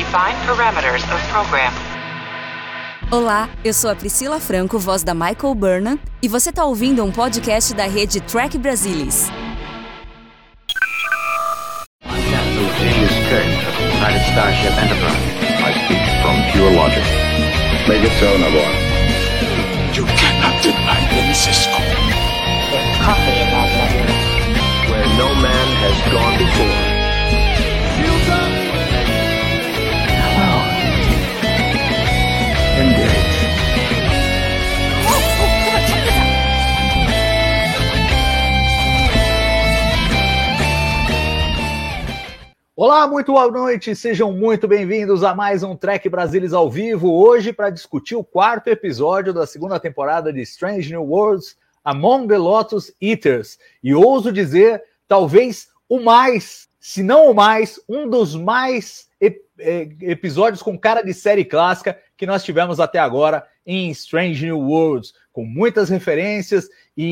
Define parameters of program. Olá, eu sou a Priscila Franco, voz da Michael Burnham, e você está ouvindo um podcast da rede Trek Brasilis. I'm Captain James Kirk of the United Starship Enterprise. I speak from pure logic. Make it so, Navarro. You cannot deny me, Cisco. There's coffee in that letter. Where no man has gone before. Shields up! Hello. Engage. Olá, muito boa noite, sejam muito bem-vindos a mais um Trek Brasilis ao vivo, hoje para discutir o quarto episódio da segunda temporada de Strange New Worlds, Among the Lotus Eaters, e ouso dizer, talvez o mais, se não o mais, um dos mais episódios com cara de série clássica que nós tivemos até agora em Strange New Worlds, com muitas referências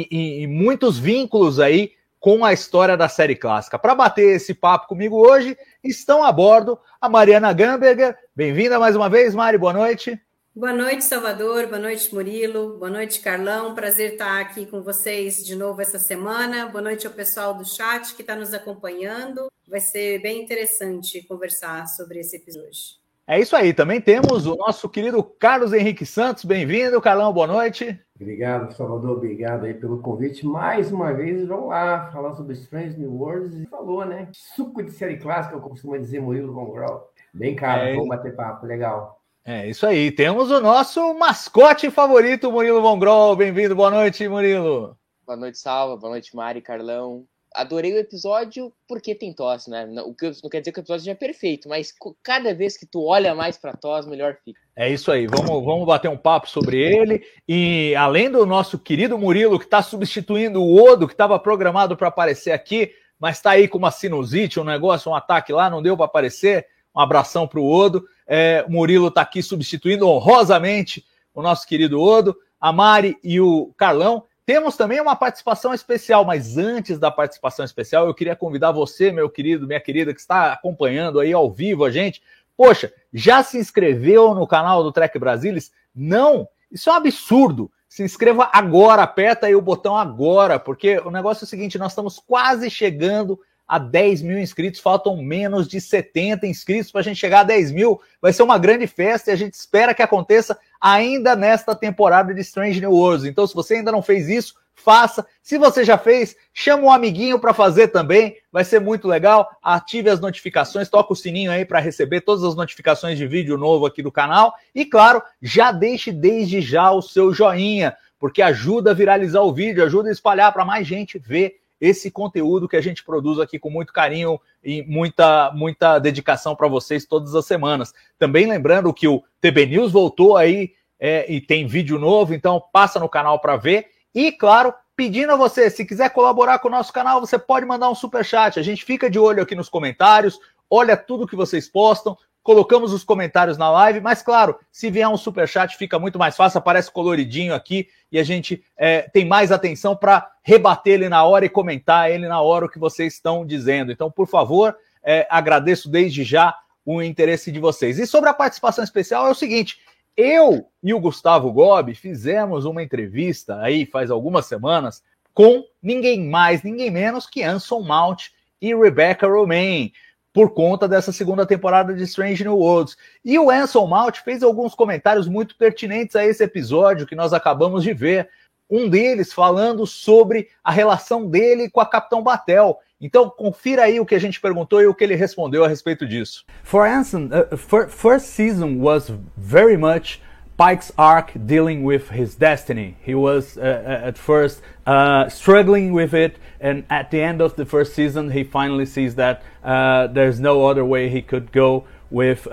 e muitos vínculos aí com a história da série clássica. Para bater esse papo comigo hoje, estão a bordo a Mariana Gamberger. Bem-vinda mais uma vez, Mari, boa noite. Boa noite, Salvador, boa noite, Murilo, boa noite, Carlão, prazer estar aqui com vocês de novo essa semana. Boa noite ao pessoal do chat que está nos acompanhando. Vai ser bem interessante conversar sobre esse episódio. É isso aí, também temos o nosso querido Carlos Henrique Santos. Bem-vindo, Carlão, boa noite. Obrigado, Salvador, obrigado aí pelo convite. Mais uma vez, vamos lá falar sobre Strange New Worlds. E falou, né? Suco de série clássica, como costuma dizer Murilo Von Grau. Bem caro, vamos bater papo, legal. É isso aí, temos o nosso mascote favorito, Murilo Von Grau. Bem-vindo, boa noite, Murilo. Boa noite, Salva, boa noite, Mari, Carlão. Adorei o episódio porque tem tosse, né? O que não quer dizer que o episódio seja perfeito, mas cada vez que tu olha mais pra tosse, melhor fica. É isso aí, vamos bater um papo sobre ele. E além do nosso querido Murilo, que está substituindo o Odo, que estava programado para aparecer aqui, mas está aí com uma sinusite, um negócio, um ataque lá, não deu para aparecer. Um abração para o Odo. O Murilo está aqui substituindo honrosamente o nosso querido Odo, a Mari e o Carlão. Temos também uma participação especial, mas antes da participação especial, eu queria convidar você, meu querido, minha querida, que está acompanhando aí ao vivo a gente. Poxa, já se inscreveu no canal do Trek Brasilis? Não, isso é um absurdo. Se inscreva agora, aperta aí o botão agora, porque o negócio é o seguinte, nós estamos quase chegando a 10 mil inscritos, faltam menos de 70 inscritos para a gente chegar a 10 mil, vai ser uma grande festa e a gente espera que aconteça ainda nesta temporada de Strange New Worlds. Então, se você ainda não fez isso, faça. Se você já fez, chama um amiguinho para fazer também, vai ser muito legal. Ative as notificações, toca o sininho aí para receber todas as notificações de vídeo novo aqui do canal. E, claro, já deixe desde já o seu joinha, porque ajuda a viralizar o vídeo, ajuda a espalhar para mais gente ver esse conteúdo que a gente produz aqui com muito carinho e muita dedicação para vocês todas as semanas. Também lembrando que o TB News voltou aí e tem vídeo novo, então passa no canal para ver. E, claro, pedindo a você, se quiser colaborar com o nosso canal, você pode mandar um superchat. A gente fica de olho aqui nos comentários, olha tudo que vocês postam, colocamos os comentários na live, mas claro, se vier um superchat fica muito mais fácil, aparece coloridinho aqui e a gente tem mais atenção para rebater ele na hora e comentar ele na hora o que vocês estão dizendo. Então, por favor, agradeço desde já o interesse de vocês. E sobre a participação especial é o seguinte, eu e o Gustavo Gobi fizemos uma entrevista aí faz algumas semanas com ninguém mais, ninguém menos que Anson Mount e Rebecca Romijn, por conta dessa segunda temporada de Strange New Worlds. E o Anson Mount fez alguns comentários muito pertinentes a esse episódio que nós acabamos de ver. Um deles falando sobre a relação dele com a Capitão Batel. Então, confira aí o que a gente perguntou e o que ele respondeu a respeito disso. For Anson, first season was very much Pike's arc dealing with his destiny. He was at first struggling with it, and at the end of the first season, he finally sees that there's no other way he could go with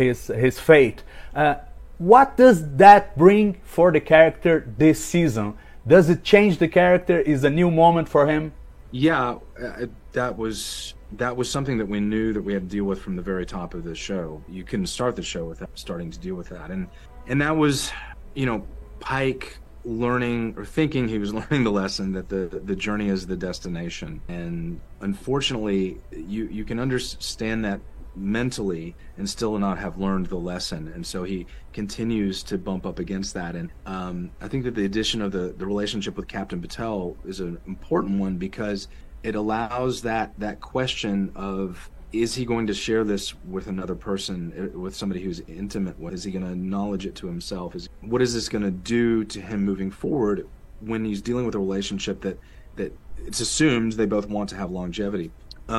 his fate. What does that bring for the character this season? Does it change the character? Is a new moment for him? Yeah, that was something that we knew that we had to deal with from the very top of the show. You couldn't start the show without starting to deal with that, and that was, Pike learning or thinking he was learning the lesson that the journey is the destination. And unfortunately, you can understand that mentally and still not have learned the lesson. And so he continues to bump up against that. And I think that the addition of the relationship with Captain Batel is an important one, because it allows that question of, is he going to share this with another person, with somebody who's intimate with? Is he going to acknowledge it to himself? What is this going to do to him moving forward when he's dealing with a relationship that it's assumed they both want to have longevity?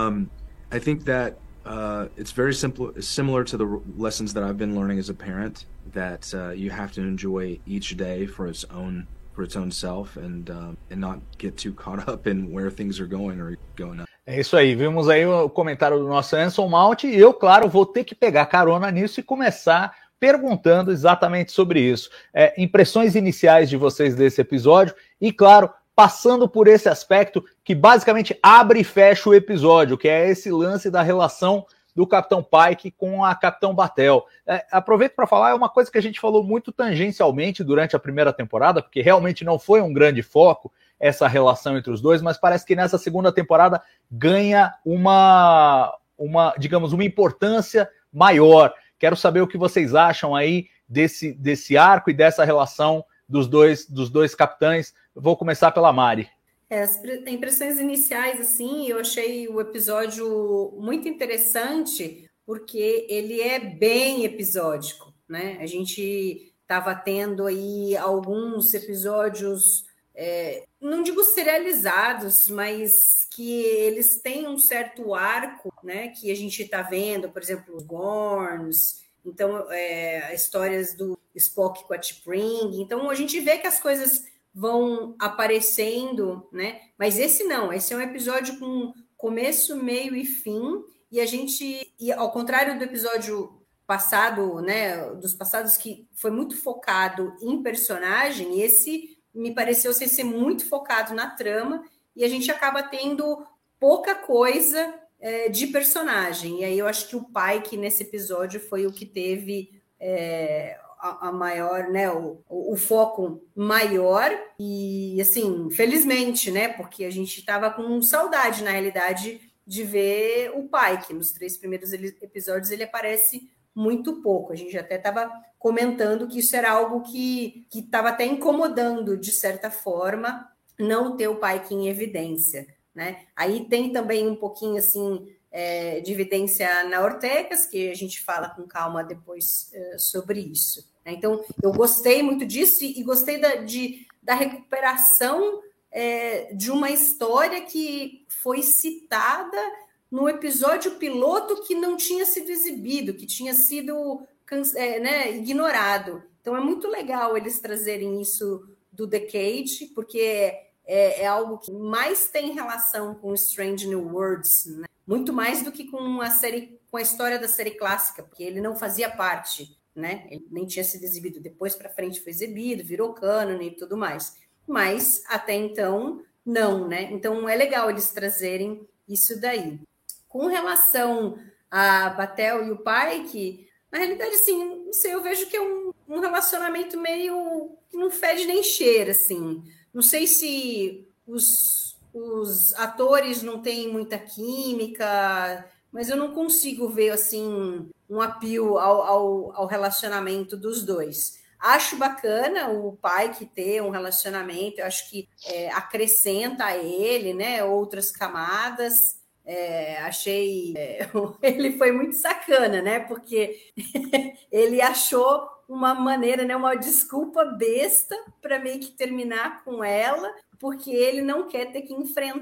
I think that it's very similar to the lessons that I've been learning as a parent, that you have to enjoy each day for its own self, and not get too caught up in where things are going or going up. É isso aí, vimos aí o comentário do nosso Anson Mount, e eu, claro, vou ter que pegar carona nisso e começar perguntando exatamente sobre isso. Impressões iniciais de vocês desse episódio, e, claro, passando por esse aspecto que basicamente abre e fecha o episódio, que é esse lance da relação do Capitão Pike com a Capitão Batel. Aproveito para falar, é uma coisa que a gente falou muito tangencialmente durante a primeira temporada, porque realmente não foi um grande foco essa relação entre os dois, mas parece que nessa segunda temporada ganha uma importância maior. Quero saber o que vocês acham aí desse arco e dessa relação dos dois capitães. Vou começar pela Mari. As impressões iniciais, assim, eu achei o episódio muito interessante, porque ele é bem episódico, né? A gente estava tendo aí alguns episódios, não digo serializados, mas que eles têm um certo arco, né? Que a gente está vendo, por exemplo, os Gorns, então, histórias do Spock com a T'Pring. Então, a gente vê que as coisas vão aparecendo, né? Mas esse não, esse é um episódio com começo, meio e fim, e ao contrário do episódio passado, né, dos passados, que foi muito focado em personagem, esse me pareceu ser muito focado na trama, e a gente acaba tendo pouca coisa de personagem. E aí eu acho que o Pike nesse episódio foi o que teve a maior, né, o foco maior, e assim, felizmente, né, porque a gente estava com saudade, na realidade, de ver o Pike. Nos 3 primeiros episódios ele aparece muito pouco. A gente até estava comentando que isso era algo que estava até incomodando, de certa forma, não ter o Pike em evidência, né? Aí tem também um pouquinho, assim, de evidência na Ortegas, que a gente fala com calma depois sobre isso. Então, eu gostei muito disso e gostei da recuperação de uma história que foi citada no episódio piloto que não tinha sido exibido, que tinha sido ignorado. Então, é muito legal eles trazerem isso do The Cage, porque é algo que mais tem relação com Strange New Worlds, né? Muito mais do que com a história da série clássica, porque ele não fazia parte, né? Ele nem tinha sido exibido. Depois para frente foi exibido, virou cânone e tudo mais. Mas até então não, né? Então é legal eles trazerem isso daí. Com relação a Batel e o Pike, na realidade, assim, não sei, eu vejo que é um relacionamento meio que não fede nem cheira, assim. Não sei se os atores não têm muita química, mas eu não consigo ver, assim, um apelo ao relacionamento dos dois. Acho bacana o Pike ter um relacionamento, eu acho que acrescenta a ele, né, outras camadas. Achei... ele foi muito sacana, né, porque ele achou uma maneira, né, uma desculpa besta para meio que terminar com ela, porque ele não quer ter que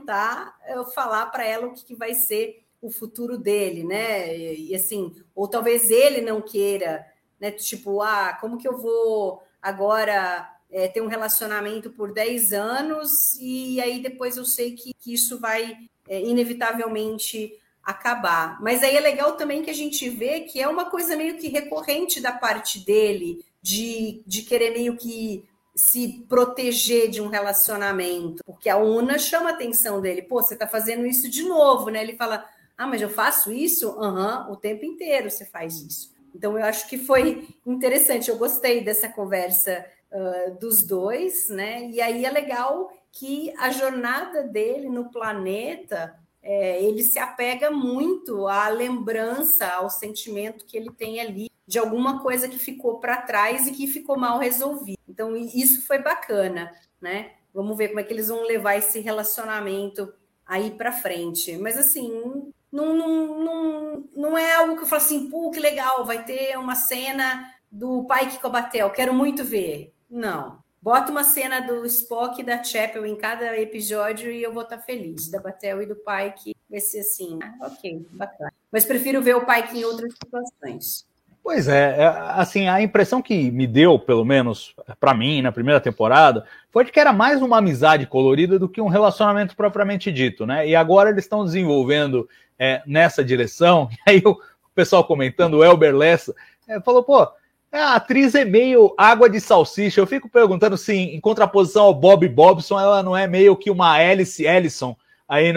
falar para ela o que vai ser o futuro dele, né? E assim, ou talvez ele não queira, né? Tipo, como que eu vou agora ter um relacionamento por 10 anos e aí depois eu sei que isso vai inevitavelmente acabar. Mas aí é legal também que a gente vê que é uma coisa meio que recorrente da parte dele, de querer meio que se proteger de um relacionamento, porque a Una chama a atenção dele. Pô, você tá fazendo isso de novo, né? Ele fala, mas eu faço isso? O tempo inteiro você faz isso. Então, eu acho que foi interessante. Eu gostei dessa conversa dos dois, né? E aí é legal que a jornada dele no planeta ele se apega muito à lembrança, ao sentimento que ele tem ali, de alguma coisa que ficou para trás e que ficou mal resolvido. Então, isso foi bacana, né? Vamos ver como é que eles vão levar esse relacionamento aí para frente. Mas, assim, não é algo que eu falo assim, pô, que legal, vai ter uma cena do Pike com a Batel, quero muito ver. Não. Bota uma cena do Spock e da Chapel em cada episódio e eu vou estar feliz. Da Batel e do Pike vai ser assim, ok, bacana. Mas prefiro ver o Pike em outras situações. Pois é, assim, a impressão que me deu, pelo menos para mim, na primeira temporada, foi de que era mais uma amizade colorida do que um relacionamento propriamente dito, né? E agora eles estão desenvolvendo nessa direção. E aí o pessoal comentando, o Elber Lessa, falou, pô, a atriz é meio água de salsicha. Eu fico perguntando se, em contraposição ao Bob Bobson, ela não é meio que uma Alice Ellison aí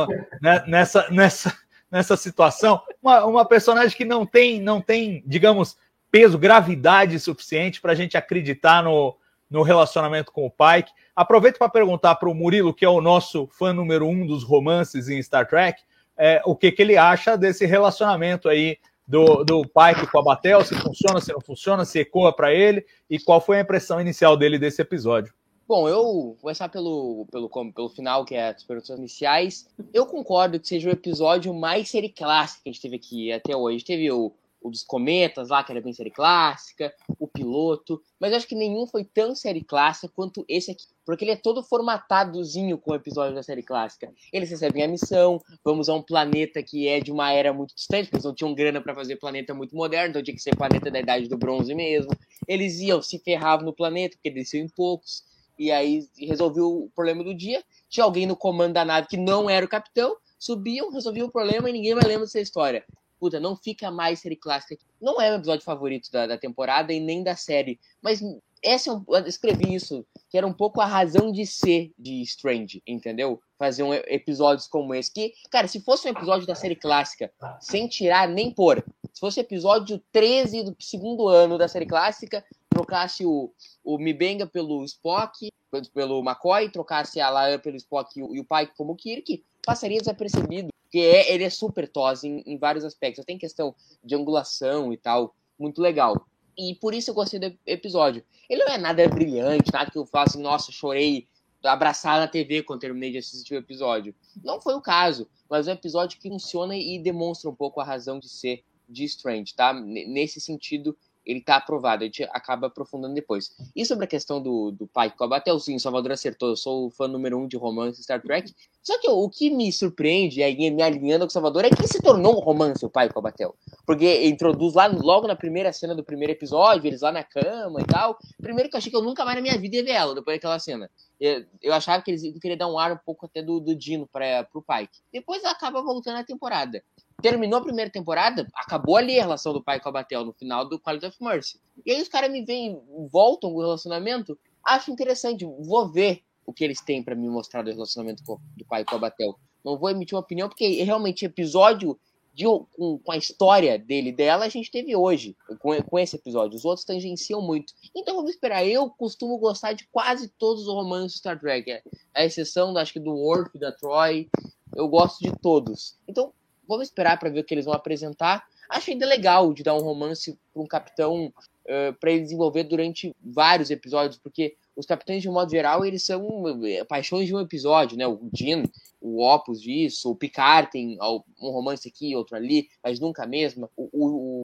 nessa situação, uma personagem que não tem, digamos, peso, gravidade suficiente para a gente acreditar no relacionamento com o Pike. Aproveito para perguntar para o Murilo, que é o nosso fã número 1 dos romances em Star Trek, o que ele acha desse relacionamento aí do Pike com a Batel, se funciona, se não funciona, se ecoa para ele, e qual foi a impressão inicial dele desse episódio. Bom, eu vou começar pelo final, que é as perguntas iniciais. Eu concordo que seja o episódio mais série clássica que a gente teve aqui até hoje. A gente teve o dos cometas lá, que era bem série clássica, o piloto, mas eu acho que nenhum foi tão série clássica quanto esse aqui, porque ele é todo formatadozinho com o episódio da série clássica. Eles recebem a missão, vamos a um planeta que é de uma era muito distante, porque eles não tinham grana para fazer planeta muito moderno, então tinha que ser planeta da Idade do Bronze mesmo. Eles iam, se ferravam no planeta, porque eles iam em poucos, e aí resolveu o problema do dia. Tinha alguém no comando da nave que não era o capitão, subiam, resolviam o problema e ninguém mais lembra dessa história. Puta, não fica mais série clássica. Não é o meu episódio favorito da temporada e nem da série, mas eu escrevi isso, que era um pouco a razão de ser de Strange, entendeu? Fazer episódios como esse, que, cara, se fosse um episódio da série clássica, sem tirar nem pôr, se fosse episódio 13 do segundo ano da série clássica, trocasse o M'Benga pelo Spock, pelo McCoy, trocasse a Laan pelo Spock e o Pike como Kirk, passaria desapercebido, porque ele é super TOS em vários aspectos. Tem questão de angulação e tal, muito legal. E por isso eu gostei do episódio. Ele não é nada brilhante, nada que eu falo assim, nossa, chorei, abraçar na TV quando terminei de assistir o episódio. Não foi o caso, mas é um episódio que funciona e demonstra um pouco a razão de ser de Strange, tá? Nesse sentido, ele tá aprovado, a gente acaba aprofundando depois. E sobre a questão do Pike com a Batel, sim, o Salvador acertou, eu sou o fã número 1 de romance Star Trek, só que o que me surpreende, e aí me alinhando com o Salvador, é que se tornou um romance o Pike com a Batel, porque introduz lá, logo na primeira cena do primeiro episódio, eles lá na cama e tal, primeiro que eu achei que eu nunca mais na minha vida ia ver ela, depois daquela cena. Eu achava que eles queriam dar um ar um pouco até do Dino pro Pike. Depois acaba voltando a temporada. Terminou a primeira temporada, acabou ali a relação do Pike com a Batel no final do Quality of Mercy. E aí os caras voltam com o relacionamento. Acho interessante, vou ver o que eles têm pra me mostrar do relacionamento do Pike com a Batel. Não vou emitir uma opinião, porque realmente episódio com a história dela a gente teve hoje, com esse episódio. Os outros tangenciam muito. Então vamos esperar. Eu costumo gostar de quase todos os romances de Star Trek. A exceção, acho que do Worf, da Troy. Eu gosto de todos. Então vamos esperar para ver o que eles vão apresentar. Acho ainda legal de dar um romance para um capitão para ele desenvolver durante vários episódios, porque os capitães, de um modo geral, eles são paixões de um episódio, né? O Jean, o Opus disso, o Picard tem um romance aqui, outro ali, mas nunca a mesma. O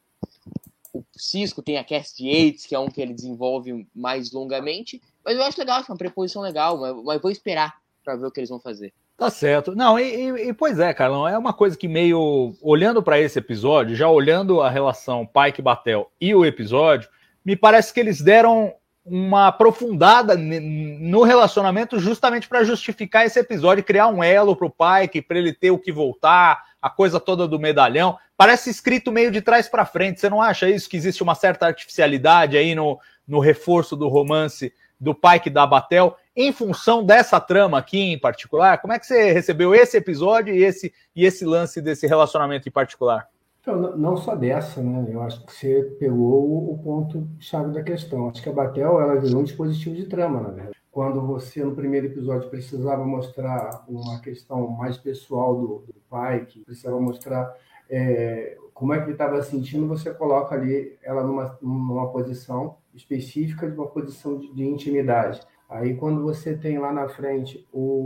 Cisco tem a Cassidy Yates, que é um que ele desenvolve mais longamente. Mas eu acho legal, acho uma preposição legal, mas vou esperar para ver o que eles vão fazer. Tá certo. Não, pois é, Carlão, é uma coisa que meio, olhando para esse episódio, já olhando a relação Pike-Batel e o episódio, me parece que eles deram uma aprofundada no relacionamento justamente para justificar esse episódio, criar um elo pro Pike, para ele ter o que voltar, a coisa toda do medalhão. Parece escrito meio de trás para frente. Você não acha isso, que existe uma certa artificialidade aí no reforço do romance do Pike e da Batel, em função dessa trama aqui em particular? Como é que você recebeu esse episódio e esse lance desse relacionamento em particular? Então, não só dessa, né? Eu acho que você pegou o ponto-chave da questão. Acho que a Batel, ela virou um dispositivo de trama, na verdade. Quando você, no primeiro episódio, precisava mostrar uma questão mais pessoal do pai, que precisava mostrar como é que ele estava sentindo, você coloca ali ela numa posição específica, de uma posição de intimidade. Aí, quando você tem lá na frente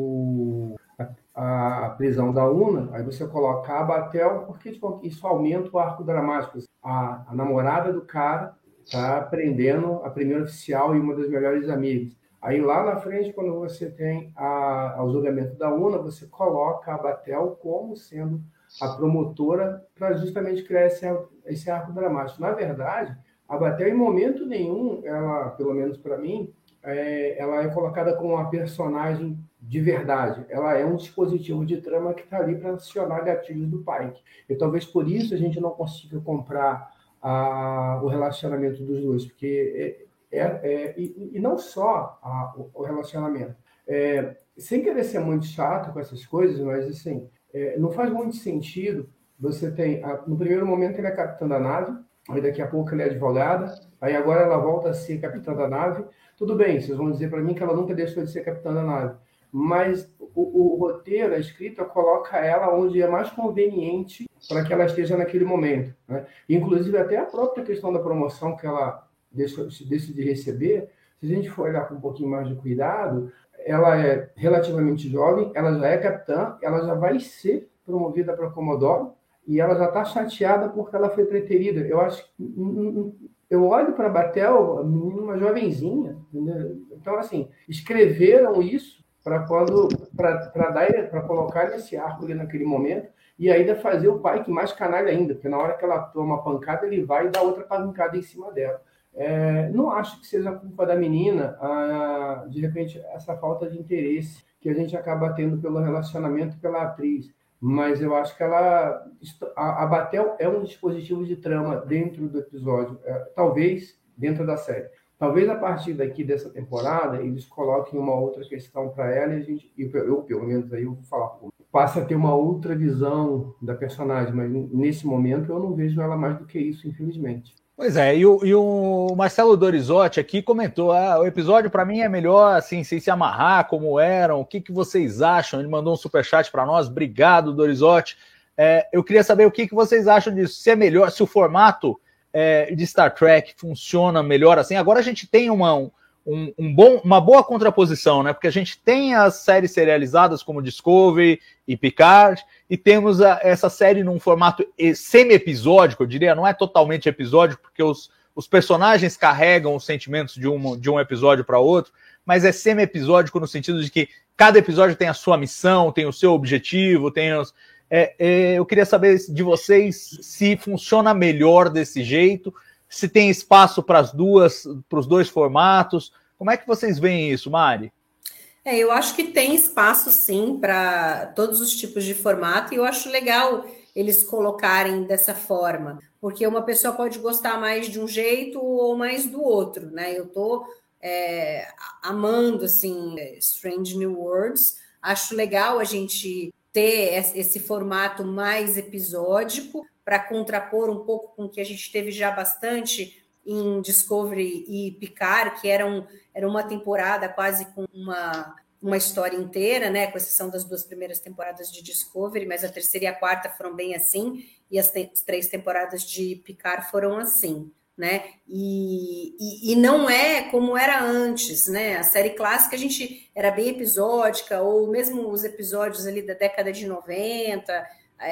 a prisão da Una, aí você coloca a Batel, porque isso aumenta o arco dramático. A namorada do cara está prendendo a primeira oficial e uma das melhores amigas. Aí lá na frente, quando você tem o julgamento da Una, você coloca a Batel como sendo a promotora para justamente criar esse arco dramático. Na verdade, a Batel, em momento nenhum, ela, pelo menos para mim, ela é colocada como uma personagem de verdade. Ela é um dispositivo de trama que está ali para acionar gatilhos do Pike. E talvez por isso a gente não consiga comprar o relacionamento dos dois, porque e não só o relacionamento. Sem querer ser muito chato com essas coisas, mas assim, não faz muito sentido. Você tem, no primeiro momento, ele é capitã da nave, aí daqui a pouco ele é advogada, aí agora ela volta a ser capitã da nave. Tudo bem, vocês vão dizer para mim que ela nunca deixou de ser capitã da nave, mas o roteiro, a escrita, coloca ela onde é mais conveniente para que ela esteja naquele momento, né? Inclusive, até a própria questão da promoção que ela decide receber, se a gente for olhar com um pouquinho mais de cuidado, ela é relativamente jovem, ela já é capitã, ela já vai ser promovida para Comodoro, e ela já está chateada porque ela foi preterida. Eu acho que... Eu olho para a Batel, uma jovenzinha, entendeu? Então, assim, escreveram isso para colocar esse arco ali naquele momento e ainda fazer o Pike mais canalha ainda, porque na hora que ela toma a pancada, ele vai e dá outra pancada em cima dela. Não acho que seja culpa da menina, de repente, essa falta de interesse que a gente acaba tendo pelo relacionamento pela atriz. Mas eu acho que a Batel é um dispositivo de trama dentro do episódio, talvez dentro da série. Talvez a partir daqui dessa temporada eles coloquem uma outra questão para ela e eu pelo menos aí eu vou falar, passa a ter uma outra visão da personagem, mas nesse momento eu não vejo ela mais do que isso, infelizmente. Pois é, e o Marcelo Dorizotti aqui comentou, o episódio para mim é melhor assim, sem se amarrar como eram, o que vocês acham? Ele mandou um superchat para nós, obrigado Dorizotti. Eu queria saber o que vocês acham disso, se é melhor, se o formato de Star Trek funciona melhor assim. Agora a gente tem uma boa contraposição, né? Porque a gente tem as séries serializadas como Discovery e Picard, e temos essa série num formato semi-episódico, eu diria, não é totalmente episódico, porque os personagens carregam os sentimentos de um episódio para outro, mas é semi-episódico no sentido de que cada episódio tem a sua missão, tem o seu objetivo, eu queria saber de vocês se funciona melhor desse jeito, se tem espaço para os dois formatos. Como é que vocês veem isso, Mari? Eu acho que tem espaço, sim, para todos os tipos de formato, e eu acho legal eles colocarem dessa forma, porque uma pessoa pode gostar mais de um jeito ou mais do outro, né? Eu estou amando, assim, Strange New Worlds, acho legal a gente ter esse formato mais episódico para contrapor um pouco com o que a gente teve já bastante em Discovery e Picard, que era uma temporada quase com uma história inteira, né? Com exceção das 2 primeiras temporadas de Discovery, mas a terceira e a quarta foram bem assim, e as 3 temporadas de Picard foram assim, né? E não é como era antes, né? A série clássica a gente era bem episódica, ou mesmo os episódios ali da década de 90,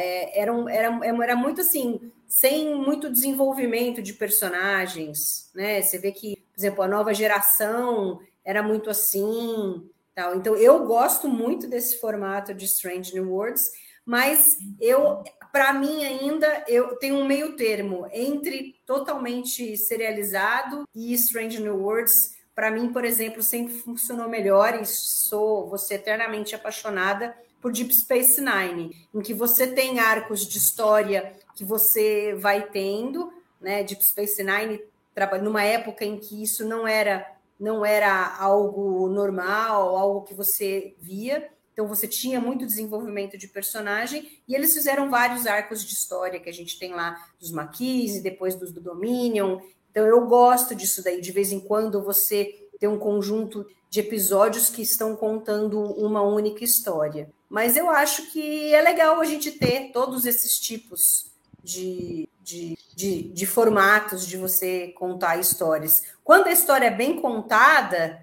era muito assim, sem muito desenvolvimento de personagens, né? Você vê que, por exemplo, a nova geração era muito assim, tal. Então eu gosto muito desse formato de Strange New Worlds, mas para mim ainda, eu tenho um meio termo entre totalmente serializado e Strange New Worlds. Para mim, por exemplo, sempre funcionou melhor, e vou ser eternamente apaixonada por Deep Space Nine, em que você tem arcos de história que você vai tendo, né? Deep Space Nine trabalha numa época em que isso não era algo normal, algo que você via, então você tinha muito desenvolvimento de personagem, e eles fizeram vários arcos de história que a gente tem lá, dos Maquis e depois dos do Dominion. Então eu gosto disso daí, de vez em quando você tem um conjunto de episódios que estão contando uma única história. Mas eu acho que é legal a gente ter todos esses tipos de formatos de você contar histórias. Quando a história é bem contada,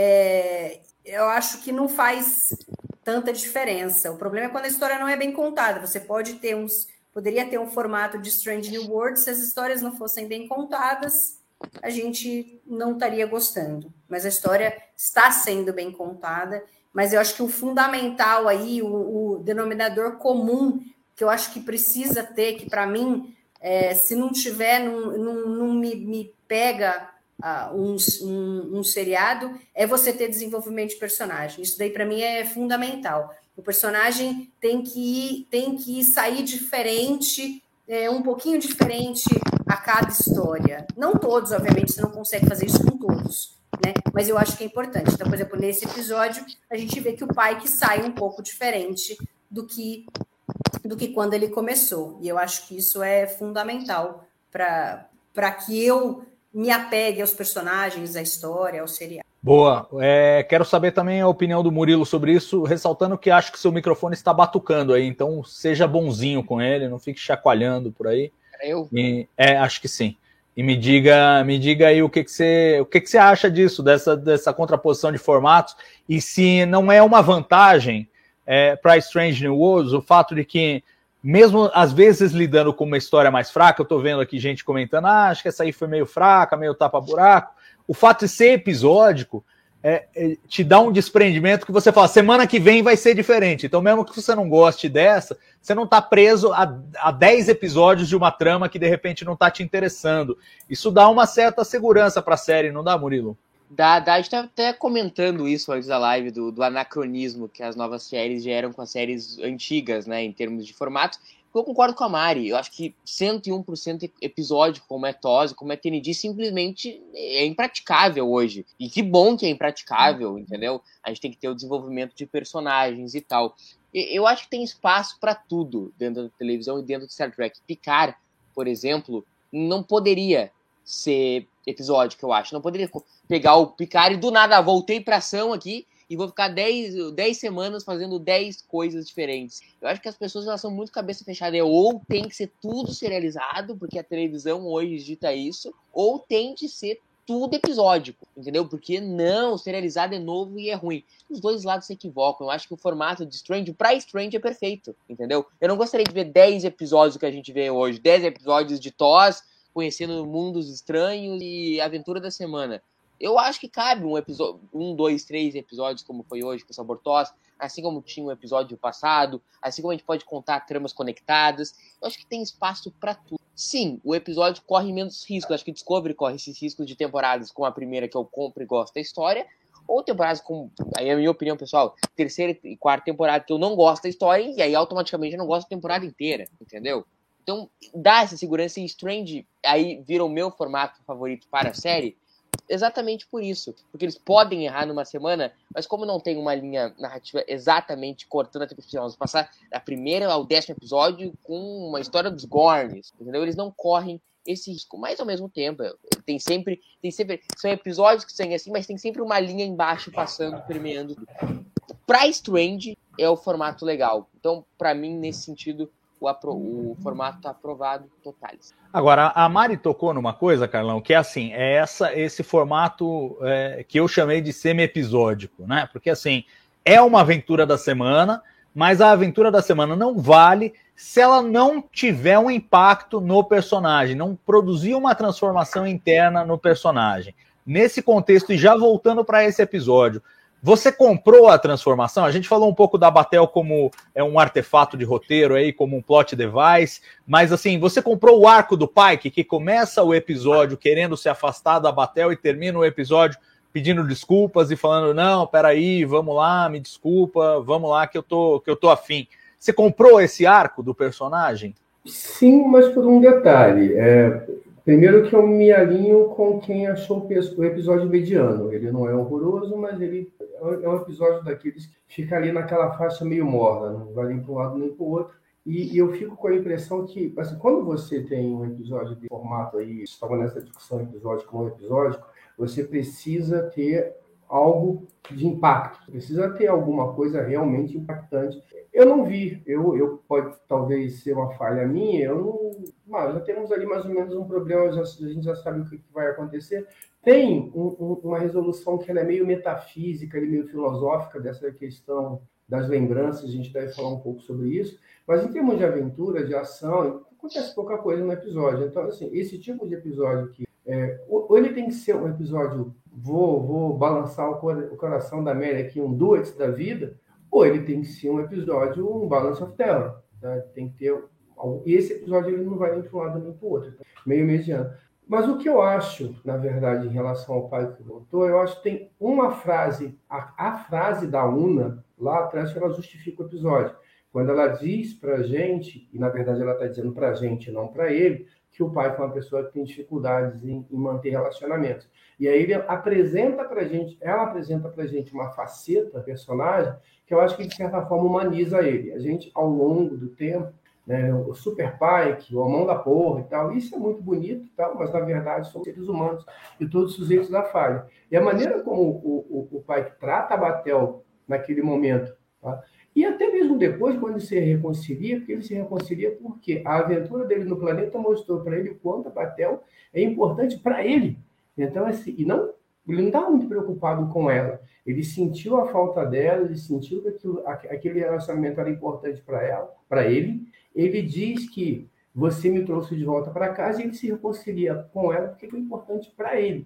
eu acho que não faz tanta diferença. O problema é quando a história não é bem contada. Você poderia ter um formato de Strange New Worlds, se as histórias não fossem bem contadas, a gente não estaria gostando. Mas a história está sendo bem contada, mas eu acho que o fundamental aí, o denominador comum, que eu acho que precisa ter, que para mim, se não tiver, não me pega um seriado, é você ter desenvolvimento de personagem. Isso daí para mim é fundamental. O personagem tem que sair diferente, um pouquinho diferente a cada história. Não todos, obviamente, você não consegue fazer isso com todos, né? Mas eu acho que é importante. Então, por exemplo, nesse episódio, a gente vê que o Pike sai um pouco diferente do que quando ele começou. E eu acho que isso é fundamental para que eu me apegue aos personagens, à história, ao seriado. Boa. Quero saber também a opinião do Murilo sobre isso, ressaltando que acho que seu microfone está batucando aí, então seja bonzinho com ele, não fique chacoalhando por aí. Acho que sim. E me diga aí o que você acha disso, dessa contraposição de formatos, e se não é uma vantagem para Strange New Worlds o fato de que, mesmo às vezes lidando com uma história mais fraca, eu estou vendo aqui gente comentando, acho que essa aí foi meio fraca, meio tapa-buraco, o fato de ser episódico te dá um desprendimento que você fala, semana que vem vai ser diferente. Então, mesmo que você não goste dessa, você não está preso a 10 episódios de uma trama que, de repente, não está te interessando. Isso dá uma certa segurança para a série, não dá, Murilo? A gente estava até comentando isso antes da live, do anacronismo que as novas séries geram com as séries antigas, né, em termos de formato. Eu concordo com a Mari, eu acho que 101% episódio, como é TOS, como é TND, simplesmente é impraticável hoje. E que bom que é impraticável, entendeu? A gente tem que ter o desenvolvimento de personagens e tal. Eu acho que tem espaço para tudo dentro da televisão e dentro de Star Trek. Picard, por exemplo, não poderia ser episódico, eu acho. Não poderia pegar o Picard e do nada voltei pra ação aqui e vou ficar 10 semanas fazendo 10 coisas diferentes. Eu acho que as pessoas elas são muito cabeça fechada. Ou tem que ser tudo serializado, porque a televisão hoje dita isso, ou tem de ser tudo episódico, entendeu? Porque não, serializado é novo e é ruim. Os dois lados se equivocam. Eu acho que o formato de Strange, pra Strange, é perfeito, entendeu? Eu não gostaria de ver 10 episódios que a gente vê hoje, 10 episódios de TOS, conhecendo mundos estranhos e aventura da semana. Eu acho que cabe um episódio, 1, 2, 3 episódios, como foi hoje com o Sabor TOS, assim como tinha um episódio passado, assim como a gente pode contar tramas conectadas. Eu acho que tem espaço para tudo. Sim, o episódio corre menos riscos. Acho que Discovery corre esses riscos de temporadas como a primeira, que eu compro e gosto da história, ou temporadas como, aí é a minha opinião, pessoal, terceira e quarta temporada que eu não gosto da história, e aí automaticamente eu não gosto da temporada inteira, entendeu? Então, dá essa segurança, e Strange aí vira o meu formato favorito para a série, exatamente por isso. Porque eles podem errar numa semana, mas como não tem uma linha narrativa exatamente cortando a temporada, vamos passar da primeira ao 10º episódio com uma história dos Gorns, entendeu? Eles não correm esse risco, mas ao mesmo tempo, tem sempre são episódios que são assim, mas tem sempre uma linha embaixo passando, permeando. Pra Strange é o formato legal. Então, pra mim, nesse sentido, o formato está aprovado totalis. Agora, a Mari tocou numa coisa, Carlão, que é assim, esse formato que eu chamei de semi-episódico, né? Porque assim, é uma aventura da semana, mas a aventura da semana não vale se ela não tiver um impacto no personagem, não produzir uma transformação interna no personagem. Nesse contexto, e já voltando para esse episódio, você comprou a transformação? A gente falou um pouco da Batel como um artefato de roteiro aí, como um plot device, mas assim, você comprou o arco do Pike, que começa o episódio querendo se afastar da Batel e termina o episódio pedindo desculpas e falando, não, peraí, vamos lá, me desculpa, vamos lá que eu tô afim. Você comprou esse arco do personagem? Sim, mas por um detalhe. Primeiro que eu me alinho com quem achou o episódio mediano. Ele não é horroroso, mas ele é um episódio daqueles que fica ali naquela faixa meio morna, não vai nem para um lado nem para o outro. E eu fico com a impressão que, assim, quando você tem um episódio de formato aí, estava nessa discussão episódico não episódico, você precisa ter algo de impacto, precisa ter alguma coisa realmente impactante. Eu não vi, pode talvez ser uma falha minha, mas já temos ali mais ou menos um problema, a gente já sabe o que vai acontecer. Tem uma resolução que ela é meio metafísica, meio filosófica dessa questão das lembranças, a gente deve falar um pouco sobre isso, mas em termos de aventura, de ação, acontece pouca coisa no episódio. Então, assim, esse tipo de episódio que ou ele tem que ser um episódio, vou balançar o coração da Mary aqui, um duet da vida, ou ele tem que ser um episódio, um Balance of Terror. Tá? Tem que ter. E esse episódio ele não vai nem para um lado nem para o outro, tá? Meio mediano. Mas o que eu acho, na verdade, em relação ao pai que voltou, eu acho que tem uma frase, a frase da Una, lá atrás, que ela justifica o episódio. Quando ela diz para a gente, e na verdade ela está dizendo para a gente, não para ele, que o pai foi uma pessoa que tem dificuldades em manter relacionamentos. E aí ela apresenta para a gente uma faceta, personagem, que eu acho que de certa forma humaniza ele. A gente, ao longo do tempo, né, o Super Pike, o Mão da Porra e tal, isso é muito bonito, tal, mas na verdade são seres humanos e todos sujeitos da falha. E a maneira como o Pike trata a Batel naquele momento, tá? E até mesmo depois, quando ele se reconcilia, porque ele se reconcilia porque a aventura dele no planeta mostrou para ele o quanto a Batel é importante para ele. Então, assim, ele não estava muito preocupado com ela. Ele sentiu a falta dela, ele sentiu que aquele relacionamento era importante para ele. Ele diz que você me trouxe de volta para casa e ele se reconcilia com ela porque foi importante para ele.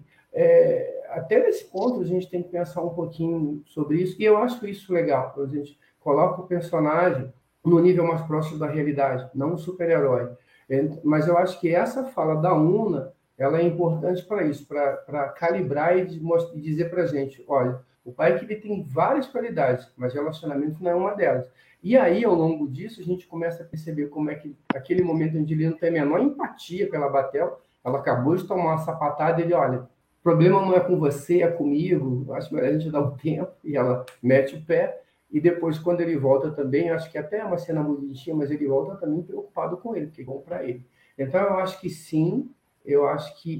Até nesse ponto, a gente tem que pensar um pouquinho sobre isso. E eu acho isso legal, a gente coloca o personagem no nível mais próximo da realidade, não um super-herói. Mas eu acho que essa fala da Una, ela é importante para isso, para calibrar e dizer para a gente, olha, o pai que ele tem várias qualidades, mas relacionamento não é uma delas. E aí, ao longo disso, a gente começa a perceber como é que aquele momento onde ele não tem a menor empatia pela Batel, ela acabou de tomar uma sapatada e ele, olha, o problema não é com você, é comigo, acho melhor a gente dar um tempo, e ela mete o pé. E depois, quando ele volta também, acho que até é uma cena bonitinha, mas ele volta também preocupado com ele, porque é bom para ele. Então, eu acho que sim, eu acho que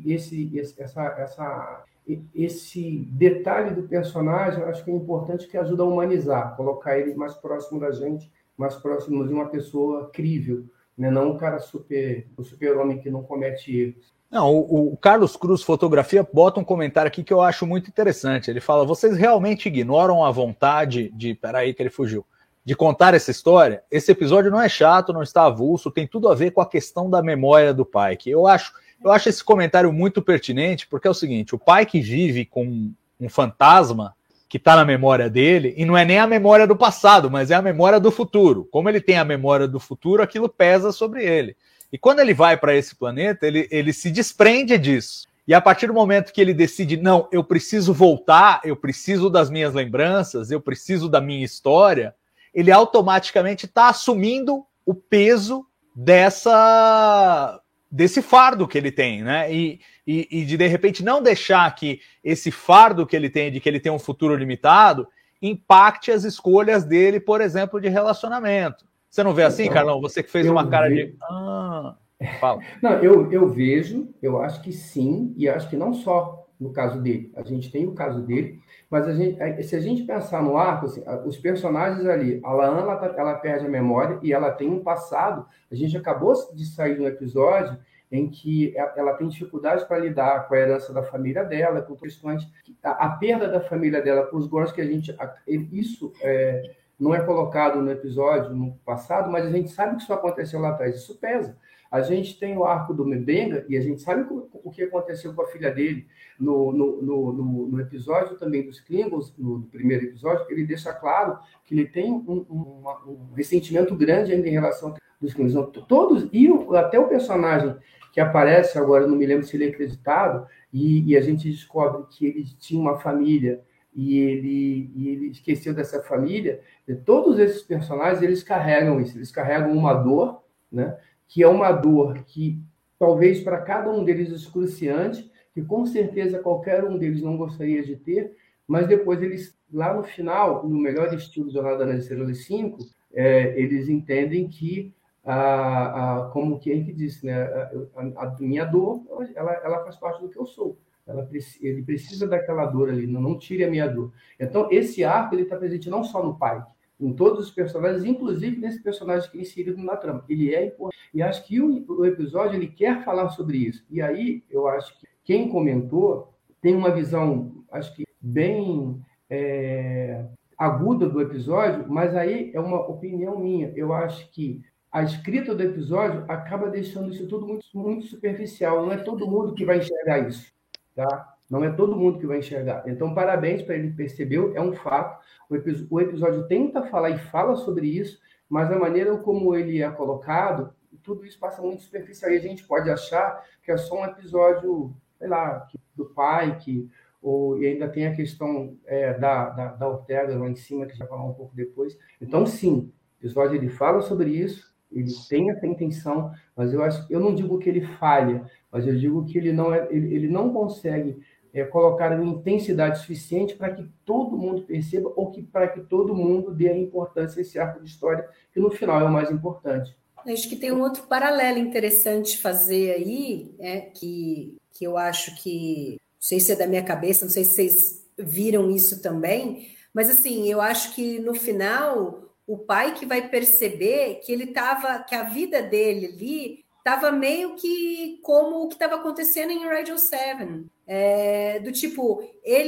esse detalhe do personagem, eu acho que é importante, que ajuda a humanizar, colocar ele mais próximo da gente, mais próximo de uma pessoa crível, né? Não um cara o super-homem que não comete erros. Não, o Carlos Cruz Fotografia bota um comentário aqui que eu acho muito interessante. Ele fala, vocês realmente ignoram a vontade peraí que ele fugiu, de contar essa história? Esse episódio não é chato, não está avulso, tem tudo a ver com a questão da memória do Pike. Eu acho esse comentário muito pertinente, porque é o seguinte, o Pike vive com um fantasma que está na memória dele, e não é nem a memória do passado, mas é a memória do futuro. Como ele tem a memória do futuro, aquilo pesa sobre ele. E quando ele vai para esse planeta, ele se desprende disso. E a partir do momento que ele decide, não, eu preciso voltar, eu preciso das minhas lembranças, eu preciso da minha história, ele automaticamente está assumindo o peso desse fardo que ele tem, né? E de repente não deixar que esse fardo que ele tem, de que ele tem um futuro limitado, impacte as escolhas dele, por exemplo, de relacionamento. Você não vê assim, Carlão? Você que fez uma cara de... fala. Não, eu vejo, eu acho que sim, e acho que não só no caso dele. A gente tem o caso dele, mas se a gente pensar no arco, assim, os personagens ali, a Laan, ela perde a memória e ela tem um passado. A gente acabou de sair de um episódio em que ela tem dificuldades para lidar com a herança da família dela, com questões... A perda da família dela para os Gorns, que isso não é colocado no episódio no passado, mas a gente sabe que isso aconteceu lá atrás, isso pesa. A gente tem o arco do Mbenga e a gente sabe o que aconteceu com a filha dele no episódio também dos Klingons, no primeiro episódio. Ele deixa claro que ele tem um ressentimento grande ainda em relação dos Klingons. Todos, e até o personagem que aparece agora, não me lembro se ele é acreditado, e a gente descobre que ele tinha uma família e ele esqueceu dessa família. Todos esses personagens, eles carregam isso, eles carregam uma dor, né? Que é uma dor que talvez para cada um deles excruciante, que com certeza qualquer um deles não gostaria de ter, mas depois eles, lá no final, no melhor estilo Jornada nas Estrelas 5, eles entendem que, como quem que disse, né, a minha dor, ela faz parte do que eu sou. Ele precisa daquela dor ali, não tire a minha dor. Então, esse arco está presente não só no Pike, em todos os personagens, inclusive nesse personagem que é inserido na trama. Ele é importante. E acho que o episódio ele quer falar sobre isso. E aí, eu acho que quem comentou tem uma visão, acho que bem aguda do episódio, mas aí é uma opinião minha. Eu acho que a escrita do episódio acaba deixando isso tudo muito, muito superficial. Não é todo mundo que vai enxergar isso, tá? Não é todo mundo que vai enxergar. Então, parabéns para ele, percebeu, é um fato. O episódio tenta falar e fala sobre isso, mas a maneira como ele é colocado, tudo isso passa muito superficial. E a gente pode achar que é só um episódio, sei lá, do Pike, e ainda tem a questão da Ortega lá em cima, que a gente vai falar um pouco depois. Então, sim, o episódio ele fala sobre isso, ele tem essa intenção, mas eu não digo que ele falha, mas eu digo que ele não consegue colocar uma intensidade suficiente para que todo mundo perceba ou para que todo mundo dê a importância a esse arco de história, que no final é o mais importante. Acho que tem um outro paralelo interessante fazer aí, que eu acho que, não sei se é da minha cabeça, não sei se vocês viram isso também, mas assim, eu acho que no final o pai que vai perceber que que a vida dele ali estava meio que como o que estava acontecendo em Radio 7. Do tipo,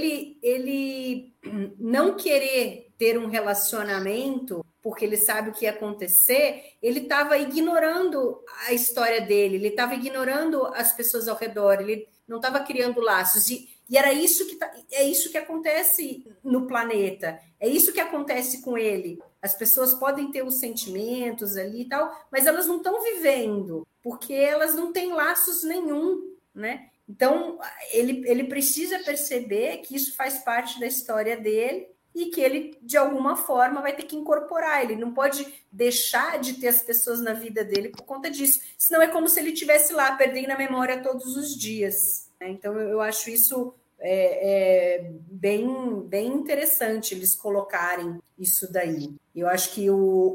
ele não querer ter um relacionamento porque ele sabe o que ia acontecer, ele estava ignorando a história dele, ele estava ignorando as pessoas ao redor, ele não estava criando laços. E era isso é isso que acontece no planeta, é isso que acontece com ele. As pessoas podem ter os sentimentos ali e tal, mas elas não estão vivendo, porque elas não têm laços nenhum, né? Então, ele precisa perceber que isso faz parte da história dele e que ele, de alguma forma, vai ter que incorporar. Ele não pode deixar de ter as pessoas na vida dele por conta disso. Senão é como se ele estivesse lá, perdendo a memória todos os dias. Né? Então, eu acho isso bem interessante, eles colocarem isso daí. Eu acho que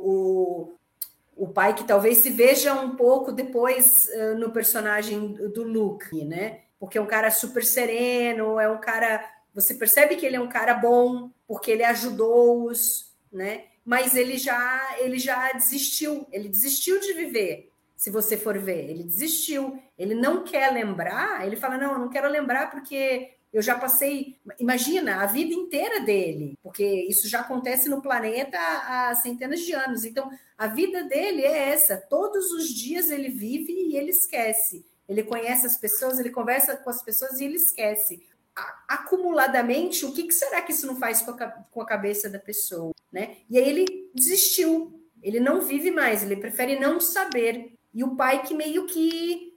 o pai que talvez se veja um pouco depois no personagem do Luke, né? Porque é um cara super sereno, é um cara... Você percebe que ele é um cara bom, porque ele ajudou-os, né? Mas ele já desistiu. Ele desistiu de viver, se você for ver. Ele desistiu. Ele não quer lembrar. Ele fala, não, eu não quero lembrar porque eu já passei... Imagina, a vida inteira dele, porque isso já acontece no planeta há centenas de anos. Então, a vida dele é essa. Todos os dias ele vive e ele esquece. Ele conhece as pessoas, ele conversa com as pessoas e ele esquece. Acumuladamente, o que será que isso não faz com a cabeça da pessoa, né? E aí ele desistiu, ele não vive mais, ele prefere não saber. E o pai que meio que,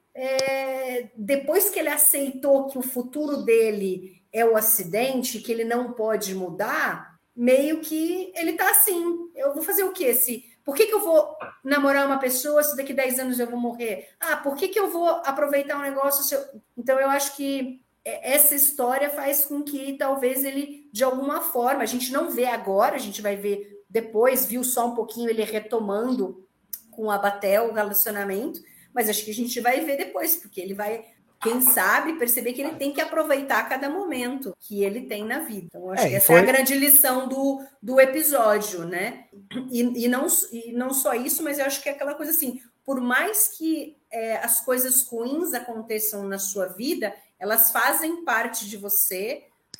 depois que ele aceitou que o futuro dele é o acidente, que ele não pode mudar, meio que ele tá assim, eu vou fazer o quê? Por que eu vou namorar uma pessoa se daqui 10 anos eu vou morrer? Por que eu vou aproveitar um negócio? Então eu acho que essa história faz com que talvez ele, de alguma forma, a gente não vê agora, a gente vai ver depois, viu só um pouquinho ele retomando com a Batel o relacionamento, mas acho que a gente vai ver depois, porque ele vai, quem sabe, perceber que ele tem que aproveitar cada momento que ele tem na vida. Então, acho que essa é a grande lição do episódio, né? E não só isso, mas eu acho que é aquela coisa assim, por mais que as coisas ruins aconteçam na sua vida, elas fazem parte de você,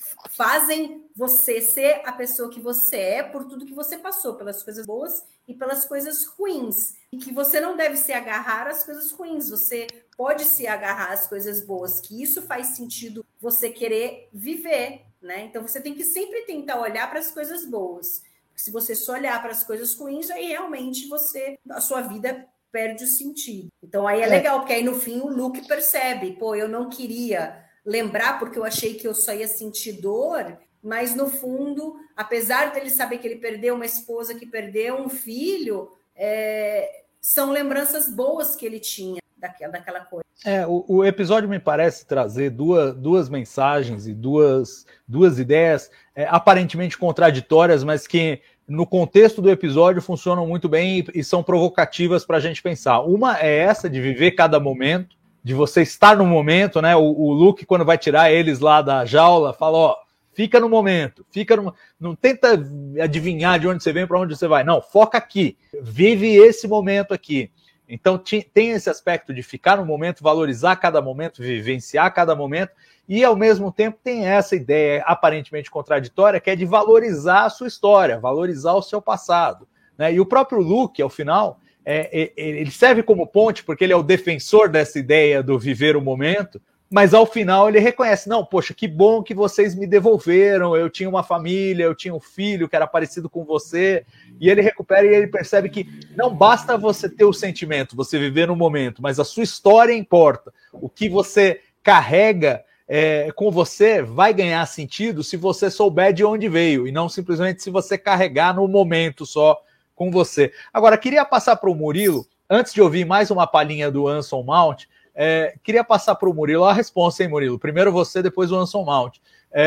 fazem você ser a pessoa que você é por tudo que você passou, pelas coisas boas e pelas coisas ruins. E que você não deve se agarrar às coisas ruins, você pode se agarrar às coisas boas, que isso faz sentido você querer viver, né? Então você tem que sempre tentar olhar para as coisas boas. Se você só olhar para as coisas ruins, aí realmente a sua vida perde o sentido. Então aí é legal, porque aí no fim o Luke percebe, eu não queria lembrar porque eu achei que eu só ia sentir dor, mas no fundo, apesar dele saber que ele perdeu uma esposa, que perdeu um filho, são lembranças boas que ele tinha. daquela coisa. O episódio me parece trazer duas mensagens e duas ideias aparentemente contraditórias, mas que no contexto do episódio funcionam muito bem e são provocativas para a gente pensar. Uma é essa de viver cada momento, de você estar no momento, né? O Luke, quando vai tirar eles lá da jaula, fala, ó, fica no momento, não tenta adivinhar de onde você vem para onde você vai, não, foca aqui, vive esse momento aqui. Então tem esse aspecto de ficar no momento, valorizar cada momento, vivenciar cada momento, e ao mesmo tempo tem essa ideia aparentemente contraditória, que é de valorizar a sua história, valorizar o seu passado, né? E o próprio Luke, ao final, ele serve como ponte, porque ele é o defensor dessa ideia do viver o momento, mas ao final ele reconhece, não, poxa, que bom que vocês me devolveram, eu tinha uma família, eu tinha um filho que era parecido com você, e ele recupera e ele percebe que não basta você ter o sentimento, você viver no momento, mas a sua história importa, o que você carrega com você vai ganhar sentido se você souber de onde veio, e não simplesmente se você carregar no momento só com você. Agora, queria passar para o Murilo, antes de ouvir mais uma palhinha do Anson Mount, queria passar para o Murilo a resposta, hein, Murilo? Primeiro você, depois o Anson Mount.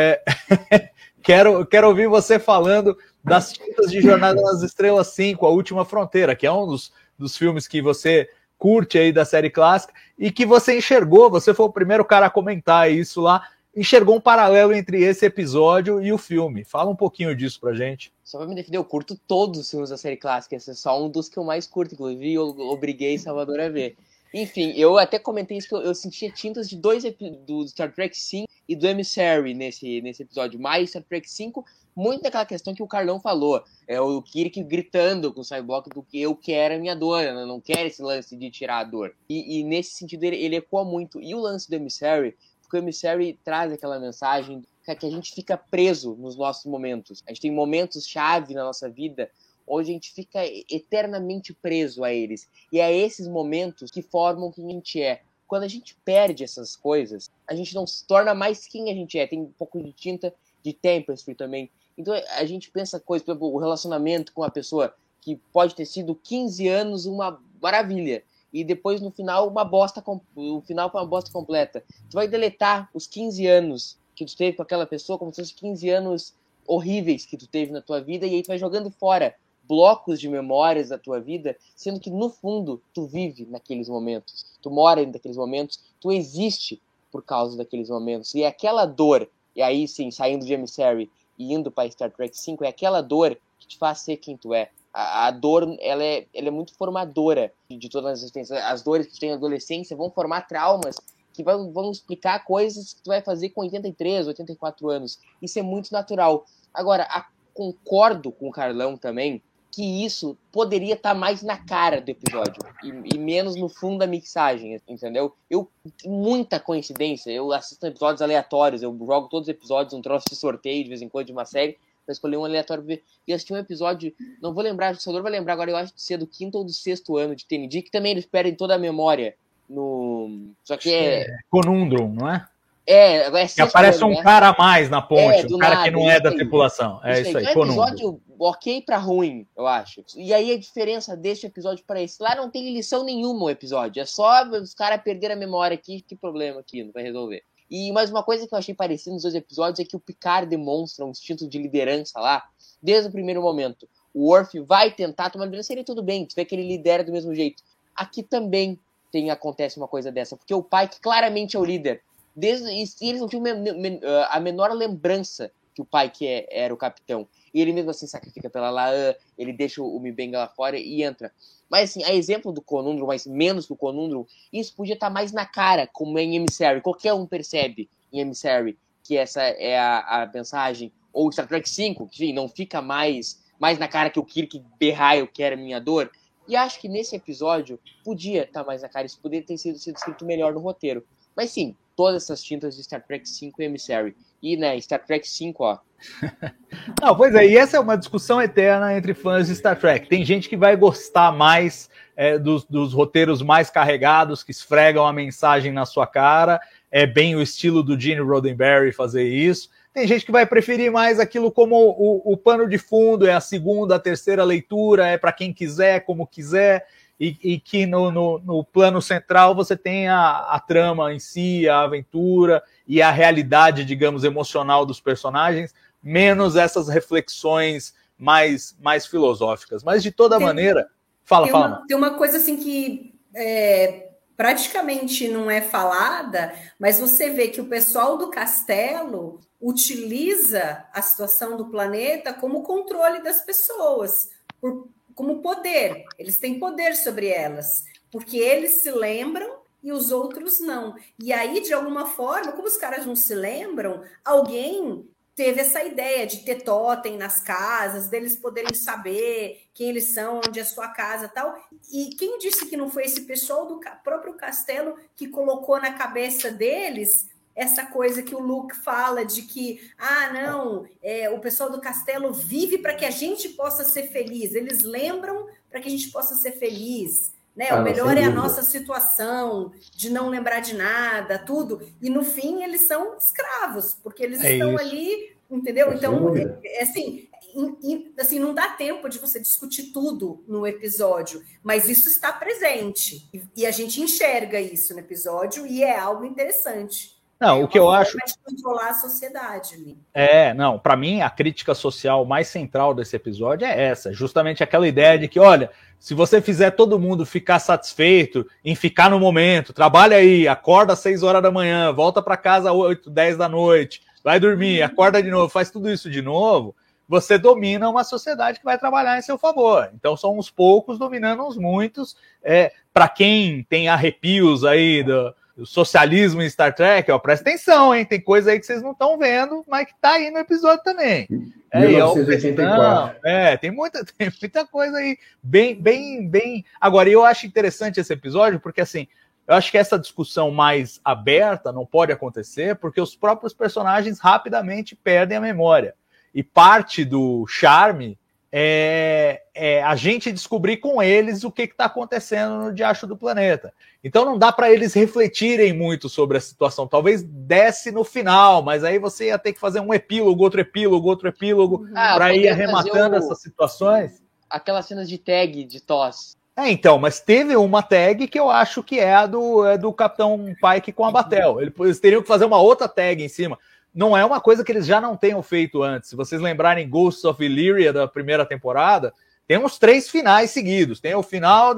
Quero ouvir você falando das Tintas de Jornada nas Estrelas 5, A Última Fronteira, que é um dos filmes que você curte aí da série clássica e que você enxergou, você foi o primeiro cara a comentar isso lá, enxergou um paralelo entre esse episódio e o filme. Fala um pouquinho disso pra gente. Só pra me defender, eu curto todos os filmes da série clássica, esse é só um dos que eu mais curto, inclusive eu obriguei Salvador a ver. Enfim, eu até comentei isso, que eu sentia tintas de do Star Trek 5 e do Emissary nesse episódio, mais Star Trek 5, muito daquela questão que o Carlão falou, o Kirk gritando com o Cyborg do que eu quero a minha dor, eu não quero esse lance de tirar a dor. E nesse sentido ele ecoa muito. E o lance do Emissary, porque o Emissary traz aquela mensagem que a gente fica preso nos nossos momentos. A gente tem momentos-chave na nossa vida onde a gente fica eternamente preso a eles. E é esses momentos que formam quem a gente é. Quando a gente perde essas coisas, a gente não se torna mais quem a gente é. Tem um pouco de tinta de Tapestry também. Então a gente pensa coisas, por exemplo, o relacionamento com uma pessoa que pode ter sido 15 anos uma maravilha. E depois no final o final foi uma bosta completa. Tu vai deletar os 15 anos que tu teve com aquela pessoa como se fossem 15 anos horríveis que tu teve na tua vida, e aí tu vai jogando fora blocos de memórias da tua vida, sendo que no fundo tu vive naqueles momentos, tu mora naqueles momentos, tu existe por causa daqueles momentos, e aquela dor, e aí sim, saindo de Emissary e indo para Star Trek 5, é aquela dor que te faz ser quem tu é. A dor, ela é muito formadora de todas as existências. As dores que tu tem na adolescência vão formar traumas que vão explicar coisas que tu vai fazer com 83, 84 anos. Isso é muito natural. Agora, concordo com o Carlão também que isso poderia estar mais na cara do episódio e menos no fundo da mixagem, entendeu? Muita coincidência, eu assisto episódios aleatórios, eu jogo todos os episódios, um troço de sorteio de vez em quando de uma série, pra escolher um aleatório pra ver. E assisti um episódio, não vou lembrar, o Salvador vai lembrar agora, eu acho que é do 5º ou do 6º ano de TND, que também eles perdem toda a memória só que Conundrum, não é? Agora é que aparece um cara a mais na ponte, um cara nada, que não é da tripulação. Isso aí, é um episódio ok pra ruim, eu acho. E aí a diferença deste episódio para esse, lá não tem lição nenhuma o episódio, é só os caras perderem a memória aqui, que problema aqui, não vai resolver. E mais uma coisa que eu achei parecida nos dois episódios é que o Picard demonstra um instinto de liderança lá, desde o primeiro momento. O Worf vai tentar tomar liderança, seria tudo bem, tu vê que ele lidera do mesmo jeito. Aqui também acontece uma coisa dessa, porque o Pike claramente é o líder. E eles não tinham a menor lembrança que o Pike era o capitão. E ele mesmo assim sacrifica pela Laan, ele deixa o M'Benga lá fora e entra. Mas assim, a exemplo do Conundrum, mas menos do Conundrum, isso podia estar mais na cara, como é em Emissary. Qualquer um percebe em Emissary que essa é a mensagem. Ou Star Trek 5, que enfim, não fica mais na cara que o Kirk berrar eu quero a minha dor. E acho que nesse episódio podia estar mais na cara, isso poderia ter sido escrito melhor no roteiro. Mas sim, todas essas tintas de Star Trek 5 e Emissary. E, né, Star Trek 5, ó. Não, pois é, e essa é uma discussão eterna entre fãs de Star Trek. Tem gente que vai gostar mais dos roteiros mais carregados, que esfregam a mensagem na sua cara. É bem o estilo do Gene Roddenberry fazer isso. Tem gente que vai preferir mais aquilo como o pano de fundo, é a segunda, a terceira leitura, é para quem quiser, como quiser. e que no plano central você tem a trama em si, a aventura e a realidade, digamos, emocional dos personagens, menos essas reflexões mais filosóficas. Mas, de toda maneira... Fala. Tem uma coisa assim que praticamente não é falada, mas você vê que o pessoal do castelo utiliza a situação do planeta como controle das pessoas, como poder. Eles têm poder sobre elas, porque eles se lembram e os outros não. E aí, de alguma forma, como os caras não se lembram, alguém teve essa ideia de ter totem nas casas, deles poderem saber quem eles são, onde é a sua casa e tal. E quem disse que não foi esse pessoal do próprio castelo que colocou na cabeça deles essa coisa que o Luke fala de que, o pessoal do castelo vive para que a gente possa ser feliz, eles lembram para que a gente possa ser feliz, né? O melhor é a nossa situação de não lembrar de nada, tudo, e no fim eles são escravos, porque eles estão isso. Ali, entendeu? Então, assim, não dá tempo de você discutir tudo no episódio, mas isso está presente, e a gente enxerga isso no episódio, e é algo interessante. Não, o que eu acho... de controlar a sociedade ali. Para mim, a crítica social mais central desse episódio é essa, justamente aquela ideia de que, olha, se você fizer todo mundo ficar satisfeito em ficar no momento, trabalha aí, acorda às 6 horas da manhã, volta para casa às 8, 10 da noite, vai dormir, acorda de novo, faz tudo isso de novo, você domina uma sociedade que vai trabalhar em seu favor. Então, são os poucos dominando os muitos. Para quem tem arrepios aí o socialismo em Star Trek, presta atenção, hein? Tem coisa aí que vocês não estão vendo, mas que tá aí no episódio também. 1984. Tem muita coisa aí bem... Agora, eu acho interessante esse episódio, porque assim, eu acho que essa discussão mais aberta não pode acontecer, porque os próprios personagens rapidamente perdem a memória. E parte do charme é a gente descobrir com eles o que está acontecendo no diacho do planeta. Então não dá para eles refletirem muito sobre a situação. Talvez desse no final, mas aí você ia ter que fazer um epílogo, outro epílogo, para ir arrematando essas situações. Aquelas cenas de tag de TOS. Então, mas teve uma tag que eu acho que é a do Capitão Pike com a Batel. Eles teriam que fazer uma outra tag em cima. Não é uma coisa que eles já não tenham feito antes. Se vocês lembrarem Ghosts of Illyria da primeira temporada, tem uns 3 finais seguidos. Tem o final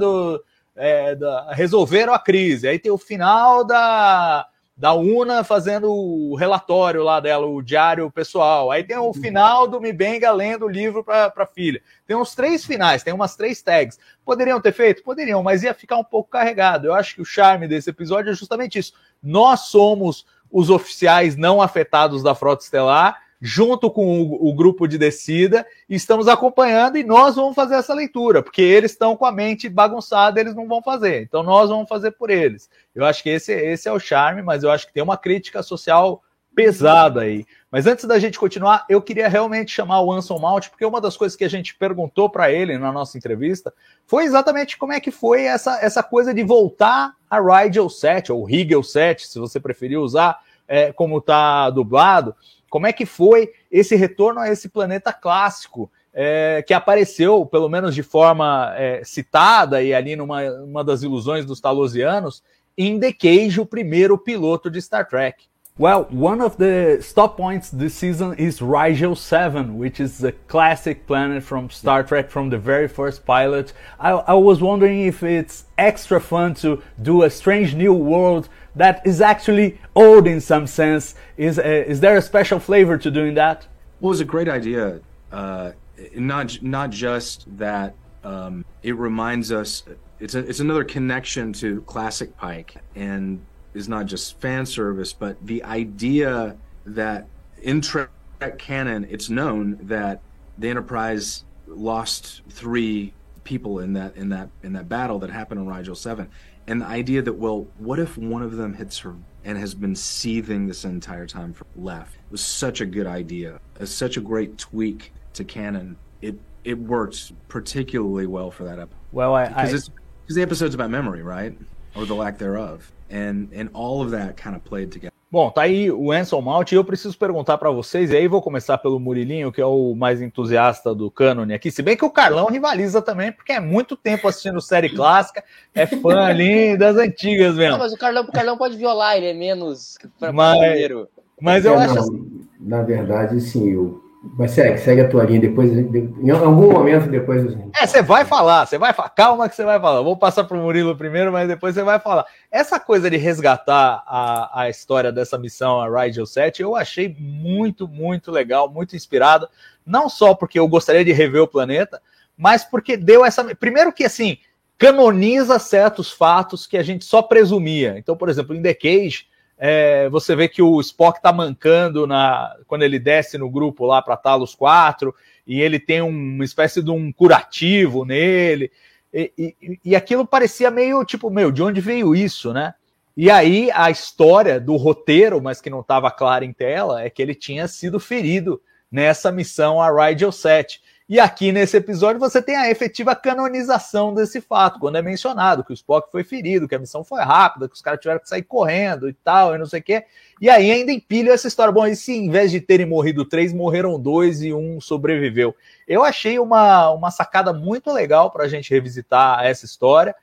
resolveram a crise. Aí tem o final da Una fazendo o relatório lá dela, o diário pessoal. Aí tem o final do M'Benga lendo o livro para a filha. Tem uns 3 finais, tem umas 3 tags. Poderiam ter feito? Poderiam, mas ia ficar um pouco carregado. Eu acho que o charme desse episódio é justamente isso. Nós somos os oficiais não afetados da Frota Estelar, junto com o grupo de descida, e estamos acompanhando, e nós vamos fazer essa leitura, porque eles estão com a mente bagunçada, eles não vão fazer, então nós vamos fazer por eles. Eu acho que esse é o charme, mas eu acho que tem uma crítica social pesada aí. Mas antes da gente continuar, eu queria realmente chamar o Anson Mount, porque uma das coisas que a gente perguntou para ele na nossa entrevista foi exatamente como é que foi essa coisa de voltar a Rigel 7, ou Rigel 7, se você preferir usar como está dublado. Como é que foi esse retorno a esse planeta clássico que apareceu, pelo menos de forma citada e ali numa das ilusões dos talosianos, em The Cage, o primeiro piloto de Star Trek? Well, one of the stop points this season is Rigel 7, which is the classic planet from Star Trek from the very first pilot. I was wondering if it's extra fun to do a strange new world that is actually old in some sense. Is there a special flavor to doing that? Well, it was a great idea. Not just that it reminds us, it's another connection to classic Pike, and is not just fan service, but the idea that in Trek canon, it's known that the Enterprise lost 3 people in that battle that happened on Rigel 7, and the idea that, well, what if one of them had survived and has been seething this entire time for left? It was such a good idea. It's such a great tweak to canon. It worked particularly well for that episode. Well, because the episode's about memory, right, or the lack thereof. And all of that kind of played together. Bom, tá aí o Anson Mount, e eu preciso perguntar para vocês, e aí vou começar pelo Murilinho, que é o mais entusiasta do cânone aqui, se bem que o Carlão rivaliza também, porque é muito tempo assistindo série clássica, é fã ali das antigas mesmo. Não, mas o Carlão pode violar, ele é menos primeiro. Mas eu acho assim... Na verdade, sim, mas segue a tua linha, depois, em algum momento depois... você vai falar, calma que você vai falar. Vou passar para o Murilo primeiro, mas depois você vai falar. Essa coisa de resgatar a história dessa missão, a Rigel 7, eu achei muito, muito legal, muito inspirado, não só porque eu gostaria de rever o planeta, mas porque deu essa... Primeiro que, assim, canoniza certos fatos que a gente só presumia. Então, por exemplo, em The Cage... você vê que o Spock tá mancando quando ele desce no grupo lá para Talos 4, e ele tem uma espécie de um curativo nele, e aquilo parecia meio tipo, de onde veio isso, né? E aí a história do roteiro, mas que não estava clara em tela, é que ele tinha sido ferido nessa missão a Rigel 7. E aqui nesse episódio você tem a efetiva canonização desse fato, quando é mencionado que o Spock foi ferido, que a missão foi rápida, que os caras tiveram que sair correndo e tal, e não sei o quê. E aí ainda empilha essa história. Bom, e se em vez de terem morrido 3, morreram 2 e 1 sobreviveu? Eu achei uma sacada muito legal para a gente revisitar essa história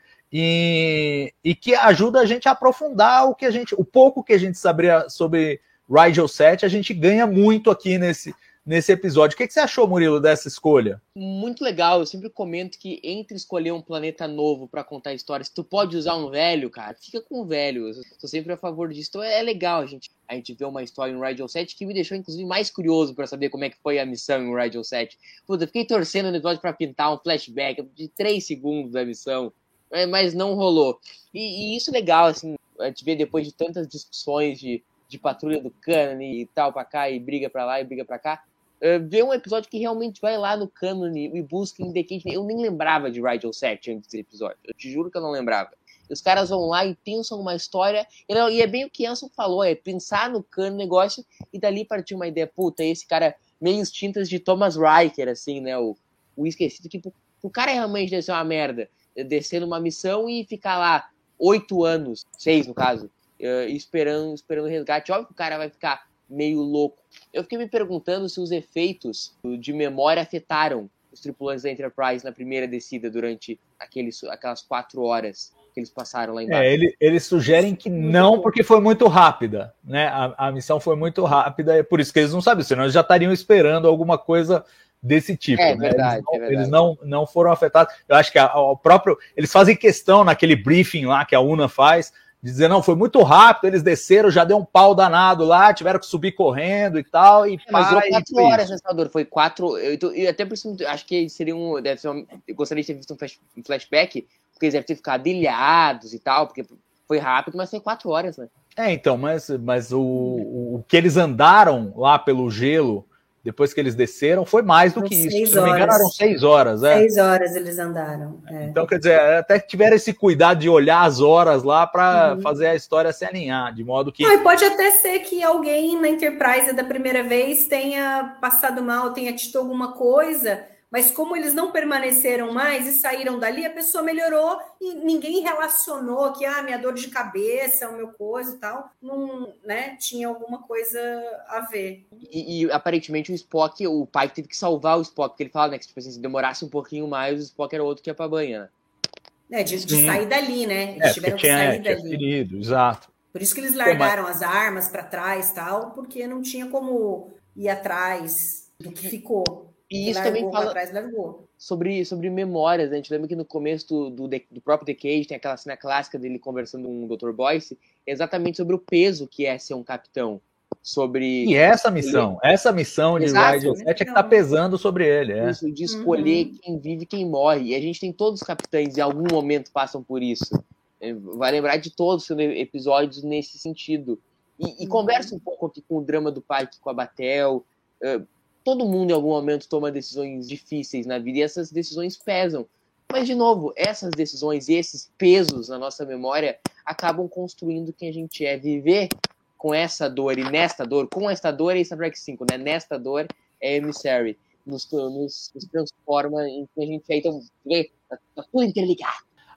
e que ajuda a gente a aprofundar o pouco que a gente sabia sobre Rigel 7, a gente ganha muito aqui nesse episódio. O que você achou, Murilo, dessa escolha? Muito legal. Eu sempre comento que entre escolher um planeta novo pra contar histórias, se tu pode usar um velho, cara, fica com o velho. Eu tô sempre a favor disso. Então é legal a gente ver uma história em Rigel 7 que me deixou, inclusive, mais curioso pra saber como é que foi a missão em Rigel 7. Puta, eu fiquei torcendo no episódio pra pintar um flashback de 3 segundos da missão, mas não rolou. E isso é legal, assim, a gente vê depois de tantas discussões de patrulha do cânone e tal pra cá, e briga pra lá e briga pra cá, ver um episódio que realmente vai lá no cânone e busca em The Cage. Eu nem lembrava de Rigel 7 antes desse episódio. Eu te juro que eu não lembrava. Os caras vão lá e pensam uma história, e é bem o que Anson falou, é pensar no cânone negócio e dali partir uma ideia. Puta, esse cara meio tintas de Thomas Riker, assim, né? O esquecido, que o cara realmente deve ser uma merda. Descer numa missão e ficar lá 8 anos, 6 no caso, esperando o resgate. Óbvio que o cara vai ficar meio louco. Eu fiquei me perguntando se os efeitos de memória afetaram os tripulantes da Enterprise na primeira descida durante aquelas 4 horas que eles passaram lá embaixo. Eles sugerem que não, porque foi muito rápida, né? A missão foi muito rápida, é por isso que eles não sabem, senão eles já estariam esperando alguma coisa desse tipo. É, né? verdade, Eles não foram afetados. Eu acho que eles fazem questão naquele briefing lá que a UNA faz, dizer, não, foi muito rápido, eles desceram, já deu um pau danado lá, tiveram que subir correndo e tal, mas durou 4 horas, né, Salvador? Foi 4, eu até por isso, acho que seria eu gostaria de ter visto um flashback, porque eles devem ter ficado ilhados e tal, porque foi rápido, mas foi 4 horas, né? Então, mas o que eles andaram lá pelo gelo, depois que eles desceram, foi mais do que isso. Se não me engano, eram 6 horas. 6 horas eles andaram. Então, quer dizer, até tiveram esse cuidado de olhar as horas lá para fazer a história se alinhar, de modo que... pode até ser que alguém na Enterprise da primeira vez tenha passado mal, tenha tido alguma coisa, mas como eles não permaneceram mais e saíram dali, a pessoa melhorou e ninguém relacionou que minha dor de cabeça, o meu coisa e tal, não, né, tinha alguma coisa a ver. E aparentemente o pai teve que salvar o Spock, porque ele fala, né, que tipo assim, se demorasse um pouquinho mais, o Spock era outro que ia pra banha, né? De sair dali, né? Eles tiveram que sair dali. Querido, exato. Por isso que eles largaram as armas para trás e tal, porque não tinha como ir atrás do que ficou. E isso também fala sobre memórias, né? A gente lembra que no começo do próprio The Cage tem aquela cena clássica dele conversando com o Dr. Boyce, exatamente sobre o peso que é ser um capitão. E essa missão de Rigel 7 é que tá pesando sobre ele. Isso, de escolher quem vive e quem morre. E a gente tem todos os capitães em algum momento passam por isso. Vai lembrar de todos os episódios nesse sentido. E conversa um pouco aqui com o drama do Pike com a Batel. Todo mundo em algum momento toma decisões difíceis na vida e essas decisões pesam. Mas, de novo, essas decisões e esses pesos na nossa memória acabam construindo quem a gente é. Viver com essa dor e nesta dor, com esta dor é Star Trek 5, né? Nesta dor é Emissary. Nos transforma em quem a gente é. Então, tá tudo interligado.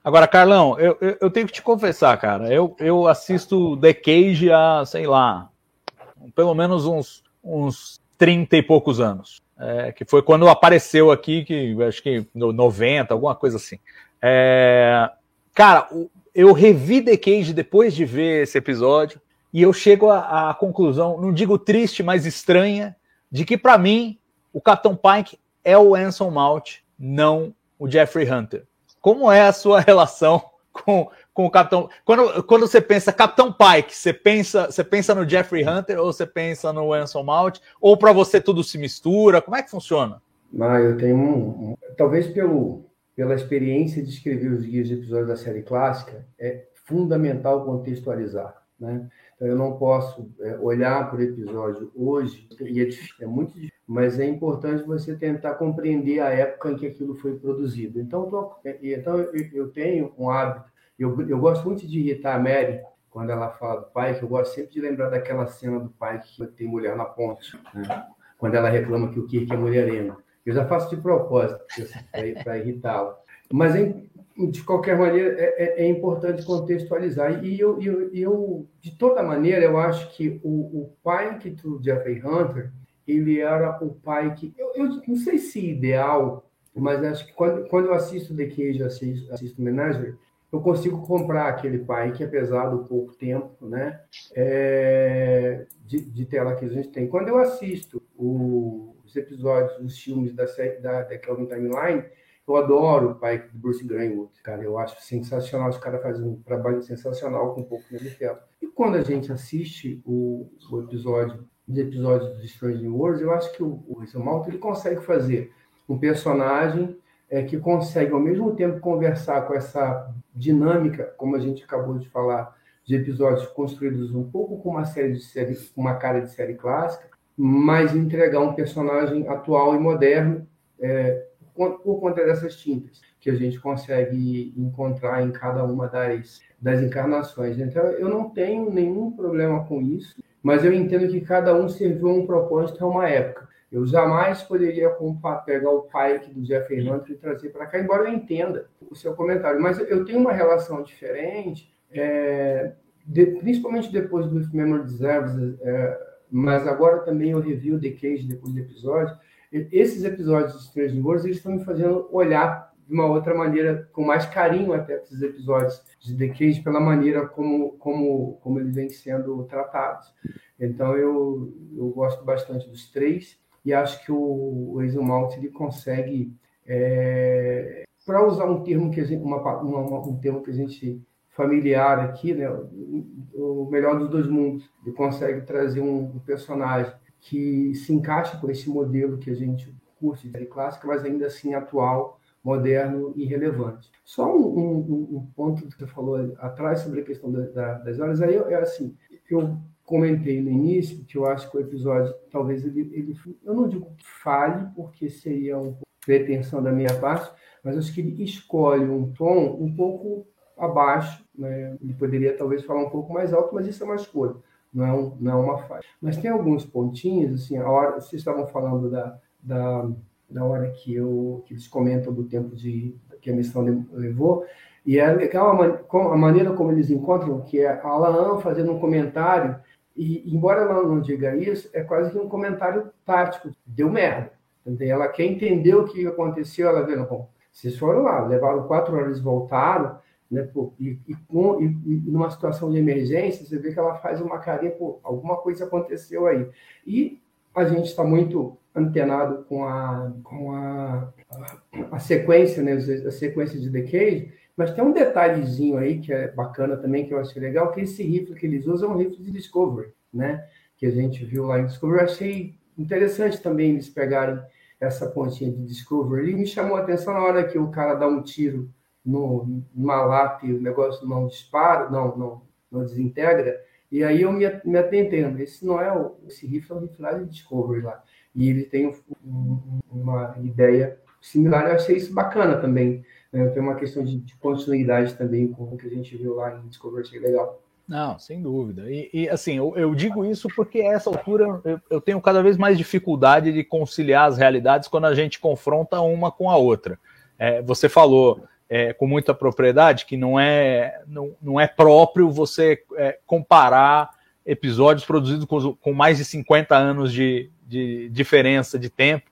Agora, Carlão, eu tenho que te confessar, cara, eu assisto The Cage há, sei lá, pelo menos uns 30 e poucos anos, que foi quando apareceu aqui, que acho que 90, alguma coisa assim. Cara, eu revi The Cage depois de ver esse episódio e eu chego à conclusão, não digo triste, mas estranha, de que para mim o Capitão Pike é o Anson Mount, não o Jeffrey Hunter. Como é a sua relação com o Capitão... Quando você pensa Capitão Pike, você pensa no Jeffrey Hunter ou você pensa no Anson Mount? Ou para você tudo se mistura? Como é que funciona? Eu tenho talvez pela experiência de escrever os guias de episódios da série clássica, é fundamental contextualizar, né? Então, eu não posso olhar para o episódio hoje, e é muito difícil, mas é importante você tentar compreender a época em que aquilo foi produzido. Então, eu tenho um hábito, eu gosto muito de irritar a Mary quando ela fala do Pike, eu gosto sempre de lembrar daquela cena do Pike que tem mulher na ponte, né? Quando ela reclama que o Kirk é mulherengo. Eu já faço de propósito para irritá-la. Mas, de qualquer maneira, é importante contextualizar. E eu, de toda maneira, eu acho que o Pike do Jeffrey Hunter, ele era o Pike... Eu não sei se ideal, mas acho que quando eu assisto The Cage, assisto Menagerie, eu consigo comprar aquele Pike, apesar do pouco tempo, né, de tela que a gente tem. Quando eu assisto os episódios, os filmes da Kelvin Timeline, eu adoro o Pike do Bruce Greenwood, cara, eu acho sensacional, os caras fazem um trabalho sensacional com um pouco de tempo. E quando a gente assiste os episódios dos Strange New Worlds, eu acho que o Anson Mount, ele consegue fazer um personagem que consegue, ao mesmo tempo, conversar com essa dinâmica, como a gente acabou de falar, de episódios construídos um pouco com uma cara de série clássica, mas entregar um personagem atual e moderno por conta dessas tintas que a gente consegue encontrar em cada uma das encarnações. Então, eu não tenho nenhum problema com isso, mas eu entendo que cada um serviu a um propósito a uma época. Eu jamais poderia pegar o Pike do Jeffrey Hunter e trazer para cá, embora eu entenda o seu comentário. Mas eu tenho uma relação diferente, principalmente depois do If Memory Deserves, mas agora também eu revi o The Cage depois do episódio. Esses episódios de Strange New Worlds, eles estão me fazendo olhar de uma outra maneira, com mais carinho até esses episódios de The Cage, pela maneira como eles vêm sendo tratados. Então, eu gosto bastante dos três, e acho que o Anson Mount, ele consegue, para usar um termo que a gente, um termo que a gente familiar aqui, né, o melhor dos dois mundos, ele consegue trazer um personagem que se encaixa com esse modelo que a gente curte de série clássica, mas ainda assim atual, moderno e relevante. Só um ponto que você falou atrás sobre a questão das horas, aí assim, eu comentei no início que eu acho que o episódio, talvez ele eu não digo que falhe, porque seria uma pretensão da minha parte, mas acho que ele escolhe um tom um pouco abaixo, né? Ele poderia talvez falar um pouco mais alto, mas isso é uma escolha. Não é uma falha. Mas tem alguns pontinhos, assim, a hora, vocês estavam falando da hora que eles comentam do tempo que a missão levou, e é legal a maneira como eles encontram, que é a Alan fazendo um comentário, e embora ela não diga isso, é quase que um comentário tático, deu merda. Entendeu? Ela quer entender o que aconteceu, ela vendo, bom, vocês foram lá, levaram 4 horas, voltaram, né, e numa situação de emergência, você vê que ela faz uma carinha, pô, alguma coisa aconteceu aí. E a gente está muito antenado com a sequência, né, a sequência de The Cage, mas tem um detalhezinho aí que é bacana também, que eu achei legal, que esse rifle que eles usam é um rifle de Discovery, né, que a gente viu lá em Discovery. Eu achei interessante também eles pegarem essa pontinha de Discovery. E me chamou a atenção na hora que o cara dá um tiro numa lata e o negócio não dispara, não desintegra, e aí eu me atentendo, esse rifle é um rifle lá de Discovery lá, e ele tem uma ideia similar. Eu achei isso bacana também, né? Tem uma questão de continuidade também com o que a gente viu lá em Discovery, achei legal. Não, sem dúvida. E assim, eu digo isso porque a essa altura eu tenho cada vez mais dificuldade de conciliar as realidades quando a gente confronta uma com a outra. Você falou com muita propriedade que não é próprio você comparar episódios produzidos com mais de 50 anos de diferença de tempo,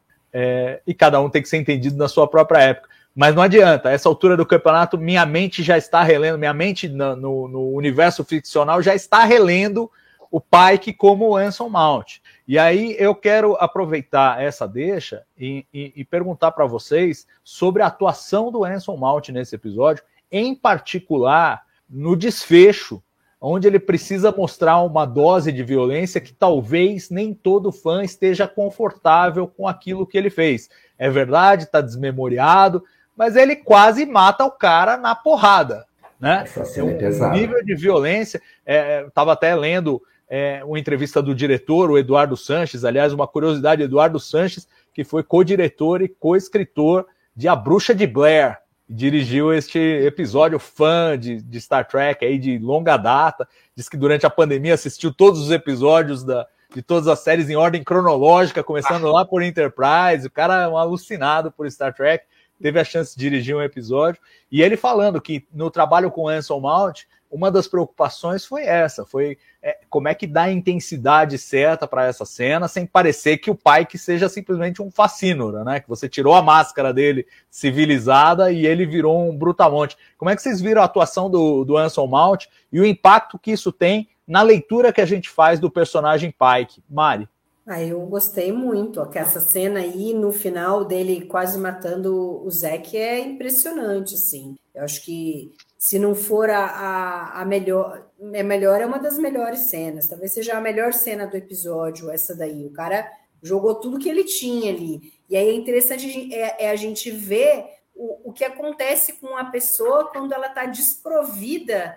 e cada um tem que ser entendido na sua própria época. Mas não adianta, a essa altura do campeonato, minha mente já está relendo, minha mente no universo ficcional já está relendo o Pike como o Anson Mount. E aí eu quero aproveitar essa deixa e perguntar para vocês sobre a atuação do Anson Mount nesse episódio, em particular no desfecho, onde ele precisa mostrar uma dose de violência que talvez nem todo fã esteja confortável com aquilo que ele fez. É verdade, está desmemoriado, mas ele quase mata o cara na porrada, né? Essa cena é pesada. O nível de violência, estava até lendo uma entrevista do diretor, o Eduardo Sanches, aliás, uma curiosidade, Eduardo Sanches, que foi co-diretor e co-escritor de A Bruxa de Blair, dirigiu este episódio, fã de Star Trek aí de longa data, diz que durante a pandemia assistiu todos os episódios de todas as séries em ordem cronológica, começando lá por Enterprise. O cara é um alucinado por Star Trek, teve a chance de dirigir um episódio, e ele falando que no trabalho com Anson Mount, uma das preocupações foi essa, como é que dá a intensidade certa para essa cena, sem parecer que o Pike seja simplesmente um facínora, né? Que você tirou a máscara dele civilizada e ele virou um brutamonte. Como é que vocês viram a atuação do Anson Mount e o impacto que isso tem na leitura que a gente faz do personagem Pike? Mari? Eu gostei muito, que essa cena aí, no final dele quase matando o Zack, é impressionante, assim. Eu acho que se não for a melhor, é uma das melhores cenas, talvez seja a melhor cena do episódio, essa daí. O cara jogou tudo que ele tinha ali. E aí é interessante a gente ver o que acontece com a pessoa quando ela está desprovida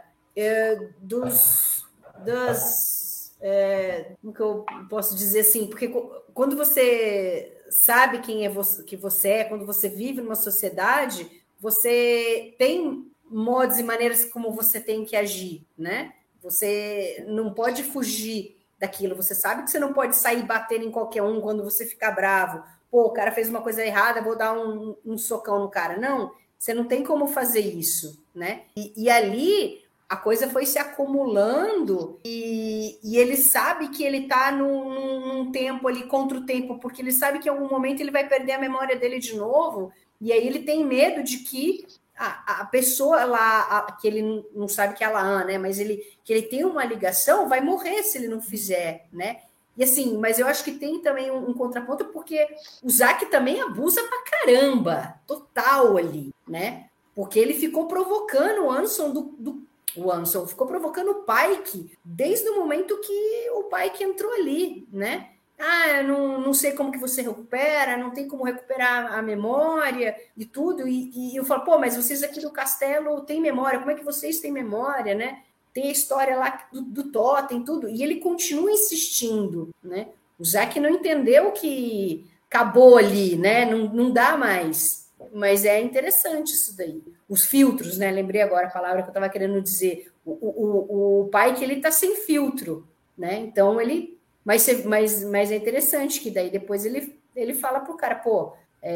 como que eu posso dizer assim? Porque quando você sabe quem é você, quando você vive numa sociedade, você tem modos e maneiras como você tem que agir, né? Você não pode fugir daquilo. Você sabe que você não pode sair batendo em qualquer um quando você ficar bravo. Pô, o cara fez uma coisa errada, vou dar um socão no cara. Não, você não tem como fazer isso, né? E ali a coisa foi se acumulando e ele sabe que ele está num tempo ali contra o tempo, porque ele sabe que em algum momento ele vai perder a memória dele de novo, e aí ele tem medo de que a pessoa lá, que ele não sabe que é a La'an, né? Mas que ele tem uma ligação, vai morrer se ele não fizer, né? E assim, mas eu acho que tem também um contraponto, porque o Zack também abusa pra caramba, total ali, né? Porque ele ficou provocando o Anson o Anson ficou provocando o Pike desde o momento que o Pike entrou ali, né? Eu não sei como que você recupera, não tem como recuperar a memória e tudo. E eu falo, pô, mas vocês aqui do castelo têm memória, como é que vocês têm memória, né? Tem a história lá do Totem, tudo. E ele continua insistindo, né? O Zack não entendeu que acabou ali, né? Não dá mais. Mas é interessante isso daí. Os filtros, né? Lembrei agora a palavra que eu estava querendo dizer. O Pike, ele tá sem filtro, né? Então, ele... Mas é interessante que daí depois ele fala pro cara, pô,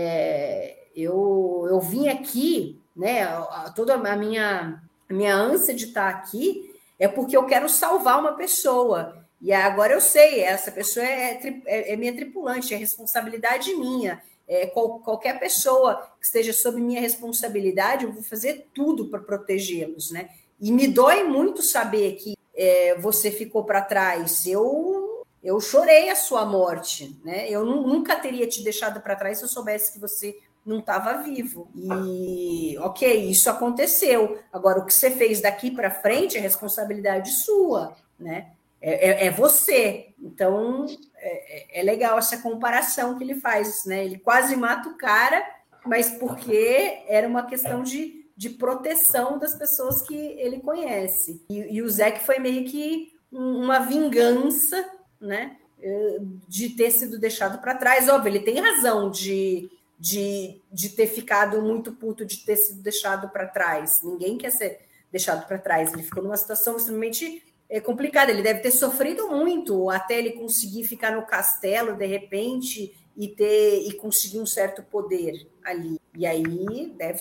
eu vim aqui, né? Toda a minha ânsia de estar aqui é porque eu quero salvar uma pessoa. E agora eu sei, essa pessoa é minha tripulante, é responsabilidade minha. Qualquer pessoa que esteja sob minha responsabilidade, eu vou fazer tudo para protegê-los, né? E me dói muito saber que você ficou para trás. Eu chorei a sua morte, né? Eu nunca teria te deixado para trás se eu soubesse que você não estava vivo. E, ok, isso aconteceu. Agora, o que você fez daqui para frente é responsabilidade sua, né? É você. Então, é legal essa comparação que ele faz, né? Ele quase mata o cara, mas porque era uma questão de proteção das pessoas que ele conhece. E o Zack foi meio que uma vingança, né? De ter sido deixado para trás. Óbvio, ele tem razão de ter ficado muito puto, de ter sido deixado para trás. Ninguém quer ser deixado para trás. Ele ficou numa situação extremamente complicada. Ele deve ter sofrido muito até ele conseguir ficar no castelo, de repente, e conseguir um certo poder ali. E aí deve ter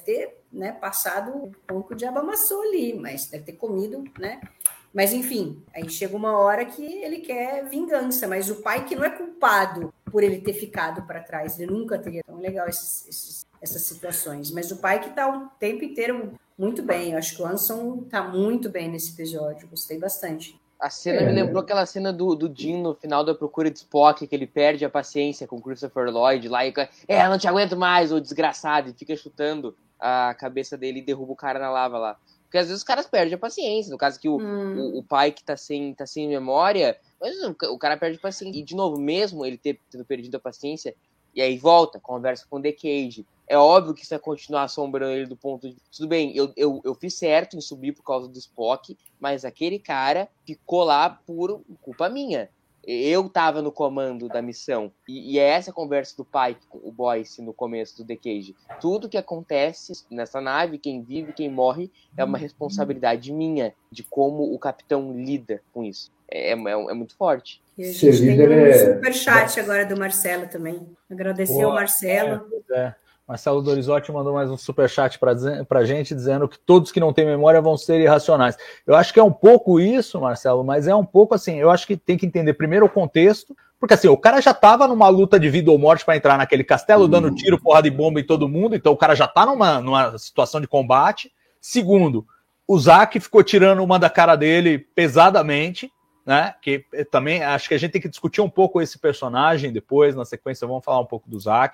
né, passado o pão que o diabo amassou ali, mas deve ter comido, né? Mas, enfim, aí chega uma hora que ele quer vingança, mas o pai que não é culpado por ele ter ficado para trás, ele nunca teria. Então, legal essas situações. Mas o pai que está o tempo inteiro muito bem. Eu acho que o Anson está muito bem nesse episódio, gostei bastante. A cena me lembrou aquela cena do Jim no final da Procura de Spock, que ele perde a paciência com o Christopher Lloyd lá e não te aguento mais, o desgraçado, e fica chutando a cabeça dele e derruba o cara na lava lá. Porque às vezes os caras perdem a paciência. No caso que o pai que tá sem memória, mas o cara perde a paciência. E, de novo, mesmo ele tendo perdido a paciência, e aí volta, conversa com o The Cage. É óbvio que isso vai continuar assombrando ele do ponto de... Tudo bem, eu fiz certo em subir por causa do Spock, mas aquele cara ficou lá por culpa minha. Eu tava no comando da missão. E é essa conversa do pai com o Boyce no começo do The Cage. Tudo que acontece nessa nave, quem vive, quem morre, é uma responsabilidade minha de como o capitão lida com isso. É muito forte. E a gente tem um superchat agora do Marcelo também. Agradecer ao Marcelo. Marcelo Dorizotti mandou mais um superchat pra gente, dizendo que todos que não têm memória vão ser irracionais. Eu acho que é um pouco isso, Marcelo, mas é um pouco assim, eu acho que tem que entender primeiro o contexto, porque assim, o cara já tava numa luta de vida ou morte para entrar naquele castelo, dando tiro, porrada de bomba em todo mundo, então o cara já tá numa situação de combate. Segundo, o Zack ficou tirando uma da cara dele pesadamente, né? Que também acho que a gente tem que discutir um pouco esse personagem depois, na sequência vamos falar um pouco do Zack.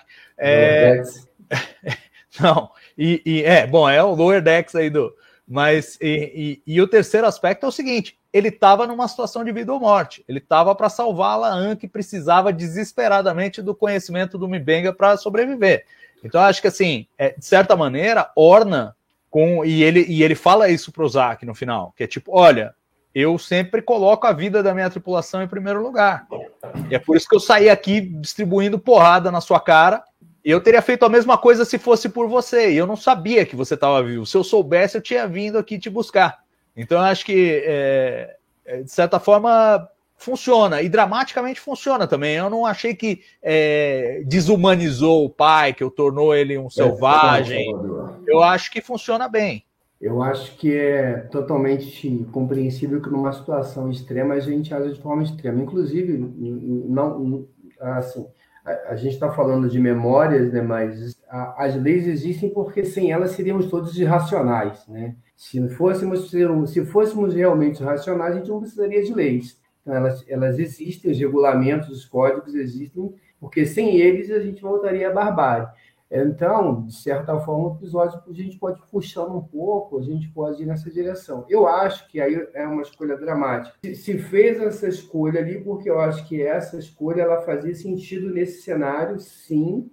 Não, é o Lower Decks aí mas o terceiro aspecto é o seguinte, ele estava numa situação de vida ou morte, ele estava para salvar a Laan, que precisava desesperadamente do conhecimento do M'Benga para sobreviver. Então acho que assim, de certa maneira, orna com, e ele fala isso pro Zack no final, que é tipo, olha, eu sempre coloco a vida da minha tripulação em primeiro lugar, e é por isso que eu saí aqui distribuindo porrada na sua cara. E eu teria feito a mesma coisa se fosse por você. E eu não sabia que você estava vivo. Se eu soubesse, eu tinha vindo aqui te buscar. Então, eu acho que, de certa forma, funciona. E dramaticamente funciona também. Eu não achei que desumanizou o pai, que tornou ele um selvagem. Eu acho que funciona bem. Eu acho que é totalmente compreensível que numa situação extrema a gente age de forma extrema. Inclusive, não assim... A gente está falando de memórias, né? Mas as leis existem porque sem elas seríamos todos irracionais, né? Se fôssemos realmente racionais, a gente não precisaria de leis. Então, elas existem, os regulamentos, os códigos existem, porque sem eles a gente voltaria à barbárie. Então, de certa forma, o episódio a gente pode puxar um pouco, a gente pode ir nessa direção. Eu acho que aí é uma escolha dramática. Se fez essa escolha ali, porque eu acho que essa escolha ela fazia sentido nesse cenário, sim.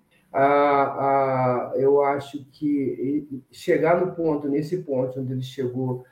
Eu acho que chegar nesse ponto onde ele chegou,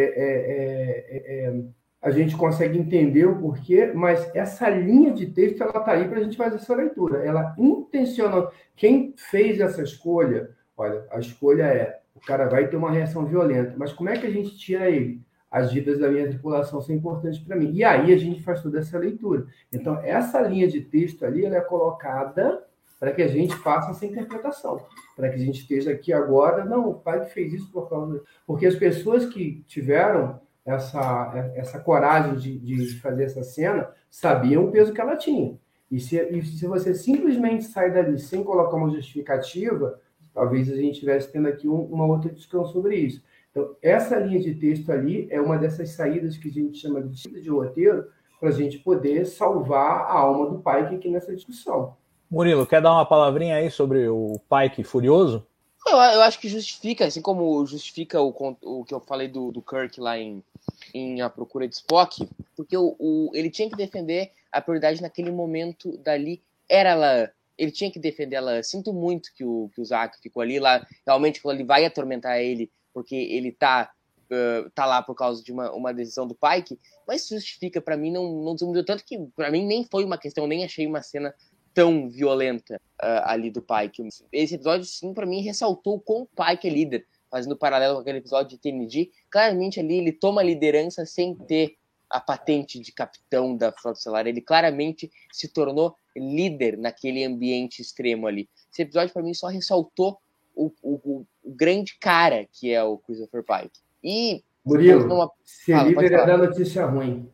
a gente consegue entender o porquê, mas essa linha de texto ela está aí para a gente fazer essa leitura. Ela intencionou. Quem fez essa escolha, olha, a escolha o cara vai ter uma reação violenta, mas como é que a gente tira ele? As vidas da minha tripulação são importantes para mim. E aí a gente faz toda essa leitura. Então, essa linha de texto ali ela é colocada para que a gente faça essa interpretação, para que a gente esteja aqui agora, não, o pai fez isso por causa... Porque as pessoas que tiveram essa coragem de fazer essa cena sabiam o peso que ela tinha. E se você simplesmente sai dali sem colocar uma justificativa, talvez a gente estivesse tendo aqui uma outra discussão sobre isso. Então, essa linha de texto ali é uma dessas saídas que a gente chama de roteiro, para a gente poder salvar a alma do Pike aqui nessa discussão. Murilo, quer dar uma palavrinha aí sobre o Pike furioso? Eu acho que justifica, assim como justifica o que eu falei do Kirk lá em A Procura de Spock, porque ele tinha que defender a prioridade naquele momento dali, era ela. Ele tinha que defender ela. Sinto muito que o Zack ficou ali, lá, realmente ele vai atormentar ele, porque ele tá lá por causa de uma decisão do Pike, mas justifica, pra mim, não desenvolveu tanto que pra mim nem foi uma questão, nem achei uma cena tão violenta ali do Pike. Esse episódio, sim, pra mim, ressaltou como o Pike é líder, fazendo paralelo com aquele episódio de TNG. Claramente ali ele toma a liderança sem ter a patente de capitão da Frota Estelar. Ele claramente se tornou líder naquele ambiente extremo ali. Esse episódio, pra mim, só ressaltou o grande cara que é o Christopher Pike. E Murilo, ser livre é dar notícia ruim.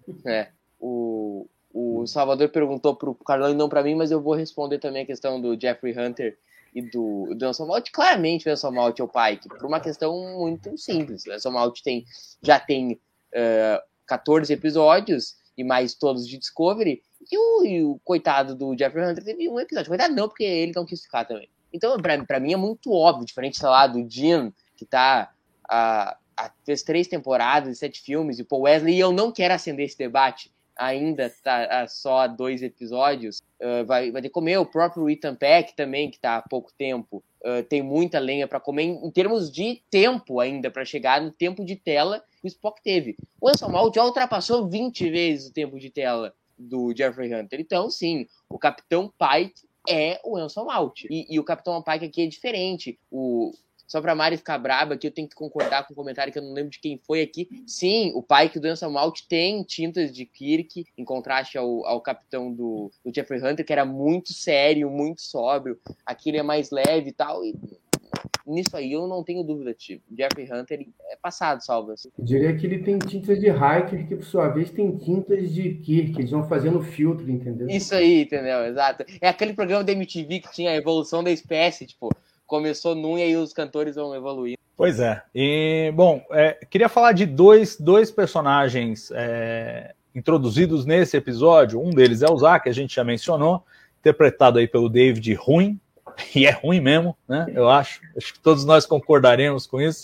O Salvador perguntou pro Carlão e não para mim, mas eu vou responder também a questão do Jeffrey Hunter e do Anson Mount. Claramente o Anson Mount é o Pike, por uma questão muito simples. O Anson Mount já tem 14 episódios e mais todos de Discovery, e o coitado do Jeffrey Hunter teve um episódio. Coitado não, porque ele não quis ficar também. Então, pra mim é muito óbvio, diferente, sei lá, do Jim, que tá fez 3 temporadas, 7 filmes, e o Paul Wesley, e eu não quero acender esse debate, ainda tá só 2 episódios, vai ter que comer. O próprio Ethan Peck também, que tá há pouco tempo, tem muita lenha para comer em termos de tempo ainda, para chegar no tempo de tela que o Spock teve. O Anson Mount já ultrapassou 20 vezes o tempo de tela do Jeffrey Hunter. Então, sim, o Capitão Pike é o Anson Mount. E o Capitão Pike aqui é diferente. Só pra Mari ficar braba aqui, eu tenho que concordar com um comentário que eu não lembro de quem foi aqui. Sim, o Pike do Anson Mount tem tintas de Kirk, em contraste ao capitão do Jeffrey Hunter, que era muito sério, muito sóbrio. Aqui ele é mais leve e tal, e nisso aí eu não tenho dúvida, tipo, Jeffrey Hunter é passado, salva. Eu diria que ele tem tintas de Hiker, que por sua vez tem tintas de Kirk, eles vão fazendo filtro, entendeu? Isso aí, entendeu? Exato. É aquele programa da MTV que tinha a evolução da espécie, tipo, começou num e aí os cantores vão evoluindo. Pois é. E, bom, queria falar de dois personagens introduzidos nesse episódio. Um deles é o Zack, que a gente já mencionou, interpretado aí pelo David Ruin, e é ruim mesmo, né? Eu acho que todos nós concordaremos com isso.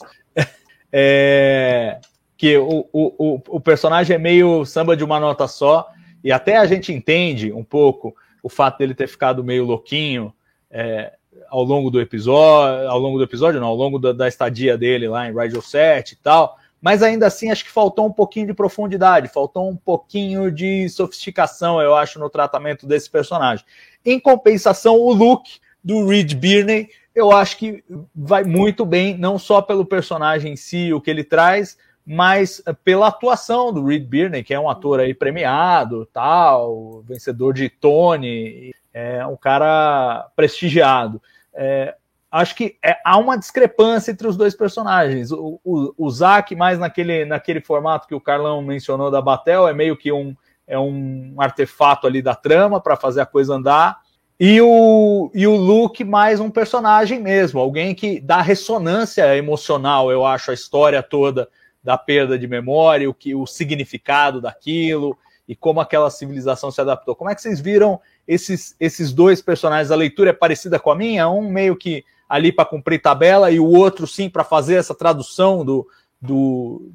Que o personagem é meio samba de uma nota só, e até a gente entende um pouco o fato dele ter ficado meio louquinho ao longo do episódio, não, ao longo da estadia dele lá em Rigel 7 e tal, mas ainda assim acho que faltou um pouquinho de profundidade, faltou um pouquinho de sofisticação, eu acho, no tratamento desse personagem. Em compensação, o Luke do Reed Birney, eu acho que vai muito bem, não só pelo personagem em si, o que ele traz, mas pela atuação do Reed Birney, que é um ator aí premiado, tal, vencedor de Tony, é um cara prestigiado. Acho que há uma discrepância entre os dois personagens. O Zack, mais naquele formato que o Carlão mencionou da Batel, é meio que um artefato ali da trama para fazer a coisa andar. E o Luke mais um personagem mesmo, alguém que dá ressonância emocional, eu acho, a história toda da perda de memória, o significado daquilo e como aquela civilização se adaptou. Como é que vocês viram esses dois personagens? A leitura é parecida com a minha? Um meio que ali para cumprir tabela e o outro sim para fazer essa tradução do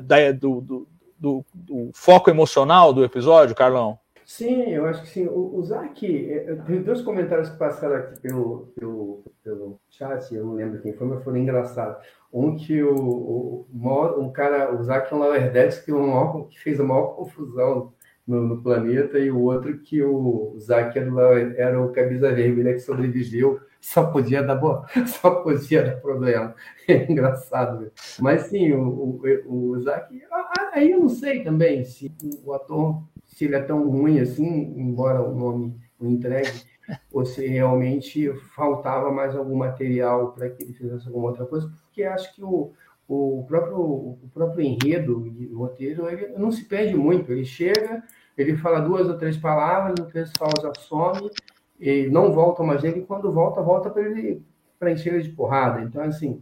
foco emocional do episódio, Carlão? Sim, eu acho que sim. O Zack, tem 2 comentários que passaram aqui pelo chat, eu não lembro quem foi, mas foram engraçados. Um que o Zack é um Lower Decks que fez a maior confusão no planeta, e o outro que o Zack era o camisa vermelha que sobreviveu, só podia dar problema. É engraçado, né? Mas sim, o Zack, aí eu não sei também se o ator, se ele é tão ruim assim, embora o nome o entregue, ou se realmente faltava mais algum material para que ele fizesse alguma outra coisa, porque acho que o próprio enredo e o roteiro, ele não se perde muito. Ele chega, ele fala 2 ou 3 palavras, o pessoal já some, e não volta mais nele, e quando volta para encher ele de porrada. Então, assim,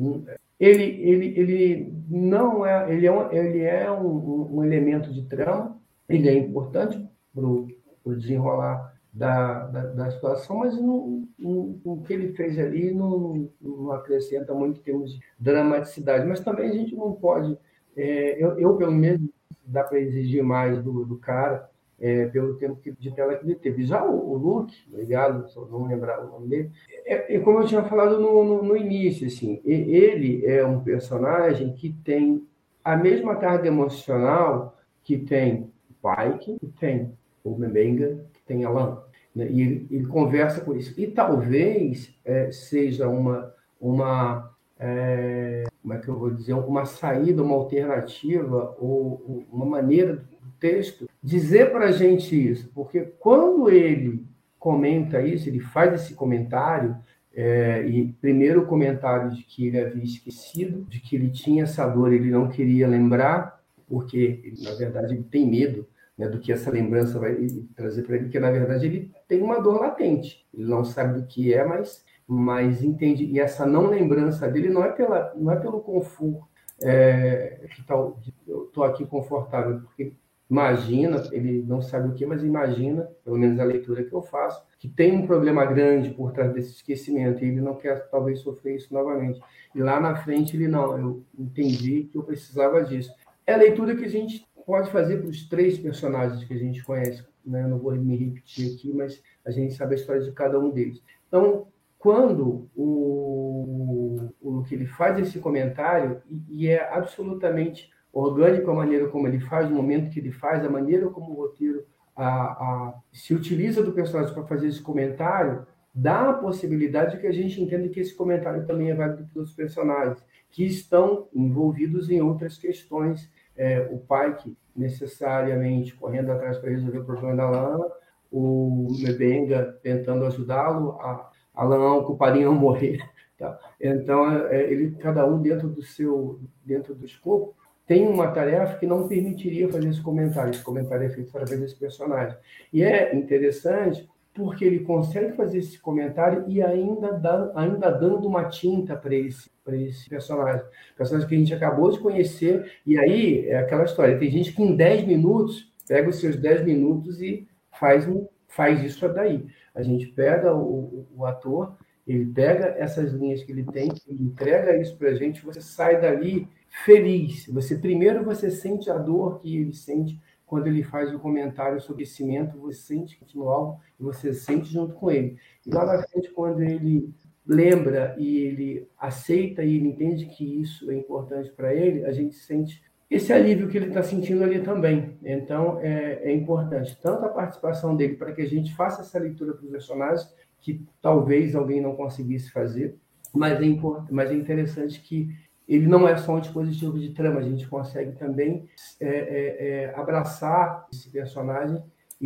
ele não é, ele é um elemento de trama, ele é importante para o desenrolar da situação, mas o que ele fez ali não acrescenta muito em termos de dramaticidade. Mas também a gente não pode, eu pelo menos, dá para exigir mais do cara, pelo tempo de tela que ele teve. Já o Luke, obrigado, só não lembrar o nome dele, como eu tinha falado no início, assim, ele é um personagem que tem a mesma carga emocional que tem Pike, que tem o Mbenga, que tem a Lan, né? E ele conversa com isso. E talvez seja uma como é que eu vou dizer, uma saída, uma alternativa, ou uma maneira do texto dizer para a gente isso, porque quando ele comenta isso, ele faz esse comentário, E primeiro comentário de que ele havia esquecido, de que ele tinha essa dor, ele não queria lembrar, porque, na verdade, ele tem medo, né, do que essa lembrança vai trazer para ele, porque, na verdade, ele tem uma dor latente. Ele não sabe do que é, mas entende. E essa não lembrança dele não é pelo conforto, que tal, eu estou aqui confortável, porque imagina, ele não sabe o que, mas imagina, pelo menos a leitura que eu faço, que tem um problema grande por trás desse esquecimento, e ele não quer, talvez, sofrer isso novamente. E lá na frente, eu entendi que eu precisava disso. É a leitura que a gente pode fazer para os 3 personagens que a gente conhece, né? Eu não vou me repetir aqui, mas a gente sabe a história de cada um deles. Então, quando o Luke ele faz esse comentário, e é absolutamente orgânico a maneira como ele faz, no momento que ele faz, a maneira como o roteiro se utiliza do personagem para fazer esse comentário, dá a possibilidade de que a gente entenda que esse comentário também é válido para os personagens, que estão envolvidos em outras questões. O Pike, necessariamente, correndo atrás para resolver o problema da Lana, o M'Benga tentando ajudá-lo, a Lana culpadinha não morrer. Tá? Então, cada um dentro do escopo, tem uma tarefa que não permitiria fazer esse comentário. Esse comentário é feito através desse personagem. E é interessante porque ele consegue fazer esse comentário e ainda dando uma tinta para esse personagem. Personagem que a gente acabou de conhecer. E aí, é aquela história. Tem gente que em 10 minutos, pega os seus 10 minutos e faz isso daí. A gente pega o ator, ele pega essas linhas que ele tem, ele entrega isso para a gente, você sai dali feliz. Primeiro você sente a dor que ele sente quando ele faz o comentário sobre esse cimento, você sente no alvo e você sente junto com ele. E lá na frente, quando ele lembra e ele aceita e ele entende que isso é importante para ele, a gente sente esse alívio que ele está sentindo ali também. Então, é importante tanto a participação dele para que a gente faça essa leitura para os personagens, que talvez alguém não conseguisse fazer, mas é interessante que ele não é só um dispositivo de trama, a gente consegue também abraçar esse personagem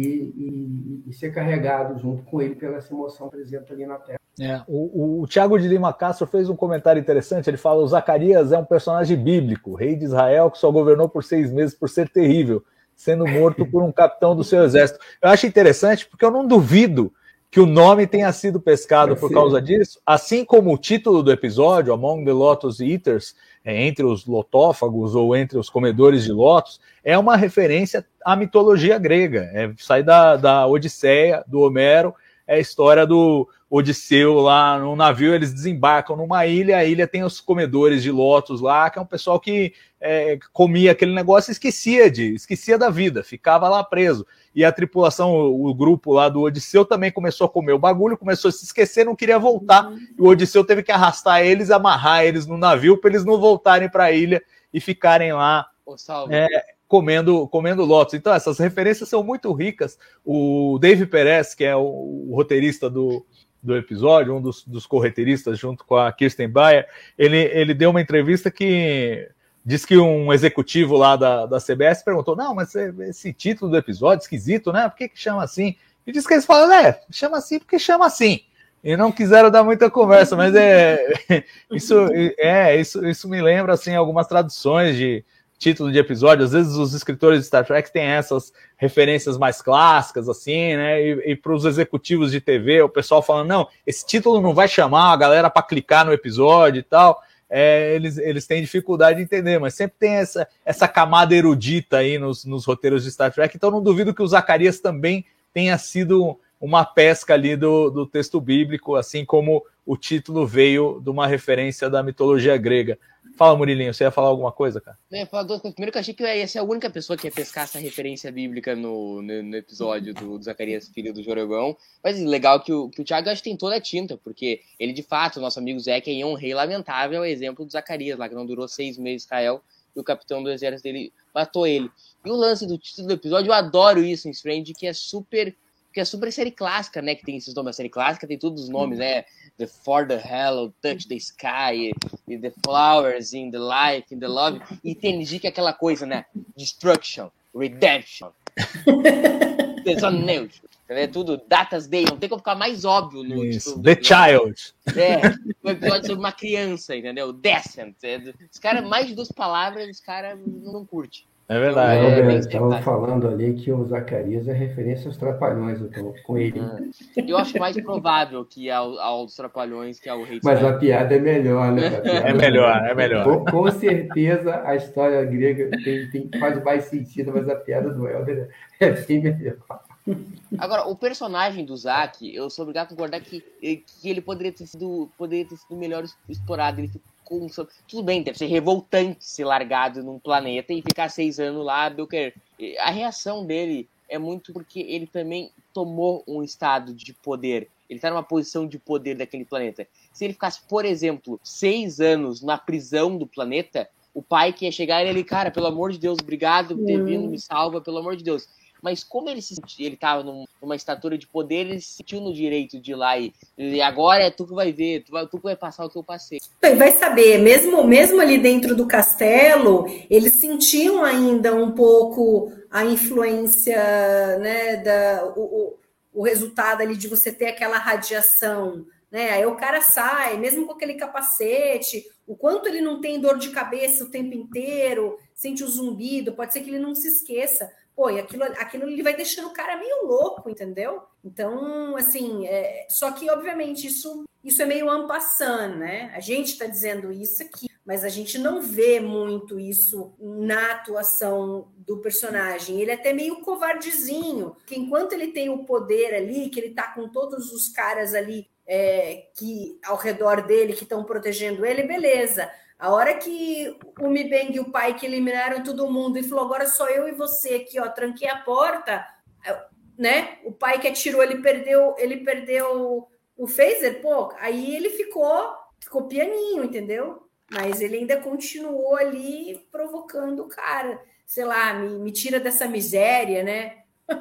e ser carregado junto com ele pela essa emoção presente ali na tela. O Thiago de Lima Castro fez um comentário interessante, ele fala: o Zacarias é um personagem bíblico, rei de Israel que só governou por 6 meses por ser terrível, sendo morto por um capitão do seu exército. Eu acho interessante porque eu não duvido que o nome tenha sido pescado por causa disso, assim como o título do episódio, Among the Lotus Eaters, entre os lotófagos ou entre os comedores de lótus, é uma referência à mitologia grega, sai da Odisseia, do Homero, é a história do Odisseu lá no navio, eles desembarcam numa ilha, a ilha tem os comedores de lótus lá, que é um pessoal que comia aquele negócio e esquecia da vida, ficava lá preso. E a tripulação, o grupo lá do Odisseu também começou a comer o bagulho, começou a se esquecer, não queria voltar. E o Odisseu teve que arrastar eles, amarrar eles no navio para eles não voltarem para a ilha e ficarem lá comendo lótus. Então essas referências são muito ricas. O Dave Perez, que é o roteirista do episódio, um dos correteiristas junto com a Kirsten Bayer, ele deu uma entrevista que diz que um executivo lá da CBS perguntou: não, mas esse título do episódio esquisito, né? Por que chama assim? E diz que eles falam: chama assim porque chama assim. E não quiseram dar muita conversa, mas isso me lembra assim algumas traduções de título de episódio. Às vezes os escritores de Star Trek têm essas referências mais clássicas, assim, né? E para os executivos de TV, o pessoal falando: não, esse título não vai chamar a galera para clicar no episódio e tal. Eles têm dificuldade de entender, mas sempre tem essa camada erudita aí nos roteiros de Star Trek. Então não duvido que o Zacarias também tenha sido uma pesca ali do texto bíblico, assim como o título veio de uma referência da mitologia grega. Fala, Murilinho, você ia falar alguma coisa, cara? Falar duas coisas. Primeiro que eu achei que eu ia ser a única pessoa que ia pescar essa referência bíblica no episódio do Zacarias, filho do Jorogão. Mas legal que o Thiago, acho que tem toda a tinta, porque ele, de fato, o nosso amigo Zeke, é um rei lamentável, é o exemplo do Zacarias, lá que não durou 6 meses em Israel, e o capitão do exército dele matou ele. E o lance do título do episódio, eu adoro isso em Strange, que é super série clássica, né? Que tem esses nomes da série clássica, tem todos os nomes, né? The For the Hello, Touch the Sky, e The Flowers, In the Life, In the Love, e tem que é aquela coisa, né? Destruction, Redemption, Desonation. É tudo Datas Day, não tem como ficar mais óbvio no Isso. The Child. Um episódio sobre uma criança, entendeu? Decent. Os caras, mais de 2 palavras, os caras não curtem. É verdade. Estava falando ali que o Zacarias é referência aos Trapalhões, eu tô com ele. Eu acho mais provável que aos Trapalhões que ao Rei de Mas a piada é melhor, né? É melhor. Com certeza a história grega faz mais sentido, mas a piada do Helder é bem melhor. Agora, o personagem do Zack, eu sou obrigado a concordar que ele poderia ter sido melhor explorado. Ele ficou tudo bem, deve ser revoltante ser largado num planeta e ficar 6 anos lá. A reação dele é muito porque ele também tomou um estado de poder. Ele está numa posição de poder daquele planeta. Se ele ficasse, por exemplo, 6 anos na prisão do planeta, o pai que ia chegar ele, cara, pelo amor de Deus, obrigado por ter vindo, me salva, pelo amor de Deus. Mas como ele estava numa estatura de poder, ele se sentiu no direito de ir lá e agora é tu que vai ver, tu que vai passar o que eu passei. Bem, vai saber, mesmo ali dentro do castelo, eles sentiam ainda um pouco a influência, né, o resultado ali de você ter aquela radiação, né? Aí o cara sai, mesmo com aquele capacete, o quanto ele não tem dor de cabeça o tempo inteiro, sente o zumbido, pode ser que ele não se esqueça. Pô, e aquilo ele vai deixando o cara meio louco, entendeu? Então, assim, só que, obviamente, isso é meio en passant, né? A gente está dizendo isso aqui, mas a gente não vê muito isso na atuação do personagem. Ele é até meio covardezinho, porque enquanto ele tem o poder ali, que ele tá com todos os caras ali que ao redor dele, que estão protegendo ele, beleza. A hora que o Mi-Bang e o pai que eliminaram todo mundo e falou, agora só eu e você aqui, ó, tranquei a porta, né? O pai que atirou, ele perdeu o phaser, pô, aí ele ficou pianinho, entendeu? Mas ele ainda continuou ali provocando o cara. Sei lá, me tira dessa miséria, né?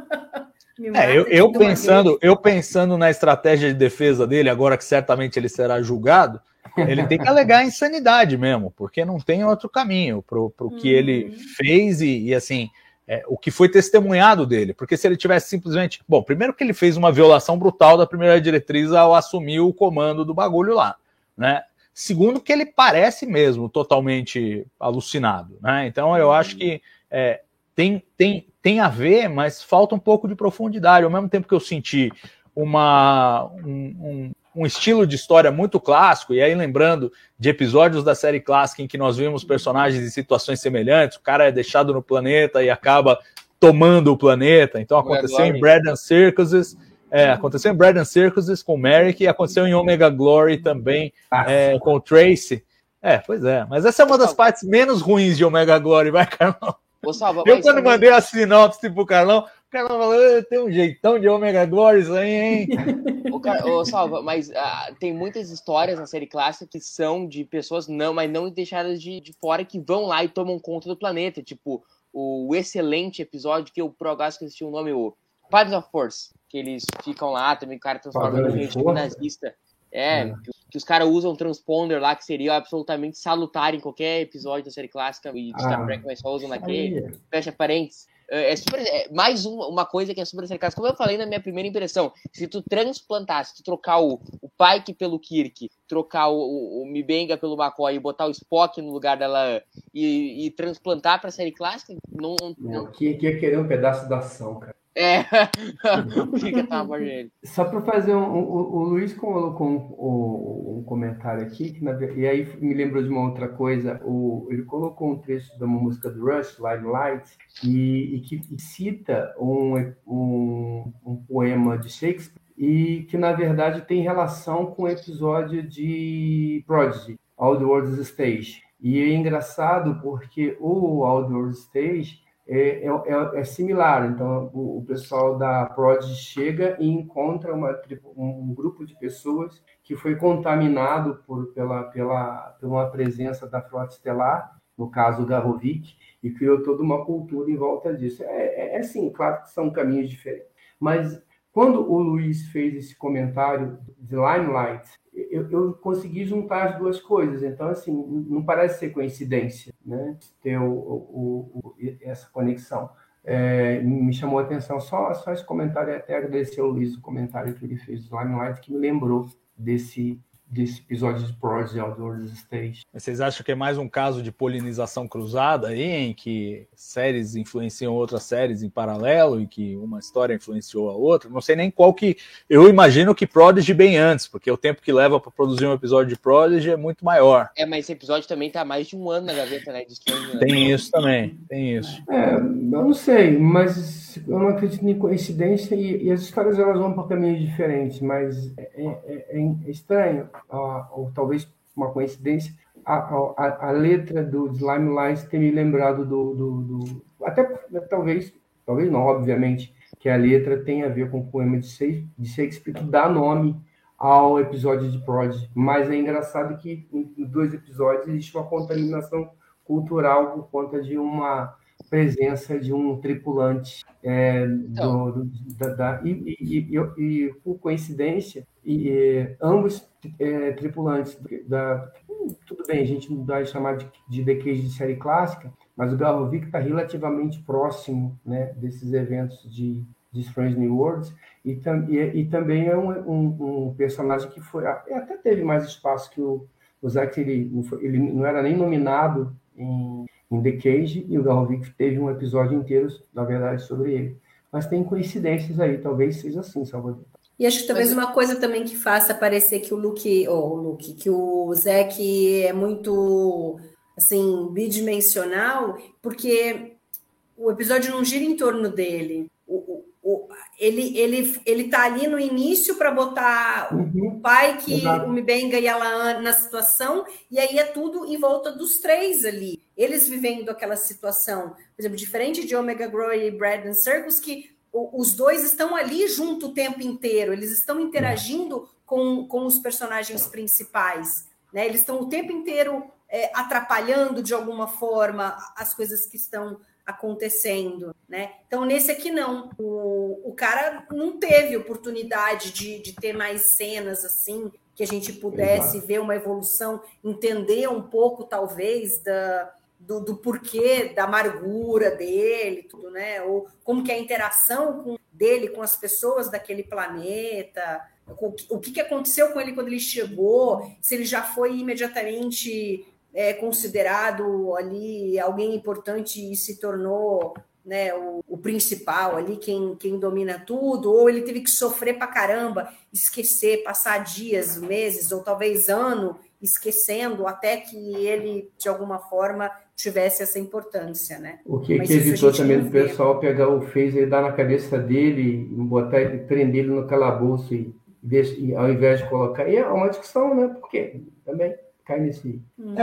Eu pensando na estratégia de defesa dele, agora que certamente ele será julgado, ele tem que alegar a insanidade mesmo, porque não tem outro caminho pro que ele fez e assim, o que foi testemunhado dele. Porque se ele tivesse simplesmente... Bom, primeiro que ele fez uma violação brutal da primeira diretriz ao assumir o comando do bagulho lá, né? Segundo que ele parece mesmo totalmente alucinado, né? Então eu acho que tem a ver, mas falta um pouco de profundidade. Ao mesmo tempo que eu senti um estilo de história muito clássico, e aí lembrando de episódios da série clássica em que nós vimos personagens em situações semelhantes, o cara é deixado no planeta e acaba tomando o planeta. Então aconteceu em Bread and Circuses, aconteceu em Bread and Circuses com o Merrick, e aconteceu em Omega Glory também com o Tracy. Pois é, mas essa é uma das partes menos ruins de Omega Glory, vai, Carlão? Eu quando mandei a sinopse pro Carlão, o Carlão falou, tem um jeitão de Omega Glory isso aí, hein? Salva, mas tem muitas histórias na série clássica que são de pessoas mas não deixadas de fora, que vão lá e tomam conta do planeta, tipo o excelente episódio que eu por acaso esqueci o nome, o Padres of Force, que eles ficam lá, também o cara transformando gente tipo nazista. Que os caras usam um transponder lá que seria absolutamente salutar em qualquer episódio da série clássica e de Star Trek, mas só usam naquele. Fecha parênteses. Mais uma coisa que é super série clássica. Como eu falei na minha primeira impressão, se tu transplantasse, se tu trocar o Pike pelo Kirk, trocar o Mi-Bang pelo McCoy e botar o Spock no lugar dela e transplantar pra série clássica, não. Que ia querer um pedaço da ação, cara. Só para fazer o Luiz colocou um comentário aqui, e aí me lembrou de uma outra coisa. Ele colocou um trecho de uma música do Rush, Live Light, e que cita um poema de Shakespeare, e que na verdade tem relação com o episódio de Prodigy, All the World's Stage. E é engraçado porque o All the World's Stage é similar. Então, o pessoal da Prodigy chega e encontra um grupo de pessoas que foi contaminado pela uma presença da frota estelar, no caso Garovik, e criou toda uma cultura em volta disso. Sim, claro que são caminhos diferentes. Mas quando o Luiz fez esse comentário de Limelight, eu consegui juntar as duas coisas. Então, assim, não parece ser coincidência, né, ter essa conexão. me chamou a atenção só esse comentário, até agradecer ao Luiz o comentário que ele fez do Limelight, que me lembrou desse episódio de Prodigy Outdoors Stage. Vocês acham que é mais um caso de polinização cruzada aí, em que séries influenciam outras séries em paralelo e que uma história influenciou a outra? Não sei nem qual que... Eu imagino que Prodigy bem antes, porque o tempo que leva para produzir um episódio de Prodigy é muito maior. Mas esse episódio também tá há mais de um ano na gaveta, né? Tem isso também, tem isso. Eu não sei, mas eu não acredito em coincidência e as histórias elas vão para caminhos diferentes, mas é estranho. Ou talvez uma coincidência, a letra do Limelight ter me lembrado até talvez não, obviamente, que a letra tem a ver com o poema de Shakespeare, que dá nome ao episódio de Prodigy. Mas é engraçado que em 2 episódios existe uma contaminação cultural por conta de uma presença de um tripulante e por coincidência ambos tripulantes tudo bem, a gente não vai chamar de The Cage de série clássica, mas o Garrovick está relativamente próximo, né, desses eventos de Strange New Worlds e também é um personagem que até teve mais espaço que o Zack. Ele não era nem nominado em The Cage, e o Garrovick teve um episódio inteiro, na verdade, sobre ele. Mas tem coincidências aí, talvez seja assim, Salvador. E acho que talvez uma coisa também que faça parecer que que o Zack é muito, assim, bidimensional, porque o episódio não gira em torno dele. Ele tá ali no início para botar o pai, o M'Benga e a Laan na situação, e aí é tudo em volta dos 3 ali. Eles vivendo aquela situação, por exemplo, diferente de Omega Grow e Bread and Circus, que os 2 estão ali junto o tempo inteiro, eles estão interagindo com os personagens principais, né? Eles estão o tempo inteiro atrapalhando de alguma forma as coisas que estão acontecendo, né? Então, nesse aqui não. O cara não teve oportunidade de ter mais cenas assim, que a gente pudesse ver uma evolução, entender um pouco, talvez, do porquê da amargura dele, tudo, né? Ou como que é a interação dele com as pessoas daquele planeta, o que aconteceu com ele quando ele chegou, se ele já foi imediatamente considerado ali alguém importante e se tornou, né, o principal ali, quem domina tudo, ou ele teve que sofrer pra caramba, esquecer, passar dias, meses, ou talvez ano, esquecendo até que ele, de alguma forma, tivesse essa importância, né? O que evitou também do pessoal pegar o Phaser e dar na cabeça dele, botar ele, prender ele no calabouço e ao invés de colocar... E é uma discussão, né? Porque também cai nesse...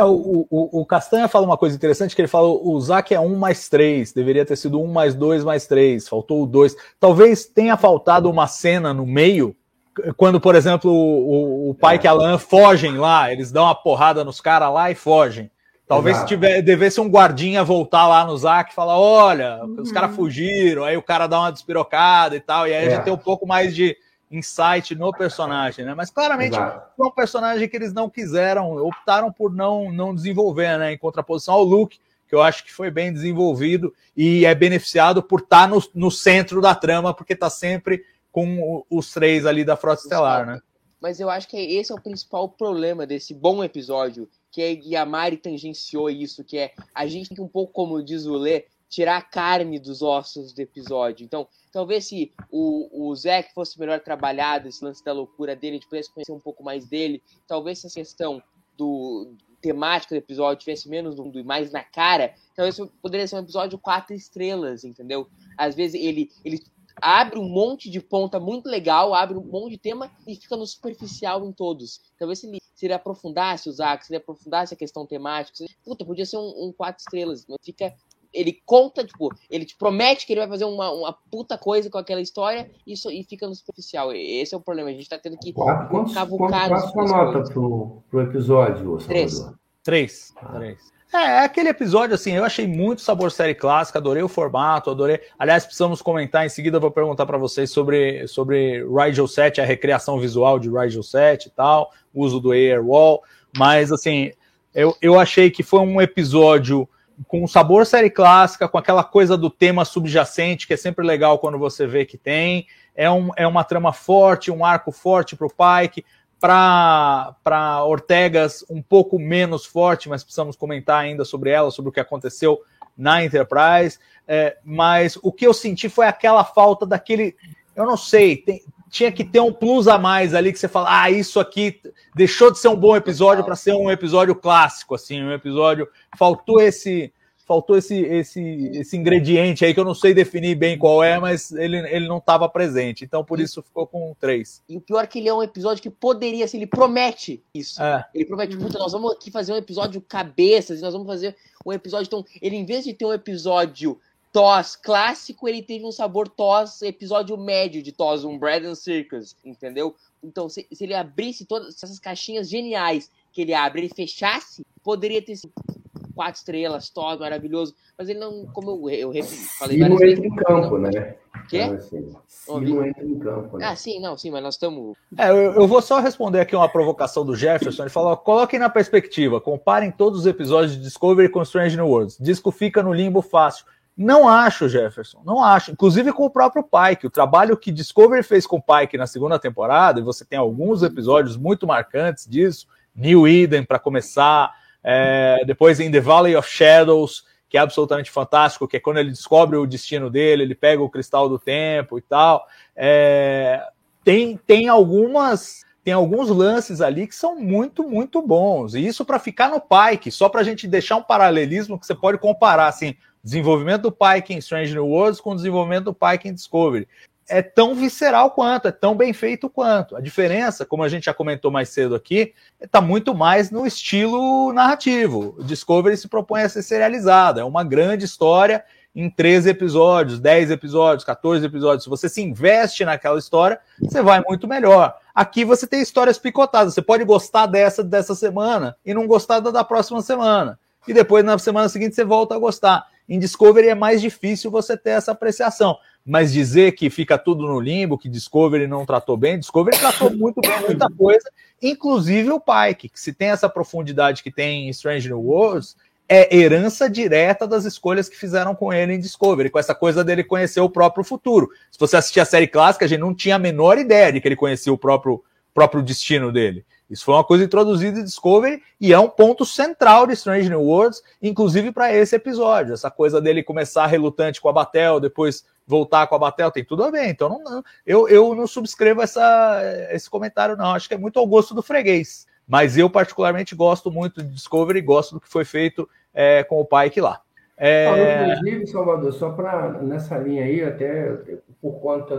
O Castanha fala uma coisa interessante, que ele fala o Zack é 1 mais 3, deveria ter sido 1 mais 2 mais 3, faltou o 2. Talvez tenha faltado uma cena no meio, quando, por exemplo, o pai e a Laan fogem lá, eles dão uma porrada nos caras lá e fogem. Talvez devesse um guardinha voltar lá no Zack e falar, olha, os caras fugiram, aí o cara dá uma despirocada e tal, e aí a gente tem um pouco mais de insight no personagem, né? Mas claramente foi um personagem que eles não quiseram, optaram por não desenvolver, né? Em contraposição ao Luke, que eu acho que foi bem desenvolvido e é beneficiado por estar no centro da trama, porque está sempre com os 3 ali da Frota Estelar, né? Mas eu acho que esse é o principal problema desse bom episódio, que a Mari tangenciou isso, que é a gente tem que, um pouco, como diz o Lê, tirar a carne dos ossos do episódio. Então, talvez se o Zack fosse melhor trabalhado, esse lance da loucura dele, a gente pudesse conhecer um pouco mais dele, talvez essa questão temática do episódio tivesse menos e mais na cara, talvez poderia ser um episódio 4 estrelas, entendeu? Às vezes ele abre um monte de ponta muito legal, abre um monte de tema e fica no superficial em todos. Talvez se ele aprofundasse o Zack, se ele aprofundasse a questão temática, podia ser um 4 estrelas, mas ele conta, ele te promete que ele vai fazer uma puta coisa com aquela história e fica no superficial. Esse é o problema, a gente tá tendo que cavucar. Qual a nota pro episódio, Salvador? 3. É aquele episódio, assim, eu achei muito sabor série clássica, adorei o formato, adorei... Aliás, precisamos comentar, em seguida eu vou perguntar para vocês sobre Rigel 7, a recriação visual de Rigel 7 e tal, o uso do Airwall, mas, assim, eu achei que foi um episódio com sabor série clássica, com aquela coisa do tema subjacente, que é sempre legal quando você vê que tem. É uma trama forte, um arco forte para o Pike, para Ortegas um pouco menos forte, mas precisamos comentar ainda sobre ela, sobre o que aconteceu na Enterprise. Mas o que eu senti foi aquela falta daquele... Eu não sei, tinha que ter um plus a mais ali, que você fala, isso aqui deixou de ser um bom episódio para ser um episódio clássico, assim, um episódio... Faltou esse ingrediente aí, que eu não sei definir bem qual é, mas ele não estava presente, então por isso ficou com 3. E o pior é que ele é um episódio que poderia ser, ele promete isso. Ele promete, puta, nós vamos aqui fazer um episódio cabeças, nós vamos fazer um episódio, então, ele em vez de ter um episódio TOS clássico, ele teve um sabor TOS, episódio médio de TOS, um Bread and Circus, entendeu? Então, se ele abrisse todas essas caixinhas geniais que ele abre, ele fechasse, poderia ter sido 4 estrelas, TOS, maravilhoso, mas ele não, como eu falei... E não entra em campo, né? Quê? Assim, não entra em campo, né? Sim, mas nós estamos... Eu vou só responder aqui uma provocação do Jefferson. Ele falou, coloquem na perspectiva, comparem todos os episódios de Discovery com Strange New Worlds. Disco fica no limbo fácil. Não acho, Jefferson, não acho. Inclusive com o próprio Pike. O trabalho que Discovery fez com o Pike na segunda temporada, e você tem alguns episódios muito marcantes disso, New Eden, para começar, depois em The Valley of Shadows, que é absolutamente fantástico, que é quando ele descobre o destino dele, ele pega o cristal do tempo e tal. Tem alguns lances ali que são muito, muito bons. E isso para ficar no Pike, só para a gente deixar um paralelismo que você pode comparar, assim, desenvolvimento do Pike em Strange New Worlds com o desenvolvimento do Pike em Discovery. É tão visceral quanto, é tão bem feito quanto. A diferença, como a gente já comentou mais cedo aqui, está muito mais no estilo narrativo. O Discovery se propõe a ser serializado. É uma grande história em 13 episódios, 10 episódios, 14 episódios. Se você se investe naquela história, você vai muito melhor. Aqui você tem histórias picotadas. Você pode gostar dessa semana e não gostar da próxima semana. E depois, na semana seguinte, você volta a gostar. Em Discovery é mais difícil você ter essa apreciação. Mas dizer que fica tudo no limbo, que Discovery não tratou bem, Discovery tratou muito bem muita coisa, inclusive o Pike, que se tem essa profundidade que tem em Strange New Worlds, é herança direta das escolhas que fizeram com ele em Discovery, com essa coisa dele conhecer o próprio futuro. Se você assistir a série clássica, a gente não tinha a menor ideia de que ele conhecia o próprio destino dele. Isso foi uma coisa introduzida em Discovery e é um ponto central de Strange New Worlds, inclusive para esse episódio. Essa coisa dele começar relutante com a Batel, depois voltar com a Batel, tem tudo a ver. Então eu não subscrevo esse comentário, não. Acho que é muito ao gosto do freguês. Mas eu particularmente gosto muito de Discovery e gosto do que foi feito com o Pike lá. Inclusive, Salvador, só para nessa linha aí, por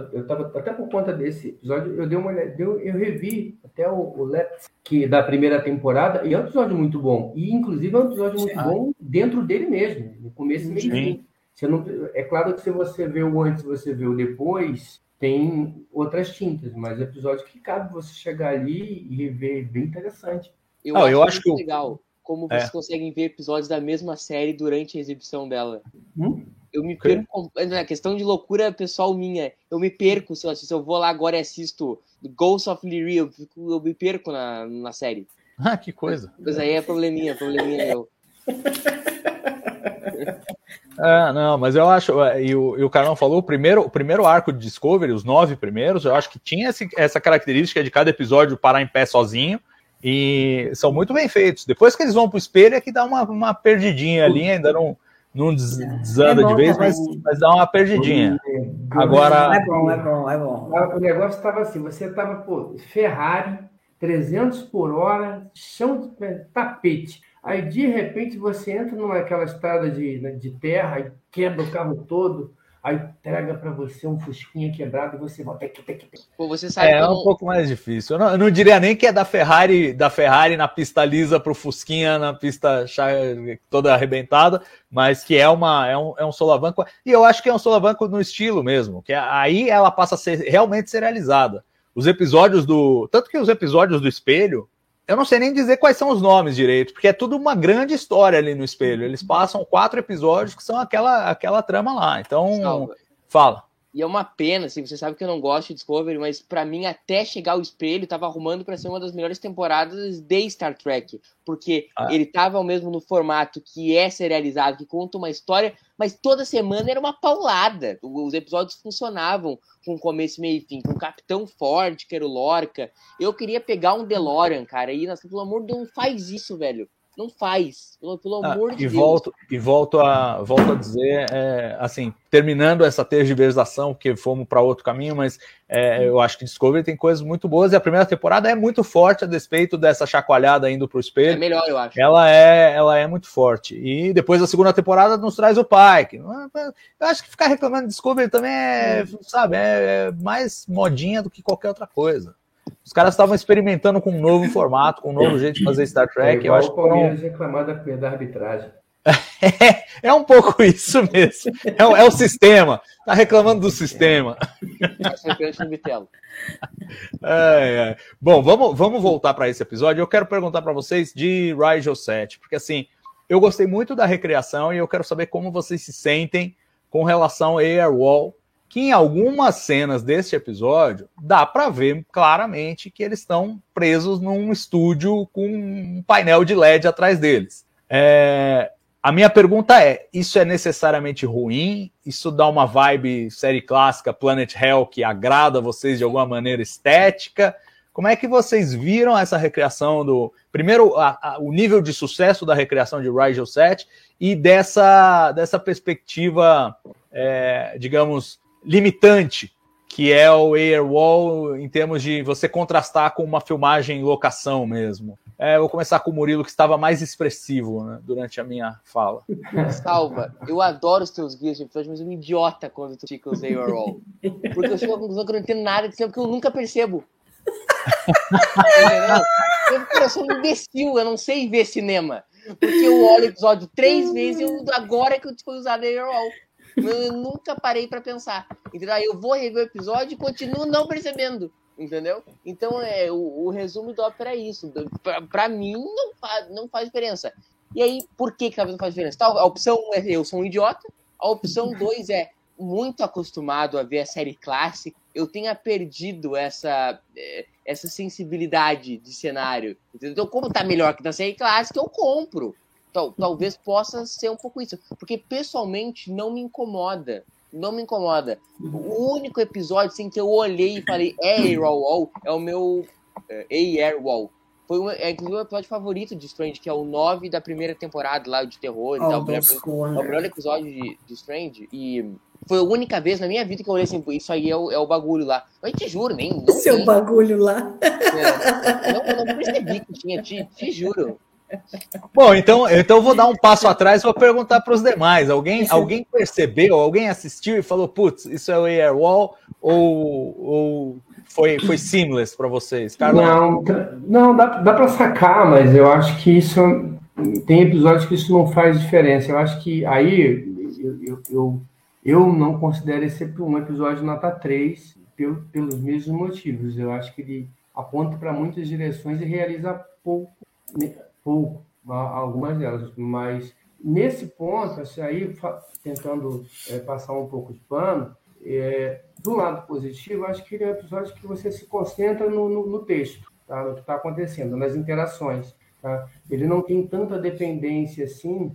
conta desse episódio, eu dei uma olhada, eu revi até o Let's, que da primeira temporada, e é um episódio muito bom. E inclusive é um episódio muito bom dentro dele mesmo, no começo e meio fim. É claro que se você vê o antes, você vê o depois, tem outras tintas, mas é um episódio que cabe você chegar ali e rever, bem interessante. Eu acho que legal como vocês conseguem ver episódios da mesma série durante a exibição dela. Eu me perco, na questão de loucura pessoal minha, eu me perco, se eu vou lá agora e assisto Ghost of Lyria, eu me perco na série. Ah, que coisa. Mas aí é probleminha meu. Não, mas eu acho, e o Carlão falou, o primeiro arco de Discovery, os 9 primeiros, eu acho que tinha essa característica de cada episódio parar em pé sozinho, e são muito bem feitos. Depois que eles vão pro espelho é que dá uma perdidinha ali, ainda não desanda de vez, mas dá uma perdidinha. Agora... É bom. O negócio estava assim, você estava, Ferrari, 300 por hora, chão de tapete. Aí, de repente, você entra naquela estrada de terra e quebra o carro todo, aí entrega para você um fusquinha quebrado e você volta... Pô, você sabe um pouco mais difícil. Eu não diria nem que é da Ferrari na pista lisa pro fusquinha na pista toda arrebentada, mas que é um solavanco. E eu acho que é um solavanco no estilo mesmo, que aí ela passa a ser realmente serializada. Tanto que os episódios do espelho, eu não sei nem dizer quais são os nomes direito, porque é tudo uma grande história ali no espelho. Eles passam 4 episódios que são aquela trama lá. Então, fala. E é uma pena, assim, você sabe que eu não gosto de Discovery, mas pra mim, até chegar o espelho, tava arrumando pra ser uma das melhores temporadas de Star Trek. Porque ele tava mesmo no formato que é serializado, que conta uma história, mas toda semana era uma paulada. Os episódios funcionavam com começo, meio e fim. Com o Capitão Ford, que era o Lorca. Eu queria pegar um DeLorean, cara, e pelo amor de Deus, não faz isso, velho. Não faz, pelo amor de Deus. Volto a dizer, assim, terminando essa tergiversação, porque fomos para outro caminho, mas eu acho que Discovery tem coisas muito boas, e a primeira temporada é muito forte a despeito dessa chacoalhada indo para o espelho. É melhor, eu acho. Ela é muito forte. E depois a segunda temporada nos traz o Pike. Eu acho que ficar reclamando de Discovery também é mais modinha do que qualquer outra coisa. Os caras estavam experimentando com um novo formato, com um novo jeito de fazer Star Trek. Eu acho que o Palmeiras reclamar da arbitragem. É um pouco isso mesmo. É o sistema. Tá reclamando do sistema. Bom, vamos voltar para esse episódio. Eu quero perguntar para vocês de Rigel 7, porque assim, eu gostei muito da recriação e eu quero saber como vocês se sentem com relação a Airwall, que em algumas cenas deste episódio dá para ver claramente que eles estão presos num estúdio com um painel de LED atrás deles. A minha pergunta é, isso é necessariamente ruim? Isso dá uma vibe série clássica Planet Hell que agrada vocês de alguma maneira estética? Como é que vocês viram essa recriação do... Primeiro, o nível de sucesso da recriação de Rigel 7 e dessa perspectiva, digamos, limitante, que é o Airwall em termos de você contrastar com uma filmagem em locação mesmo. Vou começar com o Murilo, que estava mais expressivo, né, durante a minha fala. Salva, eu adoro os teus guias de episódio, mas eu sou um idiota quando tu fica os Airwall. Porque eu chego à conclusão que eu não entendo nada de cinema, porque eu nunca percebo. Eu sou um imbecil, eu não sei ver cinema. Porque eu olho o episódio 3 vezes e agora que eu fui usar Airwall. Eu nunca parei pra pensar. Entendeu? Aí eu vou rever o episódio e continuo não percebendo. Entendeu? Então, o resumo da ópera é isso. Pra mim, não faz diferença. E aí, por que talvez não faz diferença? A opção 1 é eu sou um idiota. A opção 2 é muito acostumado a ver a série clássica. Eu tenha perdido essa sensibilidade de cenário. Entendeu? Então, como tá melhor que na série clássica, eu compro. Talvez possa ser um pouco isso. Porque, pessoalmente, não me incomoda. Não me incomoda. O único episódio assim, que eu olhei e falei Airwall é o meu Airwall. Foi inclusive o episódio favorito de Strange, que é o 9 da primeira temporada lá de terror e tal. É o melhor episódio de Strange. E foi a única vez na minha vida que eu olhei assim, isso aí é o bagulho lá. Eu te juro, nem... Não Seu tem. Bagulho lá. Eu não percebi que tinha, te juro. Bom, então eu vou dar um passo atrás e vou perguntar para os demais. Alguém percebeu, alguém assistiu e falou, putz, isso é o Airwall ou foi seamless para vocês? Carlão? Não, dá para sacar, mas eu acho que isso tem episódios que isso não faz diferença. Eu acho que aí eu não considero esse um episódio nota 3 pelos mesmos motivos. Eu acho que ele aponta para muitas direções e realiza pouco, algumas delas, mas nesse ponto, assim, aí tentando passar um pouco de pano, do lado positivo, acho que ele é um episódio que você se concentra no texto, tá? No que está acontecendo, nas interações. Tá? Ele não tem tanta dependência assim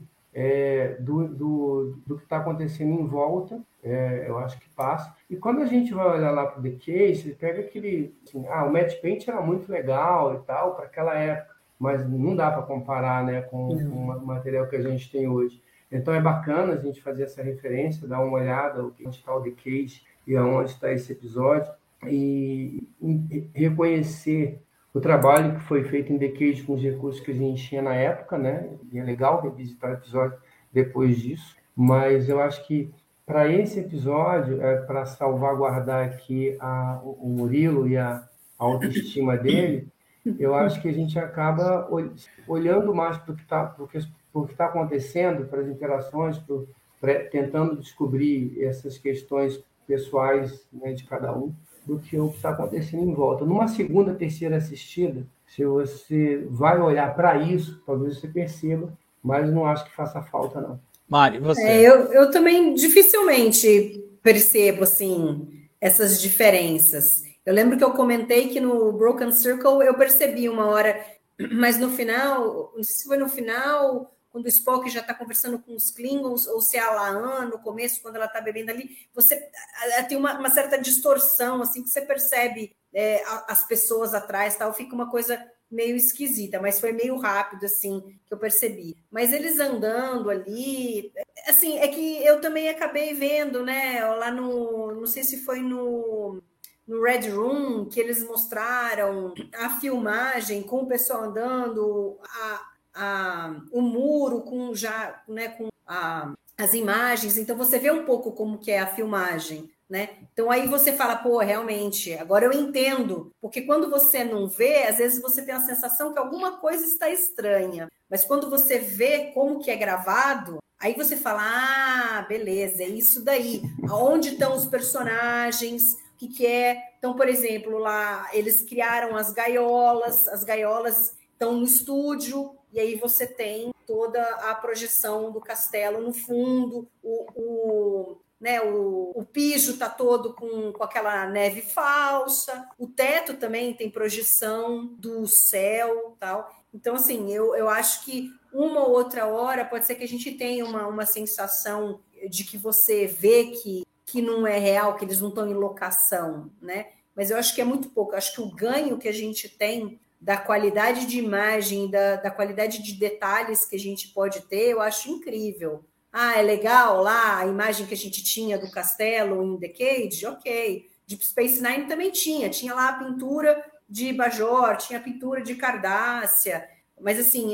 do que está acontecendo em volta, eu acho que passa. E quando a gente vai olhar lá para o The Case, pega aquele... Assim, o Matt Paint era muito legal e tal, para aquela época, mas não dá para comparar, né, com o material que a gente tem hoje. Então é bacana a gente fazer essa referência, dar uma olhada onde está o The Case e aonde está esse episódio, e reconhecer o trabalho que foi feito em The Case com os recursos que a gente tinha na época, né? E é legal revisitar o episódio depois disso, mas eu acho que para esse episódio, para salvaguardar aqui o Murilo e a autoestima dele, eu acho que a gente acaba olhando mais para o que está acontecendo, para as interações, tentando descobrir essas questões pessoais, né, de cada um, do que o que está acontecendo em volta. Numa segunda, terceira assistida, se você vai olhar para isso, talvez você perceba, mas não acho que faça falta, não. Mari, você? Eu também dificilmente percebo, assim, essas diferenças. Eu lembro que eu comentei que no Broken Circle eu percebi uma hora, mas no final, não sei se foi no final, quando o Spock já está conversando com os Klingons, ou se é a Laan, no começo, quando ela está bebendo ali, você tem uma certa distorção, assim, que você percebe as pessoas atrás, tal, fica uma coisa meio esquisita, mas foi meio rápido, assim, que eu percebi. Mas eles andando ali, assim, é que eu também acabei vendo, né, lá não sei se foi no Red Room, que eles mostraram a filmagem com o pessoal andando, o muro com as imagens, então você vê um pouco como que é a filmagem, né? Então aí você fala, pô, realmente, agora eu entendo, porque quando você não vê, às vezes você tem a sensação que alguma coisa está estranha, mas quando você vê como que é gravado, aí você fala, beleza, é isso daí, onde estão os personagens, o que é. Então, por exemplo, lá eles criaram as gaiolas estão no estúdio, e aí você tem toda a projeção do castelo no fundo, o piso está todo com aquela neve falsa, o teto também tem projeção do céu, tal. Então, assim, eu acho que uma ou outra hora pode ser que a gente tenha uma sensação de que você vê que não é real, que eles não estão em locação, né? Mas eu acho que é muito pouco. Eu acho que o ganho que a gente tem da qualidade de imagem, da qualidade de detalhes que a gente pode ter, eu acho incrível. É legal lá a imagem que a gente tinha do castelo em The Cage? Ok. Deep Space Nine também tinha lá a pintura de Bajor, tinha a pintura de Cardassia, mas assim,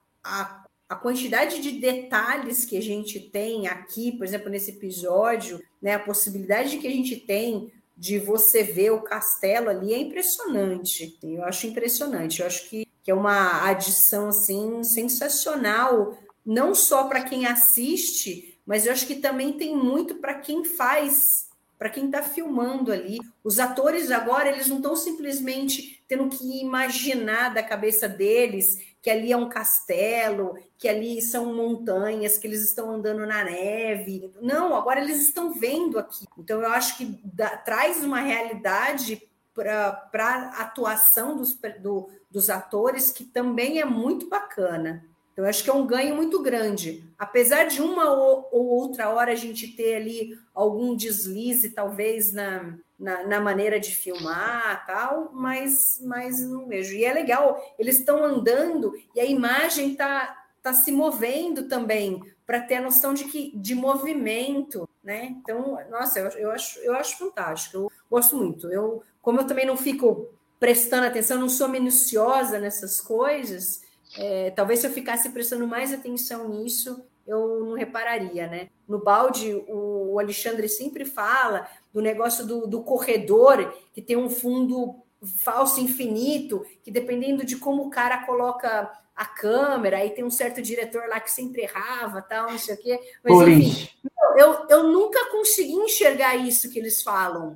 a quantidade de detalhes que a gente tem aqui, por exemplo, nesse episódio, né, a possibilidade que a gente tem de você ver o castelo ali é impressionante. Eu acho impressionante. Eu acho que é uma adição assim, sensacional, não só para quem assiste, mas eu acho que também tem muito para quem faz, para quem está filmando ali. Os atores agora, eles não estão simplesmente tendo que imaginar da cabeça deles que ali é um castelo, que ali são montanhas, que eles estão andando na neve. Não, agora eles estão vendo aqui. Então, eu acho que traz uma realidade para a atuação dos atores que também é muito bacana. Então, eu acho que é um ganho muito grande. Apesar de uma ou outra hora a gente ter ali algum deslize, talvez, na maneira de filmar, tal, mas não vejo. E é legal, eles estão andando e a imagem tá se movendo também, para ter a noção de movimento, né? Então, nossa, eu acho fantástico, eu gosto muito. Como eu também não fico prestando atenção, não sou minuciosa nessas coisas, talvez se eu ficasse prestando mais atenção nisso, eu não repararia, né? No balde, o Alexandre sempre fala do negócio do corredor, que tem um fundo falso infinito, que dependendo de como o cara coloca a câmera, aí tem um certo diretor lá que sempre errava, tal, não sei o quê. Mas, enfim, eu nunca consegui enxergar isso que eles falam.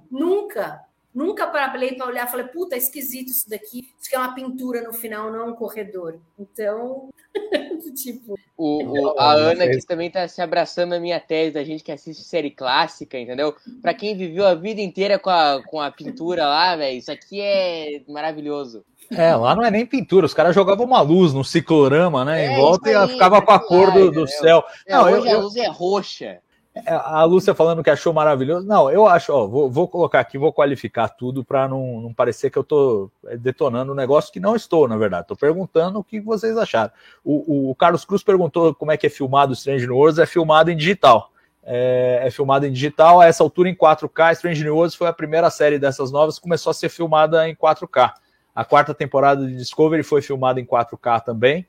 Nunca parei para olhar e falei, puta, é esquisito isso daqui. Isso que é uma pintura no final, não é um corredor. Então, tipo... A Ana aqui também tá se abraçando na minha tese da gente que assiste série clássica, entendeu? Pra quem viveu a vida inteira com a pintura lá, velho, isso aqui é maravilhoso. Lá não é nem pintura, os caras jogavam uma luz no ciclorama, né, em volta e ficava com a cor do céu. Hoje a luz é roxa. A Lúcia falando que achou maravilhoso. Não, eu acho, vou colocar aqui, vou qualificar tudo para não parecer que eu tô detonando um negócio que não estou, na verdade. Estou perguntando o que vocês acharam. O Carlos Cruz perguntou como é que é filmado o Strange New Worlds. É filmado em digital. É filmado em digital, a essa altura em 4K. Strange New Worlds foi a primeira série dessas novas que começou a ser filmada em 4K. A quarta temporada de Discovery foi filmada em 4K também.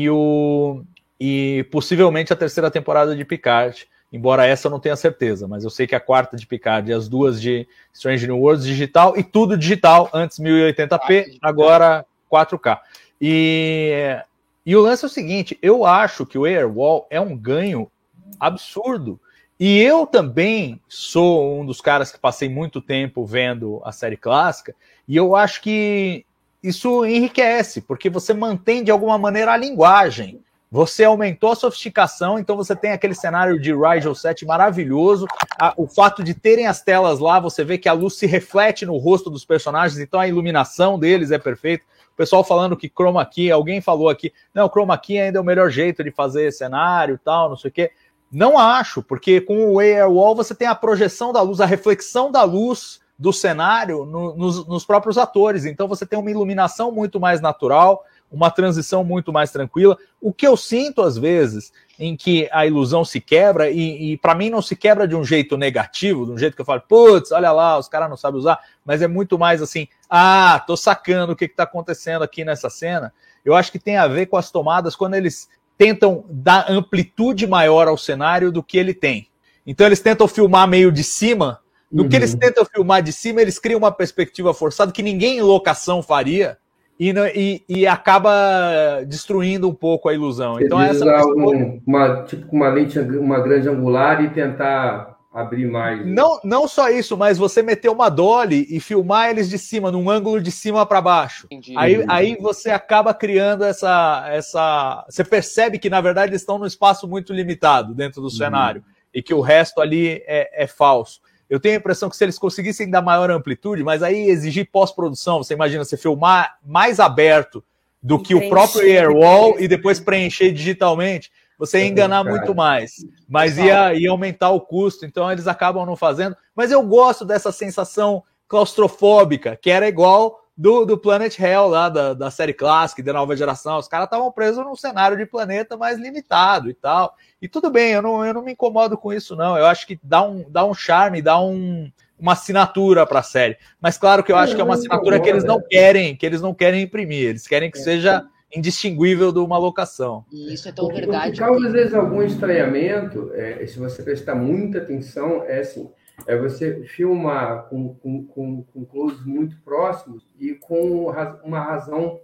E possivelmente a terceira temporada de Picard. Embora essa eu não tenha certeza, mas eu sei que a quarta de Picard e as duas de Strange New Worlds digital, e tudo digital, antes 1080p, agora 4K. E o lance é o seguinte, eu acho que o Airwall é um ganho absurdo. E eu também sou um dos caras que passei muito tempo vendo a série clássica, e eu acho que isso enriquece, porque você mantém de alguma maneira a linguagem. você aumentou a sofisticação, então você tem aquele cenário de Rigel 7 maravilhoso. O fato de terem as telas lá, você vê que a luz se reflete no rosto dos personagens, então a iluminação deles é perfeita. O pessoal falando que chroma key, alguém falou aqui, não, chroma key ainda é o melhor jeito de fazer cenário e tal, não sei o quê. Não acho, porque com o AR Wall você tem a projeção da luz, a reflexão da luz do cenário nos próprios atores, então você tem uma iluminação muito mais natural, uma transição muito mais tranquila. O que eu sinto às vezes em que a ilusão se quebra, e para mim não se quebra de um jeito negativo, de um jeito que eu falo, putz, olha lá, os caras não sabem usar, mas é muito mais assim, tô sacando o que está acontecendo aqui nessa cena. Eu acho que tem a ver com as tomadas, quando eles tentam dar amplitude maior ao cenário do que ele tem. Então eles tentam filmar meio de cima, no que eles tentam filmar de cima, eles criam uma perspectiva forçada que ninguém em locação faria, e acaba destruindo um pouco a ilusão. Então essa uma lente, uma grande angular e tentar abrir mais. Não só isso, mas você meter uma dolly e filmar eles de cima, num ângulo de cima para baixo. Aí você acaba criando essa. Você percebe que na verdade eles estão num espaço muito limitado dentro do cenário e que o resto ali é falso. Eu tenho a impressão que se eles conseguissem dar maior amplitude, mas aí exigir pós-produção, você imagina você filmar mais aberto do que o próprio AirWall e depois preencher digitalmente, você ia enganar muito mais, mas ia aumentar o custo, então eles acabam não fazendo. Mas eu gosto dessa sensação claustrofóbica, que era igual do Planet Hell, lá da série clássica, da nova geração. Os caras estavam presos num cenário de planeta mais limitado e tal. E tudo bem, eu não me incomodo com isso, não. Eu acho que dá um charme, dá uma assinatura para a série. Mas claro que eu acho que é uma assinatura que eles não querem imprimir. Eles querem que seja indistinguível de uma locação. E isso é tão verdade. O que causa, às vezes, algum estranhamento, se você prestar muita atenção, é assim, você filmar com close muito próximos e com uma razão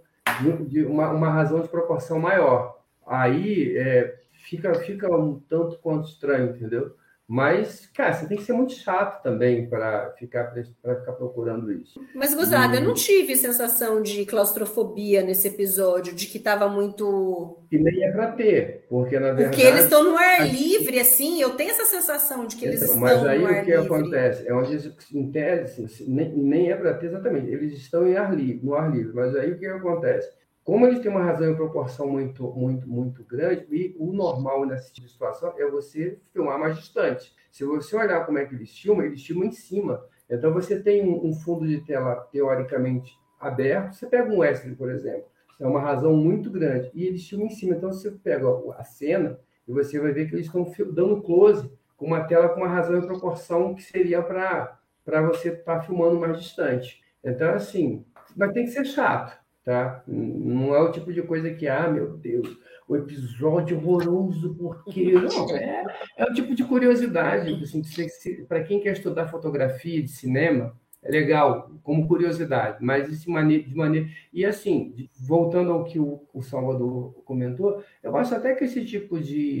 de proporção maior. Aí fica um tanto quanto estranho, entendeu? Mas, cara, você tem que ser muito chato também para ficar procurando isso. Mas, gozada, eu não tive sensação de claustrofobia nesse episódio, de que estava muito... E nem é para ter, porque, na verdade... Porque eles estão no ar livre, assim, eu tenho essa sensação de que eles estão no ar livre. Mas aí o que acontece? É onde, em tese, nem é para ter exatamente, eles estão no ar livre, mas aí o que acontece? Como eles têm uma razão e proporção muito, muito, muito grande, e o normal nessa situação é você filmar mais distante. Se você olhar como é que eles filmam em cima. Então, você tem um fundo de tela teoricamente aberto. Você pega um Wesley, por exemplo, é uma razão muito grande, e eles filmam em cima. Então, você pega a cena e você vai ver que eles estão dando close com uma tela com uma razão e proporção que seria para você estar filmando mais distante. Então, assim, mas tem que ser chato. Tá? Não é o tipo de coisa que, meu Deus, o episódio horroroso, porque não, é o tipo de curiosidade, assim, para quem quer estudar fotografia de cinema, é legal, como curiosidade, mas de maneira... E assim, voltando ao que o Salvador comentou, eu acho até que esse tipo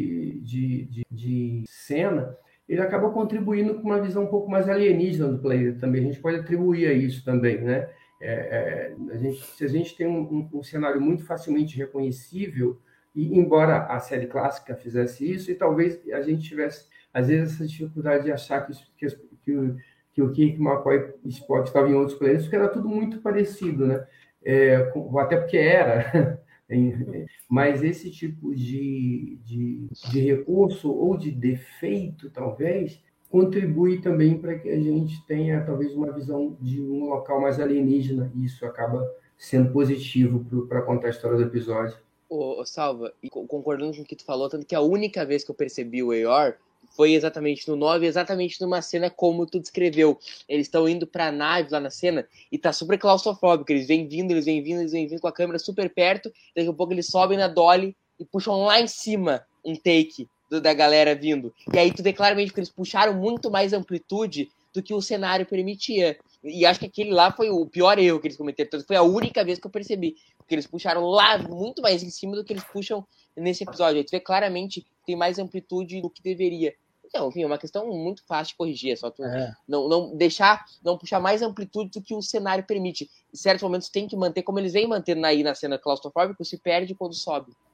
de cena, ele acaba contribuindo com uma visão um pouco mais alienígena do planeta também, a gente pode atribuir a isso também, né? Se a gente tem um cenário muito facilmente reconhecível, e embora a série clássica fizesse isso, e talvez a gente tivesse, às vezes, essa dificuldade de achar que o Kirk, McCoy e Spock estavam em outros planetas, porque era tudo muito parecido, né? Até porque era. Mas esse tipo de recurso ou de defeito, talvez, contribui também para que a gente tenha, talvez, uma visão de um local mais alienígena, e isso acaba sendo positivo para contar a história do episódio. Salva, e concordando com o que tu falou, tanto que a única vez que eu percebi o Eeyore foi exatamente no 9, exatamente numa cena como tu descreveu. Eles estão indo pra nave lá na cena e tá super claustrofóbico, eles vêm vindo com a câmera super perto, daqui a pouco eles sobem na dolly e puxam lá em cima um take da galera vindo. E aí tu vê claramente que eles puxaram muito mais amplitude do que o cenário permitia. E acho que aquele lá foi o pior erro que eles cometeram. Então, foi a única vez que eu percebi. Porque eles puxaram lá muito mais em cima do que eles puxam nesse episódio. Aí tu vê claramente que tem mais amplitude do que deveria. Então, enfim, é uma questão muito fácil de corrigir. É só tu não puxar mais amplitude do que o cenário permite. Em certos momentos tem que manter, como eles vêm mantendo aí na cena claustrofóbica, se perde quando sobe.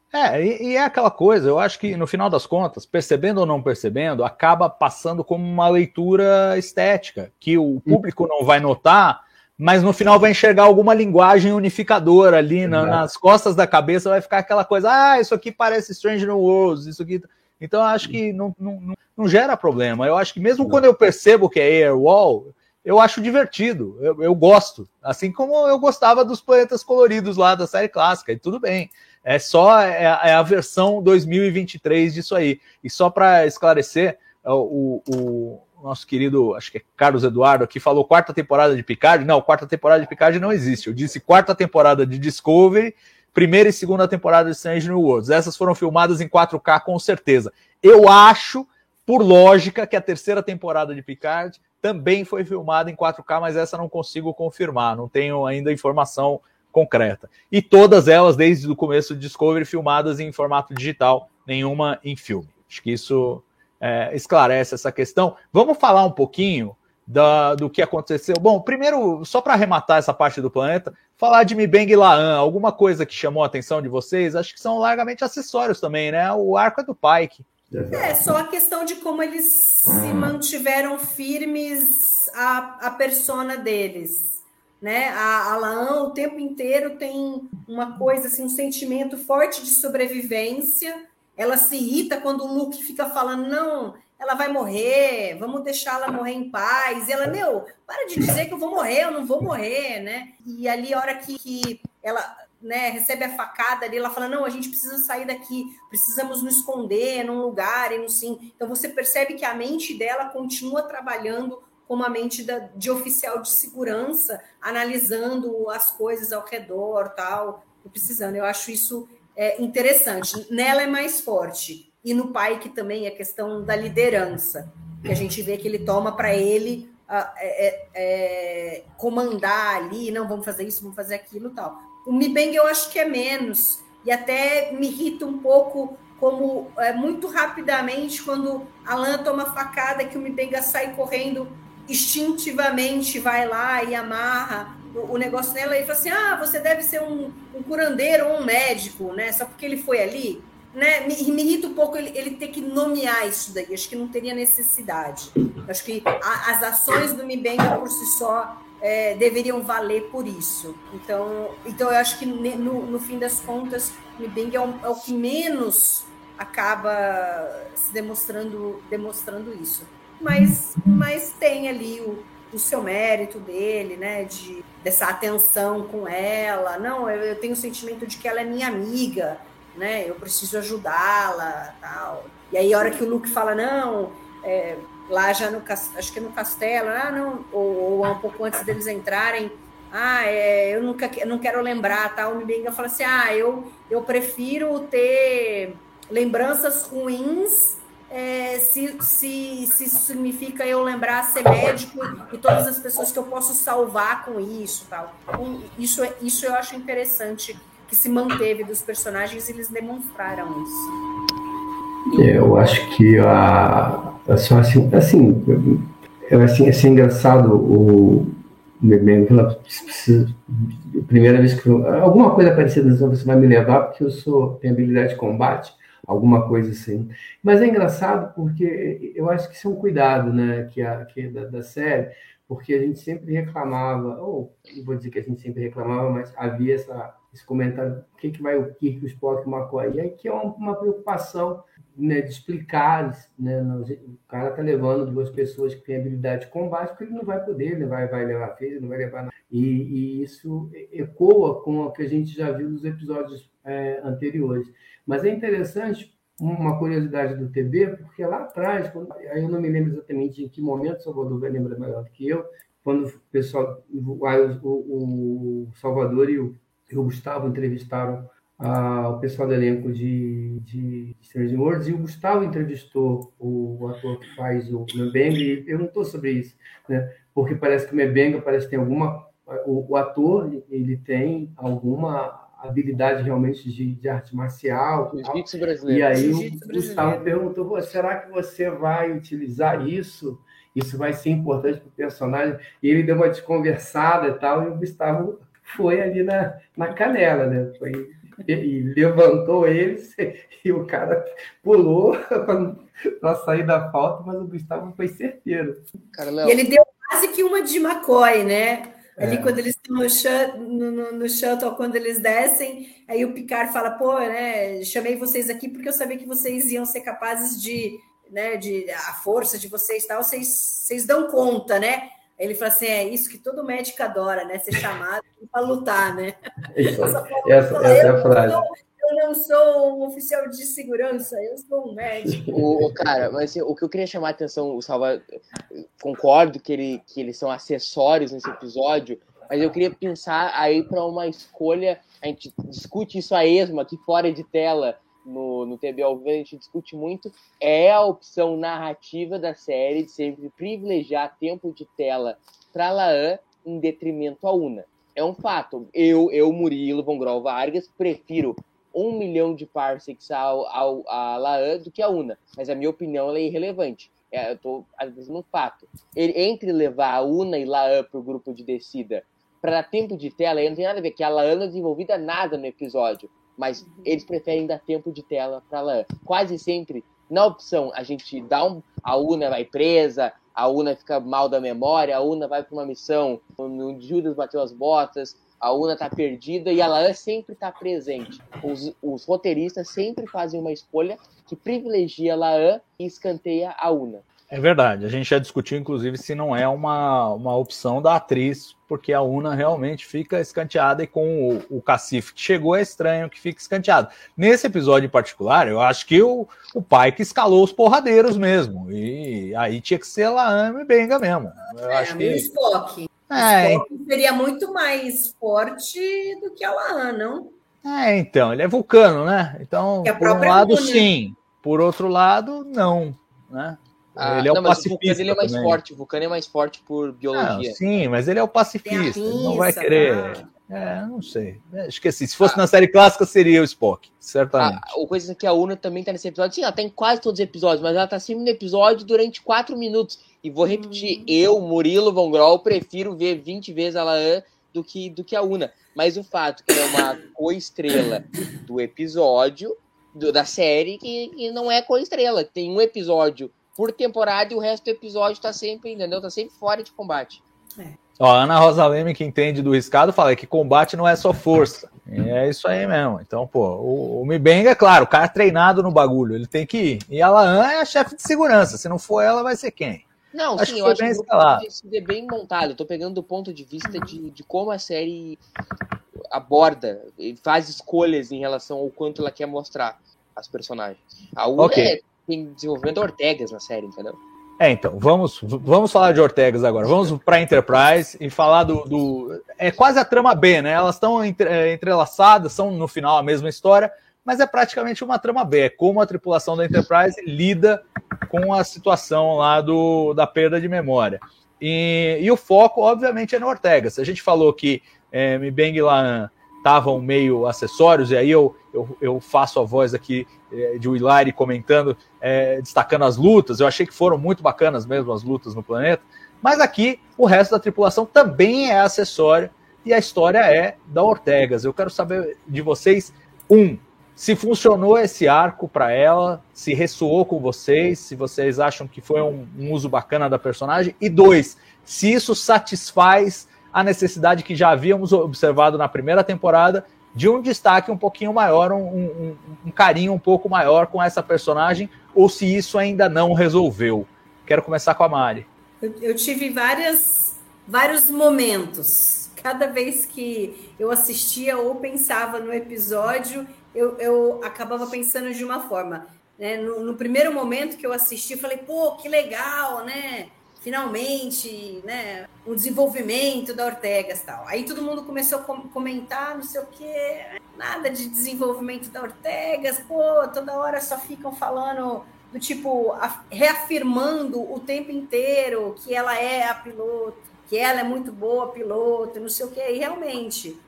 E é aquela coisa, eu acho que no final das contas, percebendo ou não percebendo, acaba passando como uma leitura estética, que o público não vai notar, mas no final vai enxergar alguma linguagem unificadora ali nas costas da cabeça, vai ficar aquela coisa, isso aqui parece Strange New Worlds, isso aqui... Então eu acho que não gera problema, eu acho que mesmo quando eu percebo que é Airwall, eu acho divertido, eu gosto, assim como eu gostava dos planetas coloridos lá da série clássica, e tudo bem. É a versão 2023 disso aí. E só para esclarecer, o nosso querido, acho que é Carlos Eduardo, aqui falou quarta temporada de Picard. Não, quarta temporada de Picard não existe. Eu disse quarta temporada de Discovery, primeira e segunda temporada de Strange New Worlds. Essas foram filmadas em 4K com certeza. Eu acho, por lógica, que a terceira temporada de Picard também foi filmada em 4K, mas essa não consigo confirmar. Não tenho ainda informação concreta. E todas elas, desde o começo de Discovery, filmadas em formato digital, nenhuma em filme. Acho que isso esclarece essa questão. Vamos falar um pouquinho do que aconteceu. Bom, primeiro, só para arrematar essa parte do planeta, falar de M'Benga e La'an, alguma coisa que chamou a atenção de vocês? Acho que são largamente acessórios também, né? O arco é do Pike. Só a questão de como eles se mantiveram firmes à persona deles. Né? A La'an o tempo inteiro tem uma coisa, assim, um sentimento forte de sobrevivência. Ela se irrita quando o Luke fica falando, não, ela vai morrer, vamos deixá-la morrer em paz. E ela, para de dizer que eu vou morrer, eu não vou morrer, né? E ali, a hora que ela, né, recebe a facada ali, ela fala, não, a gente precisa sair daqui, precisamos nos esconder num lugar, e no sim. Então você percebe que a mente dela continua trabalhando como a mente de oficial de segurança, analisando as coisas ao redor, tal, precisando. Eu acho isso interessante. Nela é mais forte. E no Pike também a questão da liderança, que a gente vê que ele toma para ele comandar ali, não, vamos fazer isso, vamos fazer aquilo, tal. O M'Benga eu acho que é menos, e até me irrita um pouco como muito rapidamente, quando a La'an toma facada, que o M'Benga sai correndo, instintivamente vai lá e amarra o negócio nela e fala assim, você deve ser um curandeiro ou um médico, né? Só porque ele foi ali, né? Me irrita um pouco ele ter que nomear isso daí, acho que não teria necessidade. Acho que as ações do M'Benga por si só deveriam valer por isso. Então eu acho que no fim das contas o M'Benga é o que menos acaba se demonstrando isso. Mas tem ali o seu mérito dele, né, dessa atenção com ela. Não, eu tenho o sentimento de que ela é minha amiga, né, eu preciso ajudá-la, tal. E aí a hora que o Luke fala, não, lá já acho que no castelo, não, ou um pouco antes deles entrarem, eu não quero lembrar, tal. O M'Benga fala assim, eu prefiro ter lembranças ruins, se isso significa eu lembrar ser médico e todas as pessoas que eu posso salvar com isso, tal. Isso eu acho interessante, que se manteve dos personagens, eles demonstraram isso. Eu acho que só assim é engraçado o M'Benga, ela precisa, primeira vez que alguma coisa parecida, você vai me levar, porque tenho habilidade de combate, alguma coisa assim. Mas é engraçado porque eu acho que isso é um cuidado, né, da série, porque a gente sempre reclamava, não vou dizer que a gente sempre reclamava, mas havia esse comentário, o que vai o Kirk, o Spock e o McCoy, e aí que é uma preocupação, né, de explicar, né, o cara tá levando duas pessoas que têm habilidade de combate, porque ele não vai poder, ele vai levar filho, não vai levar nada. E isso ecoa com o que a gente já viu nos episódios anteriores. Mas é interessante, uma curiosidade do TV, porque lá atrás, eu não me lembro exatamente em que momento, Salvador vai lembrar melhor do que eu, quando o pessoal, o Salvador e o Gustavo entrevistaram o pessoal do elenco de Strange New Worlds, e o Gustavo entrevistou o ator que faz o M'Benga e perguntou sobre isso, né? Porque parece que o M'Benga tem o ator, ele tem alguma habilidade realmente de arte marcial. Jiu-jitsu brasileiro. E aí o Gustavo perguntou, será que você vai utilizar isso? Isso vai ser importante para o personagem? E ele deu uma desconversada e tal, e o Gustavo foi ali na canela, né? e levantou eles e o cara pulou para sair da falta, mas o Gustavo foi certeiro. E ele deu quase que uma de McCoy, né? Ali quando eles estão no shuttle, quando eles descem, aí o Picard fala, pô, né, chamei vocês aqui porque eu sabia que vocês iam ser capazes de, né, de a força de vocês e tal, vocês dão conta, né? Aí ele fala assim, é isso que todo médico adora, né? Ser chamado para lutar, né? Essa é a frase. Eu não sou um oficial de segurança, eu sou um médico. Cara, mas assim, o que eu queria chamar a atenção, o Salva, concordo que eles são acessórios nesse episódio, mas eu queria pensar aí para uma escolha, a gente discute isso a esmo aqui fora de tela, no TB ao vivo, a gente discute muito, é a opção narrativa da série de sempre privilegiar tempo de tela para La'an em detrimento a Una. É um fato. Eu Murilo von Grol Vargas, prefiro 1 milhão de parsecs a La'an do que a Una, mas a minha opinião ela é irrelevante. Eu estou dizendo um fato. Entre levar a Una e La'an para o grupo de descida para tempo de tela, aí não tem nada a ver, que a La'an não é desenvolvida nada no episódio, mas eles preferem dar tempo de tela para La'an. Quase sempre, na opção, a gente dá a Una vai presa, a Una fica mal da memória, a Una vai para uma missão, o Judas bateu as botas, a Una está perdida e a La'an sempre está presente. Os roteiristas sempre fazem uma escolha que privilegia a La'an e escanteia a Una. É verdade, a gente já discutiu, inclusive, se não é uma opção da atriz, porque a Una realmente fica escanteada e com o cacife que chegou é estranho que fique escanteado. Nesse episódio em particular, eu acho que o Pike escalou os porradeiros mesmo, e aí tinha que ser a La'an e Benga mesmo. Eu acho que... Spock. Spock seria muito mais forte do que a La'an, não? Então, ele é vulcano, né? Então, por um lado, Luna. Sim. Por outro lado, não, né? Ele é o pacifista. O Vulcano ele é mais forte. O Vulcano é mais forte por biologia. Sim, mas ele é o pacifista. Ele não vai querer. Não sei. Esqueci. Se fosse na série clássica, seria o Spock, certamente. A coisa é que a Una também tá nesse episódio. Sim, ela tá em quase todos os episódios, mas ela tá sempre no episódio durante 4 minutos. E vou repetir, eu, Murilo von Grol, prefiro ver 20 vezes a La'an do que a Una. Mas o fato que ela é uma co-estrela do episódio, da série, que não é co-estrela. Tem um episódio por temporada e o resto do episódio tá sempre, entendeu? Tá sempre fora de combate. Ó, a Ana Rosa Leme, que entende do riscado, fala que combate não é só força. E é isso aí mesmo. Então, pô, o M'Benga, é claro, o cara é treinado no bagulho, ele tem que ir. E a La'an é a chefe de segurança. Se não for ela, vai ser quem? Não, eu acho que é bem montado. Eu tô pegando do ponto de vista de como a série aborda e faz escolhas em relação ao quanto ela quer mostrar as personagens. A Una tem desenvolvimento Ortegas na série, entendeu? Então, vamos falar de Ortegas agora. Vamos para Enterprise e falar do... É quase a trama B, né? Elas estão entrelaçadas, são no final a mesma história, mas é praticamente uma trama B. É como a tripulação da Enterprise lida com a situação lá da perda de memória. E o foco, obviamente, é no Ortegas. A gente falou que M'Benga e La'an estavam meio acessórios, e aí eu faço a voz aqui de Willari comentando, destacando as lutas. Eu achei que foram muito bacanas mesmo as lutas no planeta, mas aqui o resto da tripulação também é acessório, e a história é da Ortegas. Eu quero saber de vocês, se funcionou esse arco para ela, se ressoou com vocês, se vocês acham que foi um uso bacana da personagem, e 2, se isso satisfaz a necessidade que já havíamos observado na primeira temporada de um destaque um pouquinho maior, um carinho um pouco maior com essa personagem, ou se isso ainda não resolveu. Quero começar com a Mari. Eu tive vários momentos. Cada vez que eu assistia ou pensava no episódio, eu acabava pensando de uma forma. Né? No primeiro momento que eu assisti, eu falei, pô, que legal, né? Finalmente, né, o desenvolvimento da Ortegas e tal. Aí todo mundo começou a comentar, não sei o quê, nada de desenvolvimento da Ortegas, pô, toda hora só ficam falando do tipo, reafirmando o tempo inteiro que ela é a piloto, que ela é muito boa piloto, não sei o quê. E realmente,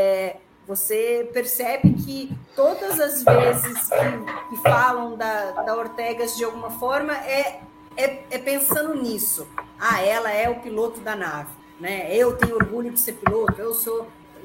você percebe que todas as vezes que falam da Ortegas de alguma forma é pensando nisso. Ela é o piloto da nave, né? Eu tenho orgulho de ser piloto, eu sou,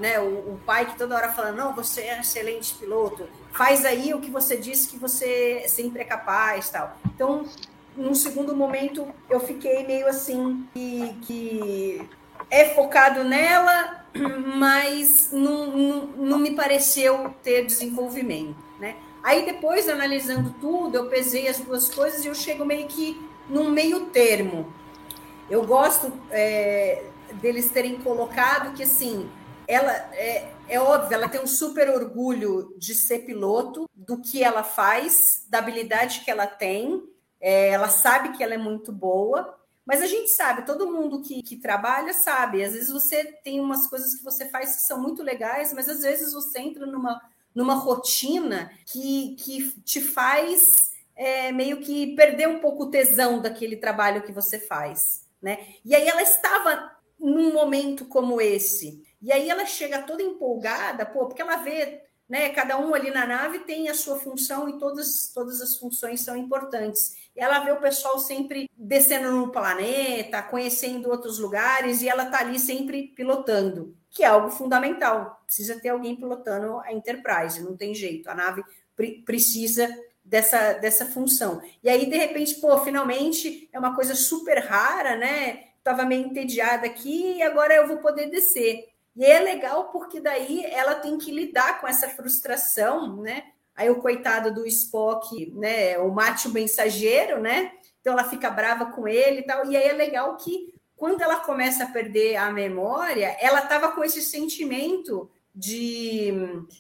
né? O pai que toda hora fala, não, você é um excelente piloto, faz aí o que você disse que você sempre é capaz, tal. Então, num segundo momento, eu fiquei meio assim, que é focado nela, mas não me pareceu ter desenvolvimento, né? Aí depois, analisando tudo, eu pesei as duas coisas e eu chego meio que num meio termo. Eu gosto deles terem colocado que, assim, ela é óbvio, ela tem um super orgulho de ser piloto, do que ela faz, da habilidade que ela tem, ela sabe que ela é muito boa, mas a gente sabe, todo mundo que trabalha sabe, às vezes você tem umas coisas que você faz que são muito legais, mas às vezes você entra numa rotina que te faz meio que perder um pouco o tesão daquele trabalho que você faz, né? E aí ela estava num momento como esse, e aí ela chega toda empolgada, porque ela vê, né, cada um ali na nave tem a sua função e todas as funções são importantes. E ela vê o pessoal sempre descendo no planeta, conhecendo outros lugares, e ela está ali sempre pilotando, que é algo fundamental. Precisa ter alguém pilotando a Enterprise, não tem jeito. A nave precisa dessa função. E aí, de repente, finalmente é uma coisa super rara, né? Estava meio entediada aqui e agora eu vou poder descer. E é legal porque daí ela tem que lidar com essa frustração, né? Aí o coitado do Spock, né? O macho mensageiro, né? Então ela fica brava com ele e tal. E aí é legal que quando ela começa a perder a memória, ela estava com esse sentimento de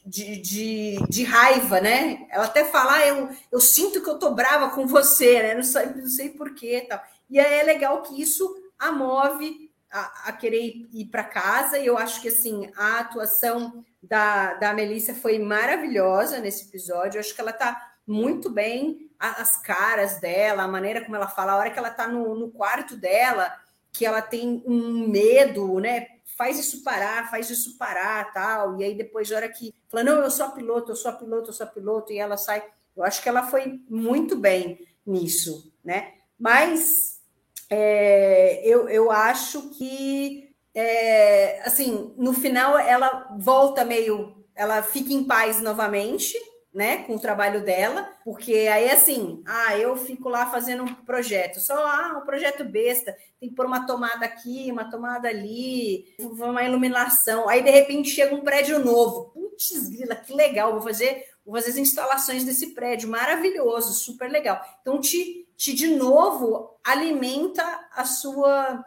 raiva, né? Ela até fala, eu sinto que eu tô brava com você, né? Não sei porquê, tal. E aí é legal que isso a move a querer ir para casa, e eu acho que assim, a atuação da Melissa foi maravilhosa nesse episódio, eu acho que ela tá muito bem, as caras dela, a maneira como ela fala, a hora que ela tá no quarto dela, que ela tem um medo, né? Faz isso parar, tal, e aí depois, a hora que fala, não, eu sou piloto, e ela sai, eu acho que ela foi muito bem nisso, né? Mas eu acho que, assim, no final ela volta ela fica em paz novamente, né, com o trabalho dela, porque aí, assim, eu fico lá fazendo um projeto, um projeto besta, tem que pôr uma tomada aqui, uma tomada ali, uma iluminação, aí, de repente, chega um prédio novo, putz, grila, que legal, vou fazer as instalações desse prédio, maravilhoso, super legal, então de novo, alimenta a sua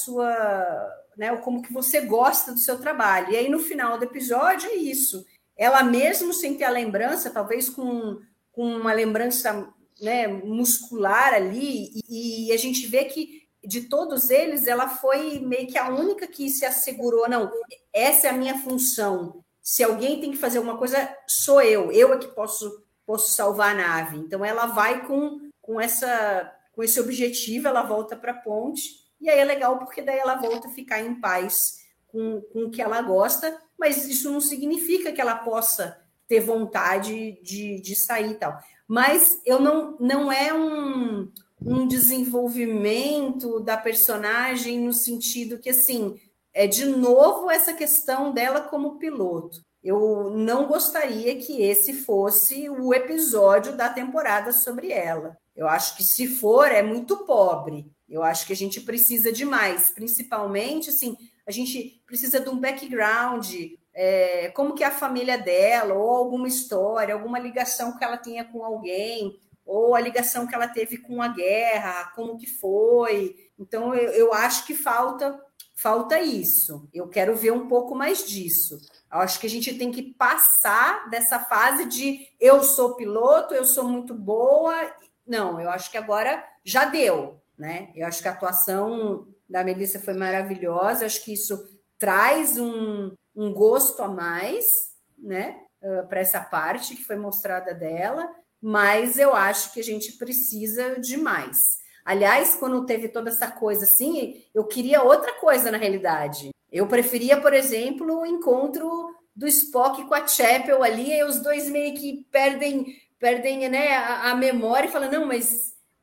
né, como que você gosta do seu trabalho. E aí, no final do episódio, é isso. Ela mesmo sem ter a lembrança, talvez com uma lembrança, né, muscular ali, e a gente vê que, de todos eles, ela foi meio que a única que se assegurou, não, essa é a minha função. Se alguém tem que fazer alguma coisa, sou eu é que posso salvar a nave. Então, ela vai com esse objetivo, ela volta para a ponte, e aí é legal porque daí ela volta a ficar em paz com o que ela gosta, mas isso não significa que ela possa ter vontade de sair e tal. Mas não é um desenvolvimento da personagem no sentido que, assim, de novo essa questão dela como piloto. Eu não gostaria que esse fosse o episódio da temporada sobre ela. Eu acho que, se for, é muito pobre. Eu acho que a gente precisa de mais. Principalmente, assim, a gente precisa de um background, como que é a família dela, ou alguma história, alguma ligação que ela tenha com alguém, ou a ligação que ela teve com a guerra, como que foi. Então, eu acho que falta isso. Eu quero ver um pouco mais disso. Eu acho que a gente tem que passar dessa fase de eu sou piloto, eu sou muito boa. Não, eu acho que agora já deu, né? Eu acho que a atuação da Melissa foi maravilhosa. Eu acho que isso traz um gosto a mais, né? Para essa parte que foi mostrada dela. Mas eu acho que a gente precisa de mais. Aliás, quando teve toda essa coisa assim, eu queria outra coisa na realidade. Eu preferia, por exemplo, o encontro do Spock com a Chapel ali, e os dois meio que perdem, né, a memória e falam, não, mas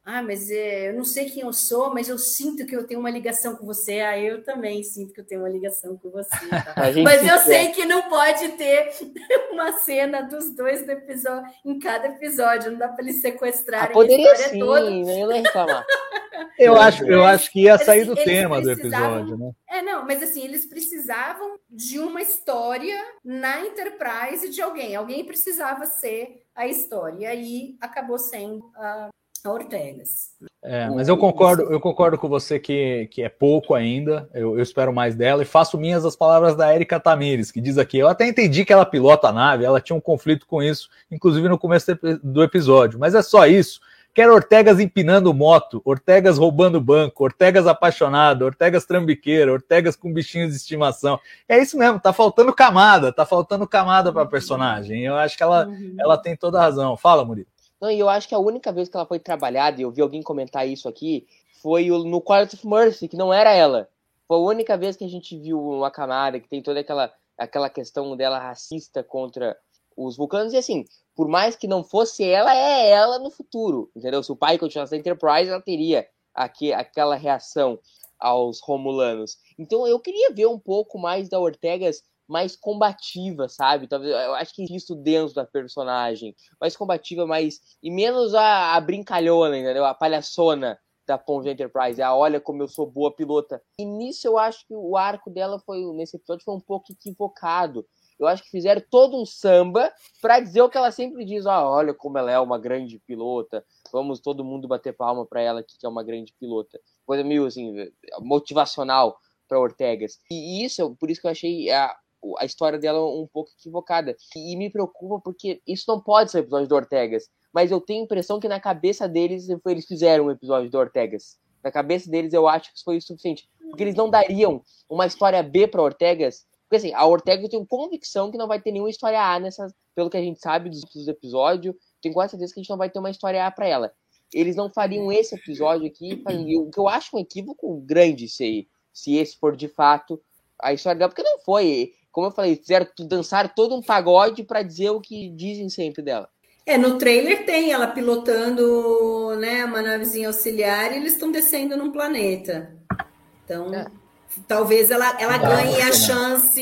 mas eu não sei quem eu sou, mas eu sinto que eu tenho uma ligação com você. Eu também sinto que eu tenho uma ligação com você. Tá? Mas eu sei que não pode ter uma cena dos dois no episódio, em cada episódio. Não dá para eles sequestrarem poderia a história sim, toda. Eu não ia reclamar. Eu acho que ia sair do tema do episódio, né? Mas assim, eles precisavam de uma história na Enterprise de alguém. Alguém precisava ser a história. E aí acabou sendo a Ortegas. Mas eu concordo com você que é pouco ainda. Eu espero mais dela e faço minhas as palavras da Erika Tamires, que diz aqui: eu até entendi que ela pilota a nave, ela tinha um conflito com isso, inclusive no começo do episódio, mas é só isso. Quero Ortegas empinando moto, Ortegas roubando banco, Ortegas apaixonado, Ortegas trambiqueiro, Ortegas com bichinhos de estimação. É isso mesmo, tá faltando camada para a personagem. Eu acho que ela tem toda a razão. Fala, Murilo. Não, e eu acho que a única vez que ela foi trabalhada, e eu vi alguém comentar isso aqui, foi no Quality of Mercy, que não era ela. Foi a única vez que a gente viu uma camada que tem toda aquela questão dela racista contra os vulcanos, e assim, por mais que não fosse ela, é ela no futuro, entendeu? Se o pai continuasse na Enterprise, ela teria aquela reação aos romulanos. Então eu queria ver um pouco mais da Ortegas mais combativa, sabe? Talvez, eu acho que isso dentro da personagem, mais combativa, e menos a brincalhona, entendeu? A palhaçona da Ponte Enterprise, olha como eu sou boa pilota. E nisso eu acho que o arco dela nesse episódio foi um pouco equivocado. Eu acho que fizeram todo um samba para dizer o que ela sempre diz: olha como ela é uma grande pilota, vamos todo mundo bater palma para ela que é uma grande pilota. Coisa meio assim, motivacional para Ortegas. E isso, por isso que eu achei a história dela um pouco equivocada. E me preocupa porque isso não pode ser o episódio do Ortegas, mas eu tenho a impressão que na cabeça deles, eles fizeram um episódio do Ortegas. Na cabeça deles eu acho que isso foi o suficiente, porque eles não dariam uma história B para Ortegas. Porque assim, a Ortega eu tenho convicção que não vai ter nenhuma história A pelo que a gente sabe dos episódios, tenho quase certeza que a gente não vai ter uma história A para ela. Eles não fariam esse episódio aqui, o que eu acho um equívoco grande se esse for de fato a história dela, porque não foi, como eu falei, dançar todo um pagode para dizer o que dizem sempre dela. No trailer tem ela pilotando, né, uma navezinha auxiliar e eles estão descendo num planeta. Então... talvez ela ganhe a chance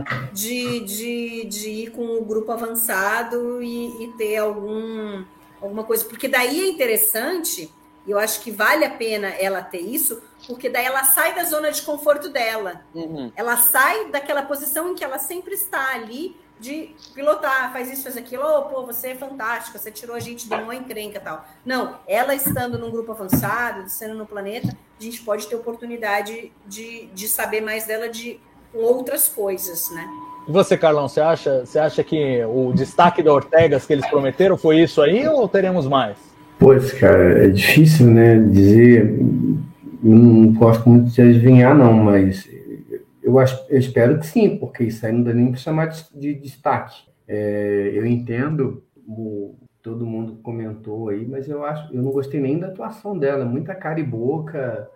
de ir com o grupo avançado e ter alguma coisa. Porque daí é interessante, e eu acho que vale a pena ela ter isso, porque daí ela sai da zona de conforto dela. Uhum. Ela sai daquela posição em que ela sempre está ali, de pilotar, faz isso, faz aquilo, você é fantástica, você tirou a gente de uma encrenca e tal. Não, ela estando num grupo avançado, descendo no planeta, a gente pode ter oportunidade de saber mais dela de outras coisas, né? E você, Carlão, você acha que o destaque da Ortegas que eles prometeram foi isso aí ou teremos mais? Pois, cara, é difícil, né, dizer, não gosto muito de adivinhar, não, mas... Eu espero que sim, porque isso aí não dá nem para chamar de destaque. Eu entendo, todo mundo comentou aí, mas eu não gostei nem da atuação dela. Muita cara e boca,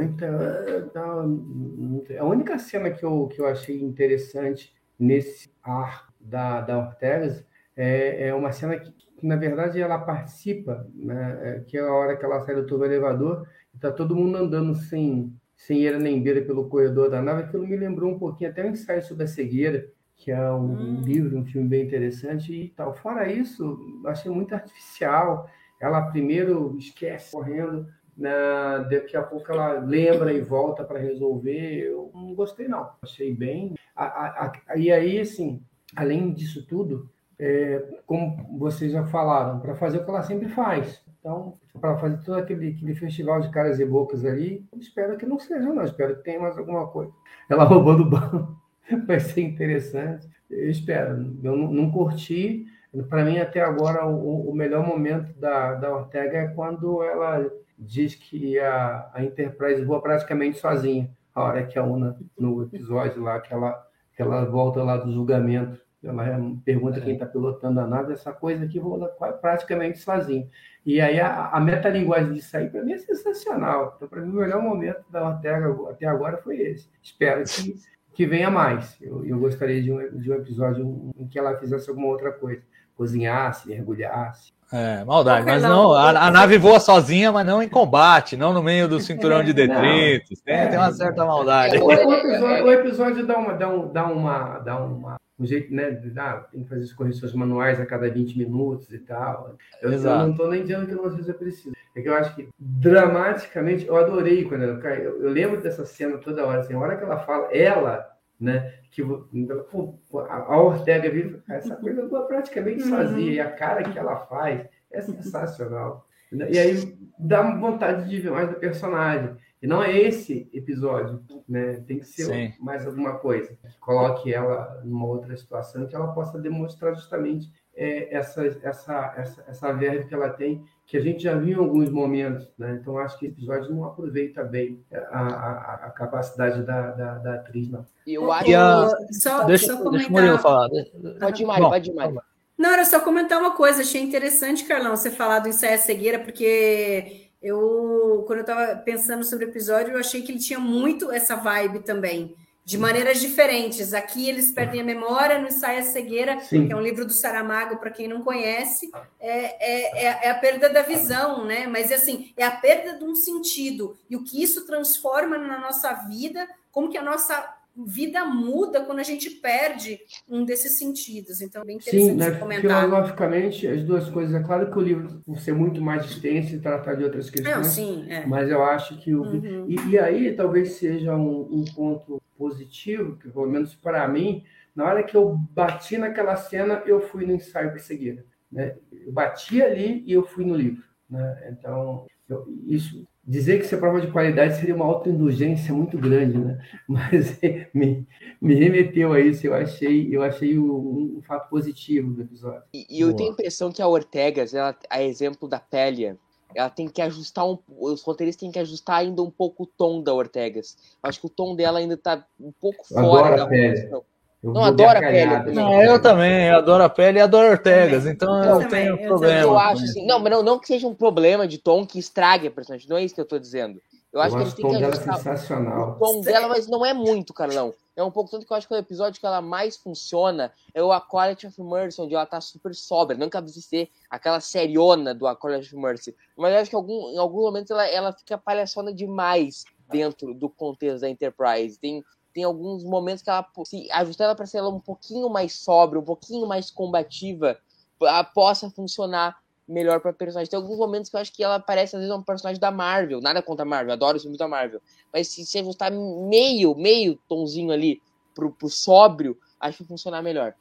A única cena que eu achei interessante nesse ar da Ortegas é uma cena que, na verdade, ela participa, né, que é a hora que ela sai do tubo elevador e está todo mundo andando sem era nem beira pelo corredor da nave. Aquilo me lembrou um pouquinho até um ensaio sobre a cegueira, que é um livro, um filme bem interessante e tal. Fora isso, achei muito artificial. Ela primeiro esquece correndo, daqui a pouco ela lembra e volta para resolver. Eu não gostei, não. Achei bem... E aí, assim, além disso tudo, como vocês já falaram, para fazer o que ela sempre faz. Então, para fazer todo aquele festival de caras e bocas ali, eu espero que não seja, não. Espero que tenha mais alguma coisa. Ela roubando o banco vai ser interessante. Eu espero. Eu não curti. Para mim, até agora, o melhor momento da Ortega é quando ela diz que a Enterprise voa praticamente sozinha. A hora que a Una, no episódio lá, que ela volta lá do julgamento, ela pergunta quem está pilotando a nave, essa coisa aqui voa praticamente sozinha. E aí a metalinguagem disso aí, para mim, é sensacional. Então, para mim, o melhor momento da Ortega até agora foi esse. Espero que que venha mais. Eu gostaria de um episódio em que ela fizesse alguma outra coisa. Cozinhasse, mergulhasse. Maldade. Mas não, a nave voa sozinha, mas não em combate, não no meio do cinturão de detritos. Tem uma certa maldade. O episódio dá um jeito, né? Tem que fazer as correções manuais a cada 20 minutos e tal. Eu não estou nem dizendo que não às vezes é preciso. É que eu acho que, dramaticamente, eu adorei quando ela cai. Eu lembro dessa cena toda hora. Assim, a hora que ela fala, né? Que a Ortega vira, essa coisa eu praticamente sozinha. E a cara que ela faz é sensacional. E aí dá vontade de ver mais do personagem. E não é esse episódio, né? Tem que ser mais alguma coisa. Que coloque ela numa outra situação que ela possa demonstrar justamente essa verve que ela tem, que a gente já viu em alguns momentos, né? Então acho que esse episódio não aproveita bem a capacidade da atriz, não. Eu acho deixa o Murilo falar. Pode ir, Mari. Não, era só comentar uma coisa. Achei interessante, Carlão, você falar do Ensaio a Cegueira, porque quando eu estava pensando sobre o episódio, eu achei que ele tinha muito essa vibe também, de maneiras diferentes. Aqui eles perdem a memória, no Ensaio a Cegueira, que é um livro do Saramago, para quem não conhece, é a perda da visão, né? Mas assim, é a perda de um sentido. E o que isso transforma na nossa vida, como que a nossa vida muda quando a gente perde um desses sentidos. Então, é bem interessante comentar. Filosoficamente, as duas coisas. É claro que o livro, por ser muito mais extenso e tratar de outras questões, mas eu acho que e aí talvez seja um ponto positivo, que pelo menos para mim, na hora que eu bati naquela cena, eu fui no Ensaio da Cegueira, né? Eu bati ali e eu fui no livro, né? Então, isso... Dizer que isso é prova de qualidade seria uma autoindulgência muito grande, né? Mas me remeteu a isso. Eu achei um fato positivo do episódio. E eu tenho a impressão que a Ortegas, a exemplo da Pélia, ela tem que ajustar os roteiristas têm que ajustar ainda um pouco o tom da Ortegas. Acho que o tom dela ainda está um pouco fora da produção. Não, adoro a Pélia. Eu também, eu adoro a Pélia e adoro Ortegas, então eu tenho problema. Eu acho assim, não que seja um problema de tom que estrague a personagem, não é isso que eu tô dizendo. Eu acho que eles têm que ajustar o tom dela, mas não é muito, Carlão. É um pouco, tanto que eu acho que o episódio que ela mais funciona é o A Quality of Mercy, onde ela tá super sóbria, não que ela precise ser aquela seriona do A Quality of Mercy, mas eu acho que em alguns momentos ela fica palhaçona demais dentro do contexto da Enterprise. Tem alguns momentos que ela, se ajustar ela para ser um pouquinho mais sóbria, um pouquinho mais combativa, possa funcionar melhor para a personagem. Tem alguns momentos que eu acho que ela parece, às vezes, um personagem da Marvel. Nada contra a Marvel, adoro os filmes da Marvel. Mas se ajustar meio tonzinho ali pro sóbrio, acho que vai funcionar melhor.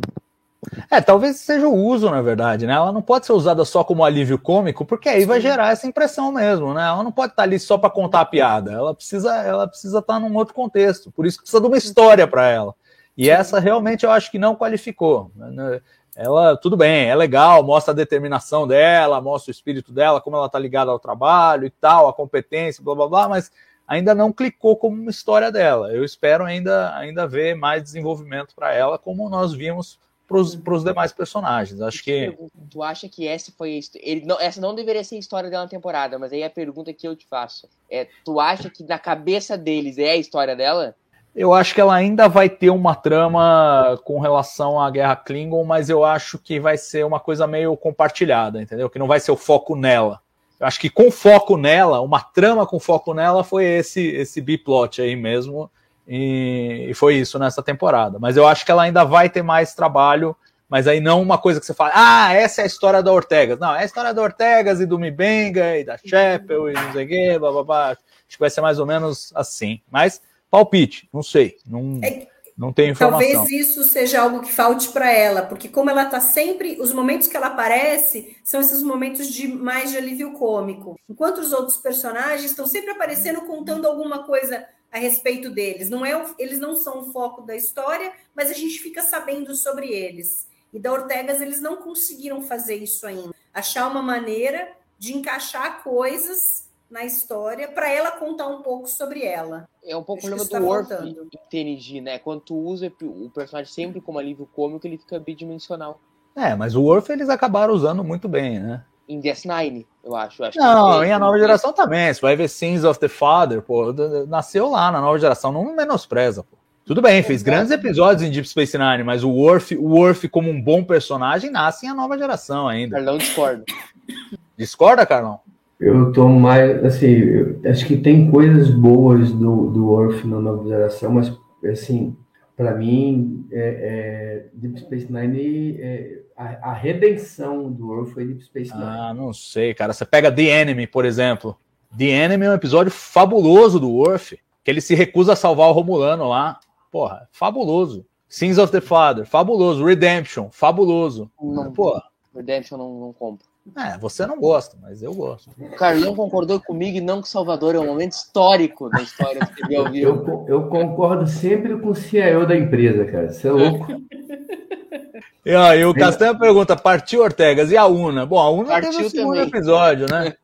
Talvez seja o uso, na verdade, né? Ela não pode ser usada só como alívio cômico, porque aí vai gerar essa impressão mesmo, né? Ela não pode estar ali só para contar a piada. Ela precisa estar num outro contexto. Por isso que precisa de uma história para ela. E essa realmente eu acho que não qualificou. Ela, tudo bem, é legal, mostra a determinação dela, mostra o espírito dela, como ela está ligada ao trabalho e tal, a competência, blá blá blá, mas ainda não clicou como uma história dela. Eu espero ainda ver mais desenvolvimento para ela, como nós vimos para os demais personagens. Acho que... Tu acha que essa foi essa não deveria ser a história dela na temporada, mas aí a pergunta que eu te faço é: tu acha que na cabeça deles é a história dela? Eu acho que ela ainda vai ter uma trama com relação à Guerra Klingon, mas eu acho que vai ser uma coisa meio compartilhada, entendeu? Que não vai ser o foco nela. Eu acho que com foco nela, uma trama com foco nela foi esse biplot aí mesmo, e foi isso nessa temporada. Mas eu acho que ela ainda vai ter mais trabalho, mas aí não uma coisa que você fala, essa é a história da Ortegas. Não, é a história da Ortegas e do M'Benga e da Chapel e não sei o quê, blá blá blá. Acho que vai ser mais ou menos assim. Mas palpite, não sei, não tenho informação. Talvez isso seja algo que falte para ela, porque como ela está sempre, os momentos que ela aparece são esses momentos mais de alívio cômico, enquanto os outros personagens estão sempre aparecendo contando alguma coisa a respeito deles. Eles não são o foco da história, mas a gente fica sabendo sobre eles. E da Ortegas eles não conseguiram fazer isso ainda. Achar uma maneira de encaixar coisas na história, para ela contar um pouco sobre ela. É um pouco o problema do Worf em TNG, né? Quando tu usa o personagem sempre como alívio cômico, ele fica bidimensional. Mas o Worf eles acabaram usando muito bem, né? Em DS9, eu acho. Não, em A Nova Geração também. Você vai ver Sins of the Father, pô, nasceu lá na Nova Geração, não menospreza, pô. Tudo bem, fez grandes episódios em Deep Space Nine, mas o Worf como um bom personagem nasce em A Nova Geração ainda. Carlão discorda. Discorda, Carlão? Eu tô mais, assim, acho que tem coisas boas do Worf na Nova Geração, mas, assim, para mim, Deep Space Nine, a redenção do Worf foi Deep Space Nine. Ah, não sei, cara. Você pega The Enemy, por exemplo. The Enemy é um episódio fabuloso do Worf, que ele se recusa a salvar o Romulano lá. Porra, fabuloso. Sins of the Father, fabuloso. Redemption, fabuloso. Porra. Redemption não compro. Você não gosta, mas eu gosto. O Carlão concordou comigo e não com o Salvador. É um momento histórico da história do TV ao vivo. Eu concordo sempre com o CIO da empresa, cara. Você é louco. E o Castanha pergunta, partiu Ortegas e a Una? Bom, a Una Partiu teve o segundo também. episódio, né?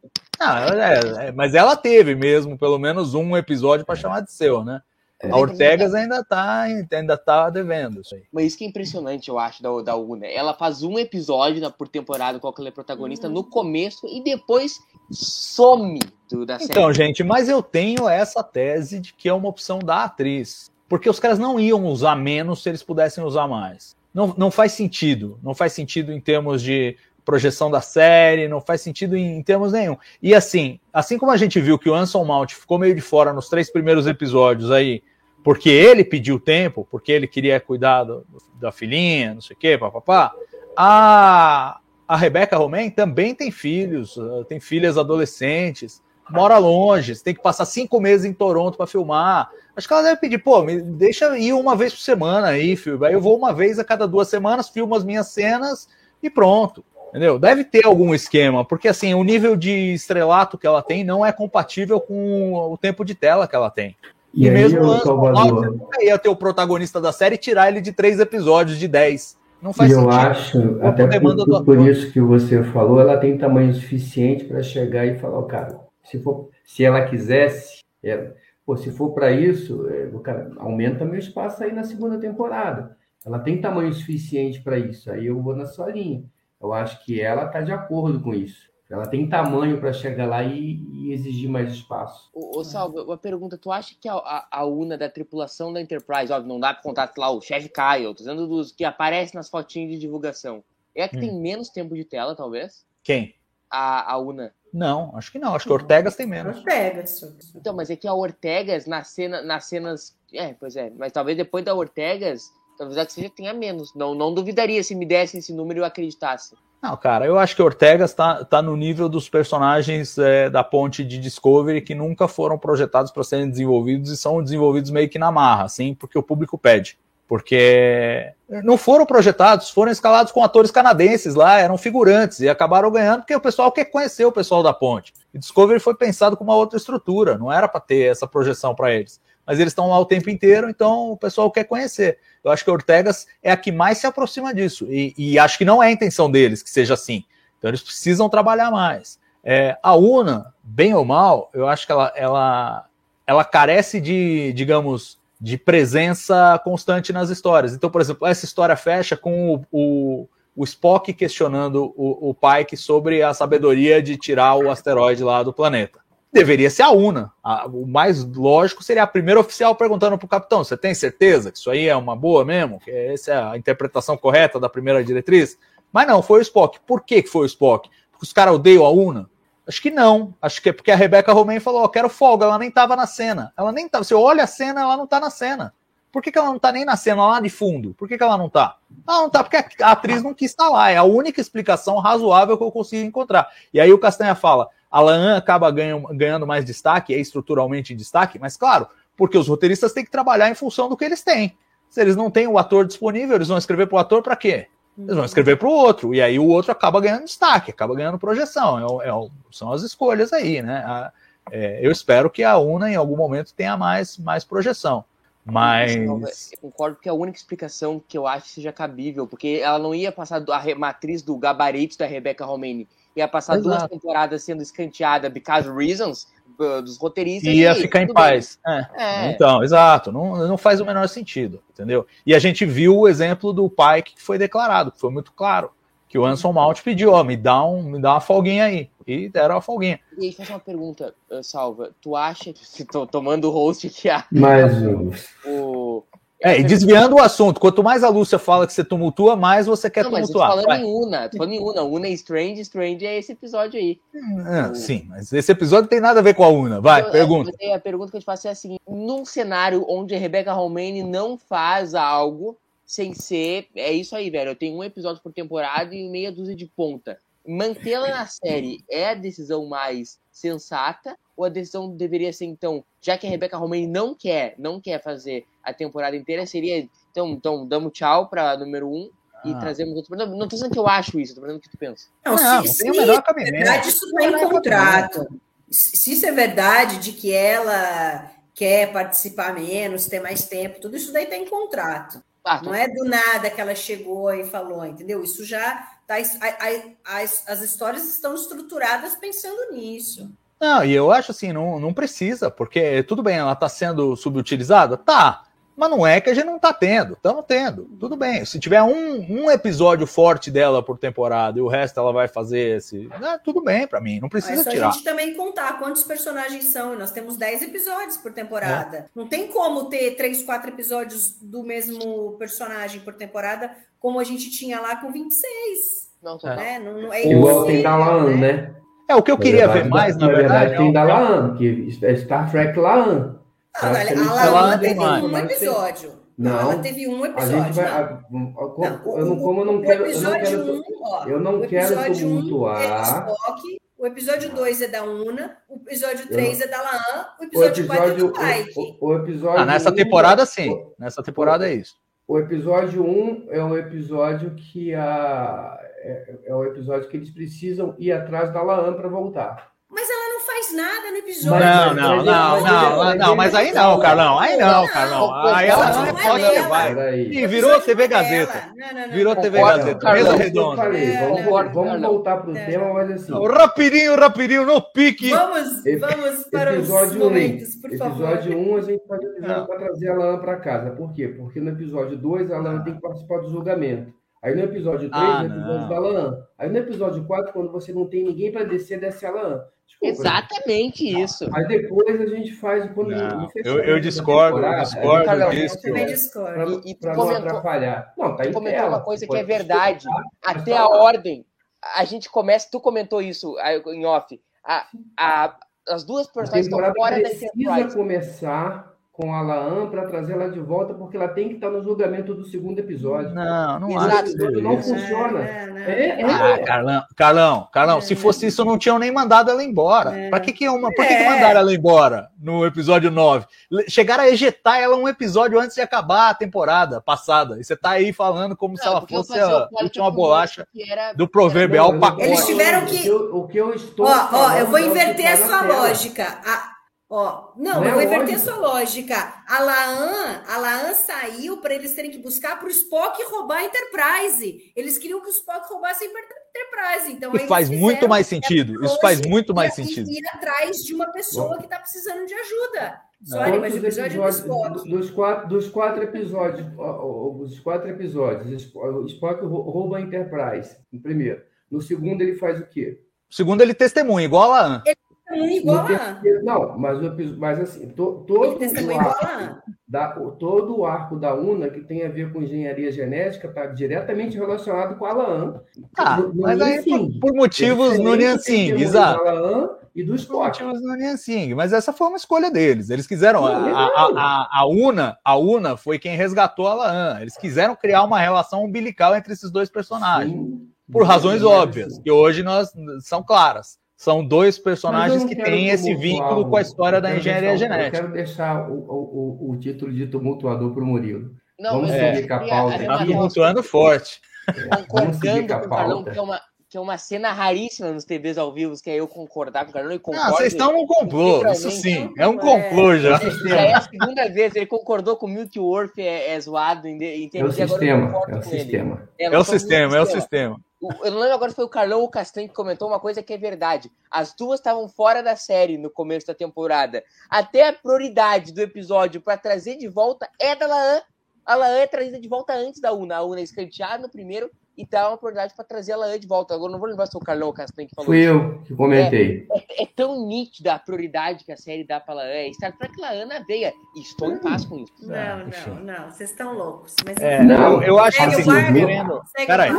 Mas ela teve mesmo pelo menos um episódio para chamar de seu, né? A Ortegas ainda tá devendo isso aí. Mas isso que é impressionante, eu acho, da Una. Ela faz um episódio por temporada com aquele protagonista no começo e depois some da série. Então, gente, mas eu tenho essa tese de que é uma opção da atriz. Porque os caras não iam usar menos se eles pudessem usar mais. Não faz sentido. Não faz sentido em termos de projeção da série, não faz sentido em termos nenhum. E assim como a gente viu que o Anson Mount ficou meio de fora nos 3 primeiros episódios aí, porque ele pediu tempo, porque ele queria cuidar da filhinha, não sei o quê, papapá, a Rebecca Romijn também tem filhos, tem filhas adolescentes, mora longe, você tem que passar 5 meses em Toronto para filmar. Acho que ela deve pedir, me deixa ir uma vez por semana aí, filho. Aí eu vou uma vez a cada 2 semanas, filmo as minhas cenas e pronto. Entendeu? Deve ter algum esquema, porque assim, o nível de estrelato que ela tem não é compatível com o tempo de tela que ela tem. E aí, mesmo Salvador, nunca ia ter o protagonista da série e tirar ele de 3 episódios de 10. Não faz sentido. Eu acho, até por isso que você falou, ela tem tamanho suficiente para chegar e falar, cara, se ela quisesse, se for para isso, cara, aumenta meu espaço aí na segunda temporada. Ela tem tamanho suficiente para isso, aí eu vou na sua linha. Eu acho que ela está de acordo com isso. Ela tem tamanho para chegar lá e exigir mais espaço. Ô Salva, uma pergunta. Tu acha que a Una da tripulação da Enterprise, óbvio, não dá para contar lá o chefe Kyle, tô dizendo dos que aparecem nas fotinhas de divulgação. É a que tem menos tempo de tela, talvez? Quem? A Una. Não, acho que não. Acho que a Ortegas tem menos. Ortegas. Então, mas é que a Ortegas, nas cenas... pois é. Mas talvez depois da Ortegas... Talvez a que seja tenha menos. Não duvidaria se me dessem esse número e eu acreditasse. Não, cara, eu acho que Ortegas tá no nível dos personagens da ponte de Discovery que nunca foram projetados para serem desenvolvidos e são desenvolvidos meio que na marra, assim, porque o público pede. Porque não foram projetados, foram escalados com atores canadenses lá, eram figurantes e acabaram ganhando porque o pessoal quer conhecer o pessoal da ponte. E Discovery foi pensado com uma outra estrutura, não era para ter essa projeção para eles. Mas eles estão lá o tempo inteiro, então o pessoal quer conhecer. Eu acho que a Ortegas é a que mais se aproxima disso. E acho que não é a intenção deles que seja assim. Então eles precisam trabalhar mais. A Una, bem ou mal, eu acho que ela carece de, digamos, de presença constante nas histórias. Então, por exemplo, essa história fecha com o Spock questionando o Pike sobre a sabedoria de tirar o asteroide lá do planeta. Deveria ser a Una. O mais lógico seria a primeira oficial perguntando para o capitão, você tem certeza que isso aí é uma boa mesmo? Que essa é a interpretação correta da primeira diretriz? Mas não, foi o Spock. Por que foi o Spock? Porque os caras odeiam a Una? Acho que não. Acho que é porque a Rebecca Romijn falou, quero folga, ela nem estava na cena. Ela nem estava. Você olha a cena, ela não está na cena. Por que ela não está nem na cena lá de fundo? Por que ela não está? Ela não está porque a atriz não quis estar lá. É a única explicação razoável que eu consigo encontrar. E aí o Castanha fala, a Laan acaba ganhando mais destaque, é estruturalmente em destaque, mas claro, porque os roteiristas têm que trabalhar em função do que eles têm. Se eles não têm o ator disponível, eles vão escrever para o ator para quê? Eles vão escrever para o outro, e aí o outro acaba ganhando destaque, acaba ganhando projeção. São as escolhas aí, né? Eu espero que a Una, em algum momento, tenha mais projeção. Mas... Eu concordo que é a única explicação que eu acho que seja cabível, porque ela não ia passar a matriz do gabarito da Rebecca Romijn, ia passar 2 temporadas sendo escanteada because reasons dos roteiristas. Ia ficar em paz. Então, exato. Não faz o menor sentido, entendeu? E a gente viu o exemplo do Pike que foi declarado, que foi muito claro, que o Anson Mount pediu, me dá uma folguinha aí. E deram uma folguinha. E aí, faz uma pergunta, Salva. Tu acha que, tomando o host que E desviando o assunto, quanto mais a Lúcia fala que você tumultua, mais você quer tumultuar. Mas eu tô falando em Una, Una é Strange é esse episódio aí. Sim, mas esse episódio não tem nada a ver com a Una. Vai, pergunta. A pergunta que eu te faço é assim, num cenário onde a Rebecca Romijn não faz algo sem ser, é isso aí, velho, eu tenho um episódio por temporada e meia dúzia de ponta. Mantê-la na série é a decisão mais sensata ou a decisão deveria ser, então, já que a Rebecca Romijn não quer fazer a temporada inteira, seria, então damos tchau pra número 1 e trazemos outro... Não tô dizendo que eu acho isso, tô falando o que tu pensa. Não, se é verdade, isso está em contrato. Se isso é verdade de que ela quer participar menos, ter mais tempo, tudo isso daí está em contrato. Não é do nada que ela chegou e falou, entendeu? Isso já tá, as histórias estão estruturadas pensando nisso. Não, e eu acho assim, não precisa, porque tudo bem, ela está sendo subutilizada? Tá, mas não é que a gente não está tendo, estamos tendo, tudo bem. Se tiver um episódio forte dela por temporada e o resto ela vai fazer tudo bem para mim, não precisa tirar. É só a gente também contar quantos personagens são, nós temos 10 episódios por temporada. Não tem como ter 3, 4 episódios do mesmo personagem por temporada, como a gente tinha lá com 26. Não é igual tem Dalahan, né? O que eu queria ver mais, na verdade... tem Dalahan, que é Star Trek Lahan. Ela teve um episódio. Não, ela teve um episódio. Eu não quero tumultuar. O episódio 2 é da Una, o episódio 3 é da Lahan, o episódio 4 é do Pike. Nessa temporada, sim. Nessa temporada é isso. O episódio 1 é um episódio que é o episódio que eles precisam ir atrás da Lahan para voltar. Mas ela não faz nada no episódio. Não, mas aí não, Carlão. Aí não, Carlão. Aí ela não pode levar. E virou TV Gazeta. Virou TV Gazeta. Mesa redonda. Vamos voltar para o tema, mas assim. Rapidinho, no pique. Vamos para os momentos, por favor. Episódio 1, a gente pode avisar para trazer a Lahan para casa. Por quê? Porque no episódio 2, a Lahan tem que participar do julgamento. Aí no episódio 3, no episódio da Lahan. Aí no episódio 4, quando você não tem ninguém para descer, desce a Lahan. Exatamente isso. Aí depois a gente faz... Eu discordo disso. Eu também discordo. Para não atrapalhar. Não, tá em comentou uma coisa que é verdade. Até a ordem. A gente começa... Tu comentou isso em off. As duas personagens estão fora da Enterprise. Precisa começar com a Lahan para trazer ela de volta, porque ela tem que estar no julgamento do segundo episódio. Não acho. Não funciona. Carlão, se fosse isso, não tinham nem mandado ela embora. Por que mandaram ela embora no episódio 9? Chegaram a ejetar ela um episódio antes de acabar a temporada passada. E você tá aí falando como se ela fosse a última bolacha do proverbial pacote. Eles tiveram que... O que eu estou... eu vou inverter a sua lógica. Eu vou inverter a sua lógica. A Lahan saiu para eles terem que buscar para o Spock roubar a Enterprise. Eles queriam que o Spock roubasse a Enterprise. Então, isso faz muito mais sentido. Isso faz muito mais sentido. Ir atrás de uma pessoa que está precisando de ajuda. Mas o episódio do Spock. Dos quatro episódios, o Spock rouba a Enterprise, no primeiro. No segundo, ele faz o quê? No segundo, ele testemunha, igual a Lahan. Não, mas assim, todo o arco da Una que tem a ver com engenharia genética está diretamente relacionado com a Lahan. Mas aí por motivos no Niansing, exato. Da Lahan e do Spock. Motivos no Niansing, mas essa foi uma escolha deles. Eles quiseram a Una foi quem resgatou a Lahan. Eles quiseram criar uma relação umbilical entre esses dois personagens, por razões óbvias, que hoje são claras. São dois personagens que têm esse vínculo com a história da engenharia genética. Eu quero deixar o título de tumultuador para o Murilo. Vamos seguir com a pauta. Está tumultuando forte. Concordando com o Carlão, que é uma cena raríssima nos TVs ao vivo, que é eu concordar com o Carlão e concordo. Vocês estão num complô, isso sim. É um complô já. Já é a segunda vez, ele concordou com o Milk Worth, é zoado em termos de agora eu concordo com ele. É o sistema. Eu não lembro agora se foi o Carlão ou o Castanho que comentou uma coisa que é verdade. As duas estavam fora da série no começo da temporada. Até a prioridade do episódio para trazer de volta é da Lahan. A Lahan é trazida de volta antes da Una. A Una é escanteada no primeiro, e dar uma oportunidade para trazer a Laan de volta. Agora não vou lembrar se foi o Carlão Castanho que falou. Fui eu que comentei. É tão nítida a prioridade que a série dá para Laan. Star Trek Laan na veia. E estou em paz com isso. Não. Vocês estão loucos. Mas eu acho que assim, Peraí.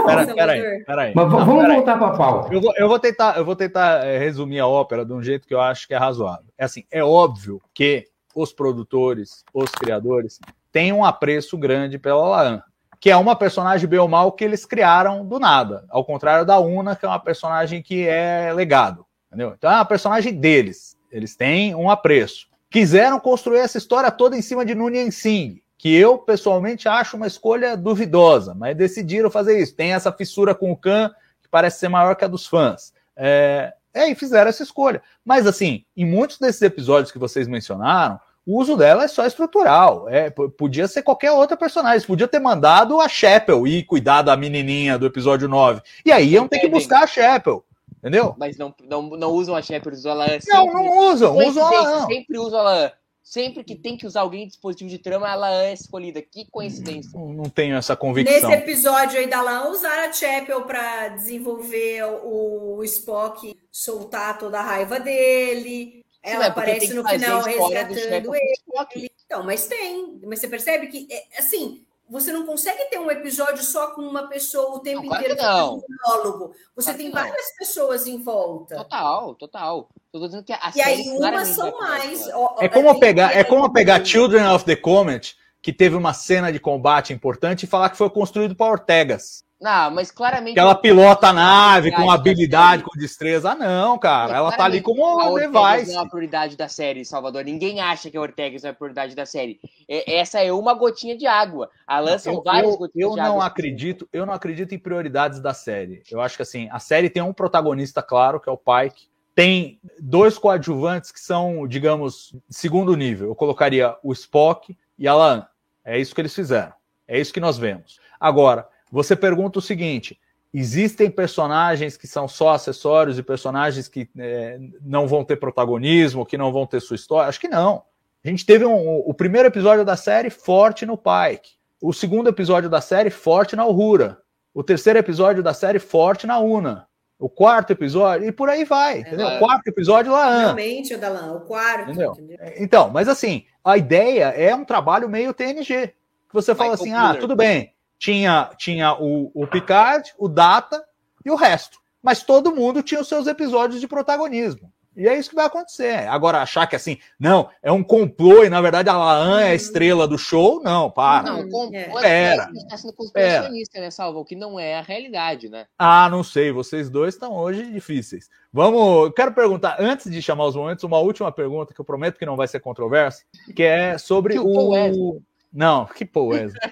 Mas vamos voltar para a pauta. Eu vou tentar resumir a ópera de um jeito que eu acho que é razoável. É assim, é óbvio que os produtores, os criadores, têm um apreço grande pela Laan, que é uma personagem bem ou mal que eles criaram do nada, ao contrário da Una, que é uma personagem que é legado, entendeu? Então é uma personagem deles, eles têm um apreço. Quiseram construir essa história toda em cima de Noonien Singh, que eu pessoalmente acho uma escolha duvidosa, mas decidiram fazer isso. Tem essa fissura com o Khan, que parece ser maior que a dos fãs. E fizeram essa escolha. Mas, assim, em muitos desses episódios que vocês mencionaram, o uso dela é só estrutural. Podia ser qualquer outra personagem. Podia ter mandado a Chapel ir cuidar da menininha do episódio 9. E aí iam ter que buscar a Chapel. Entendeu? Mas não usam a Chapel, usam a Laan. Não usam. Usam a Laan. Sempre usam a Laan. Sempre que tem que usar alguém em dispositivo de trama, a Laan é escolhida. Que coincidência. Não tenho essa convicção. Nesse episódio aí da Laan, usaram a Chapel para desenvolver o Spock, soltar toda a raiva dele. Ela aparece no final resgatando ele. Então, mas você percebe que, assim, você não consegue ter um episódio só com uma pessoa o tempo inteiro fazendo monólogo. Você tem várias pessoas em volta. Total. Tô dizendo que e aí umas são mais... É como pegar Children of the Comet, que teve uma cena de combate importante, e falar que foi construído para Ortegas. Não, mas claramente... Que ela pilota a nave com habilidade, com destreza. Não, cara. Ela tá ali como a device. Não é a prioridade da série, Salvador. Ninguém acha que a Ortegas é a prioridade da série. Essa é uma gotinha de água. A Laan são várias gotinhas de água. Eu não acredito em prioridades da série. Eu acho que, assim, a série tem um protagonista, claro, que é o Pike. Tem 2 coadjuvantes que são, digamos, segundo nível. Eu colocaria o Spock e a Laan. É isso que eles fizeram. É isso que nós vemos. Agora... Você pergunta o seguinte, existem personagens que são só acessórios e personagens que não vão ter protagonismo, que não vão ter sua história? Acho que não. A gente teve o primeiro episódio da série forte no Pike, o segundo episódio da série forte na Uhura, o terceiro episódio da série forte na Una, o quarto episódio, e por aí vai, entendeu? O quarto episódio, Laan. Realmente, o da Laan, o quarto. Entendeu? Então, mas assim, a ideia é um trabalho meio TNG, que você fala assim, tudo bem, tinha o Picard, o Data e o resto. Mas todo mundo tinha os seus episódios de protagonismo. E é isso que vai acontecer. Agora, achar que assim, não, é um complô e na verdade a Laan é a estrela do show, não, para. Não, complô está sendo conspiracionista, né, Salva? O que não é a realidade, né? Não sei, vocês dois estão hoje difíceis. Quero perguntar, antes de chamar os momentos, uma última pergunta que eu prometo que não vai ser controversa, que é sobre Não, que poesia.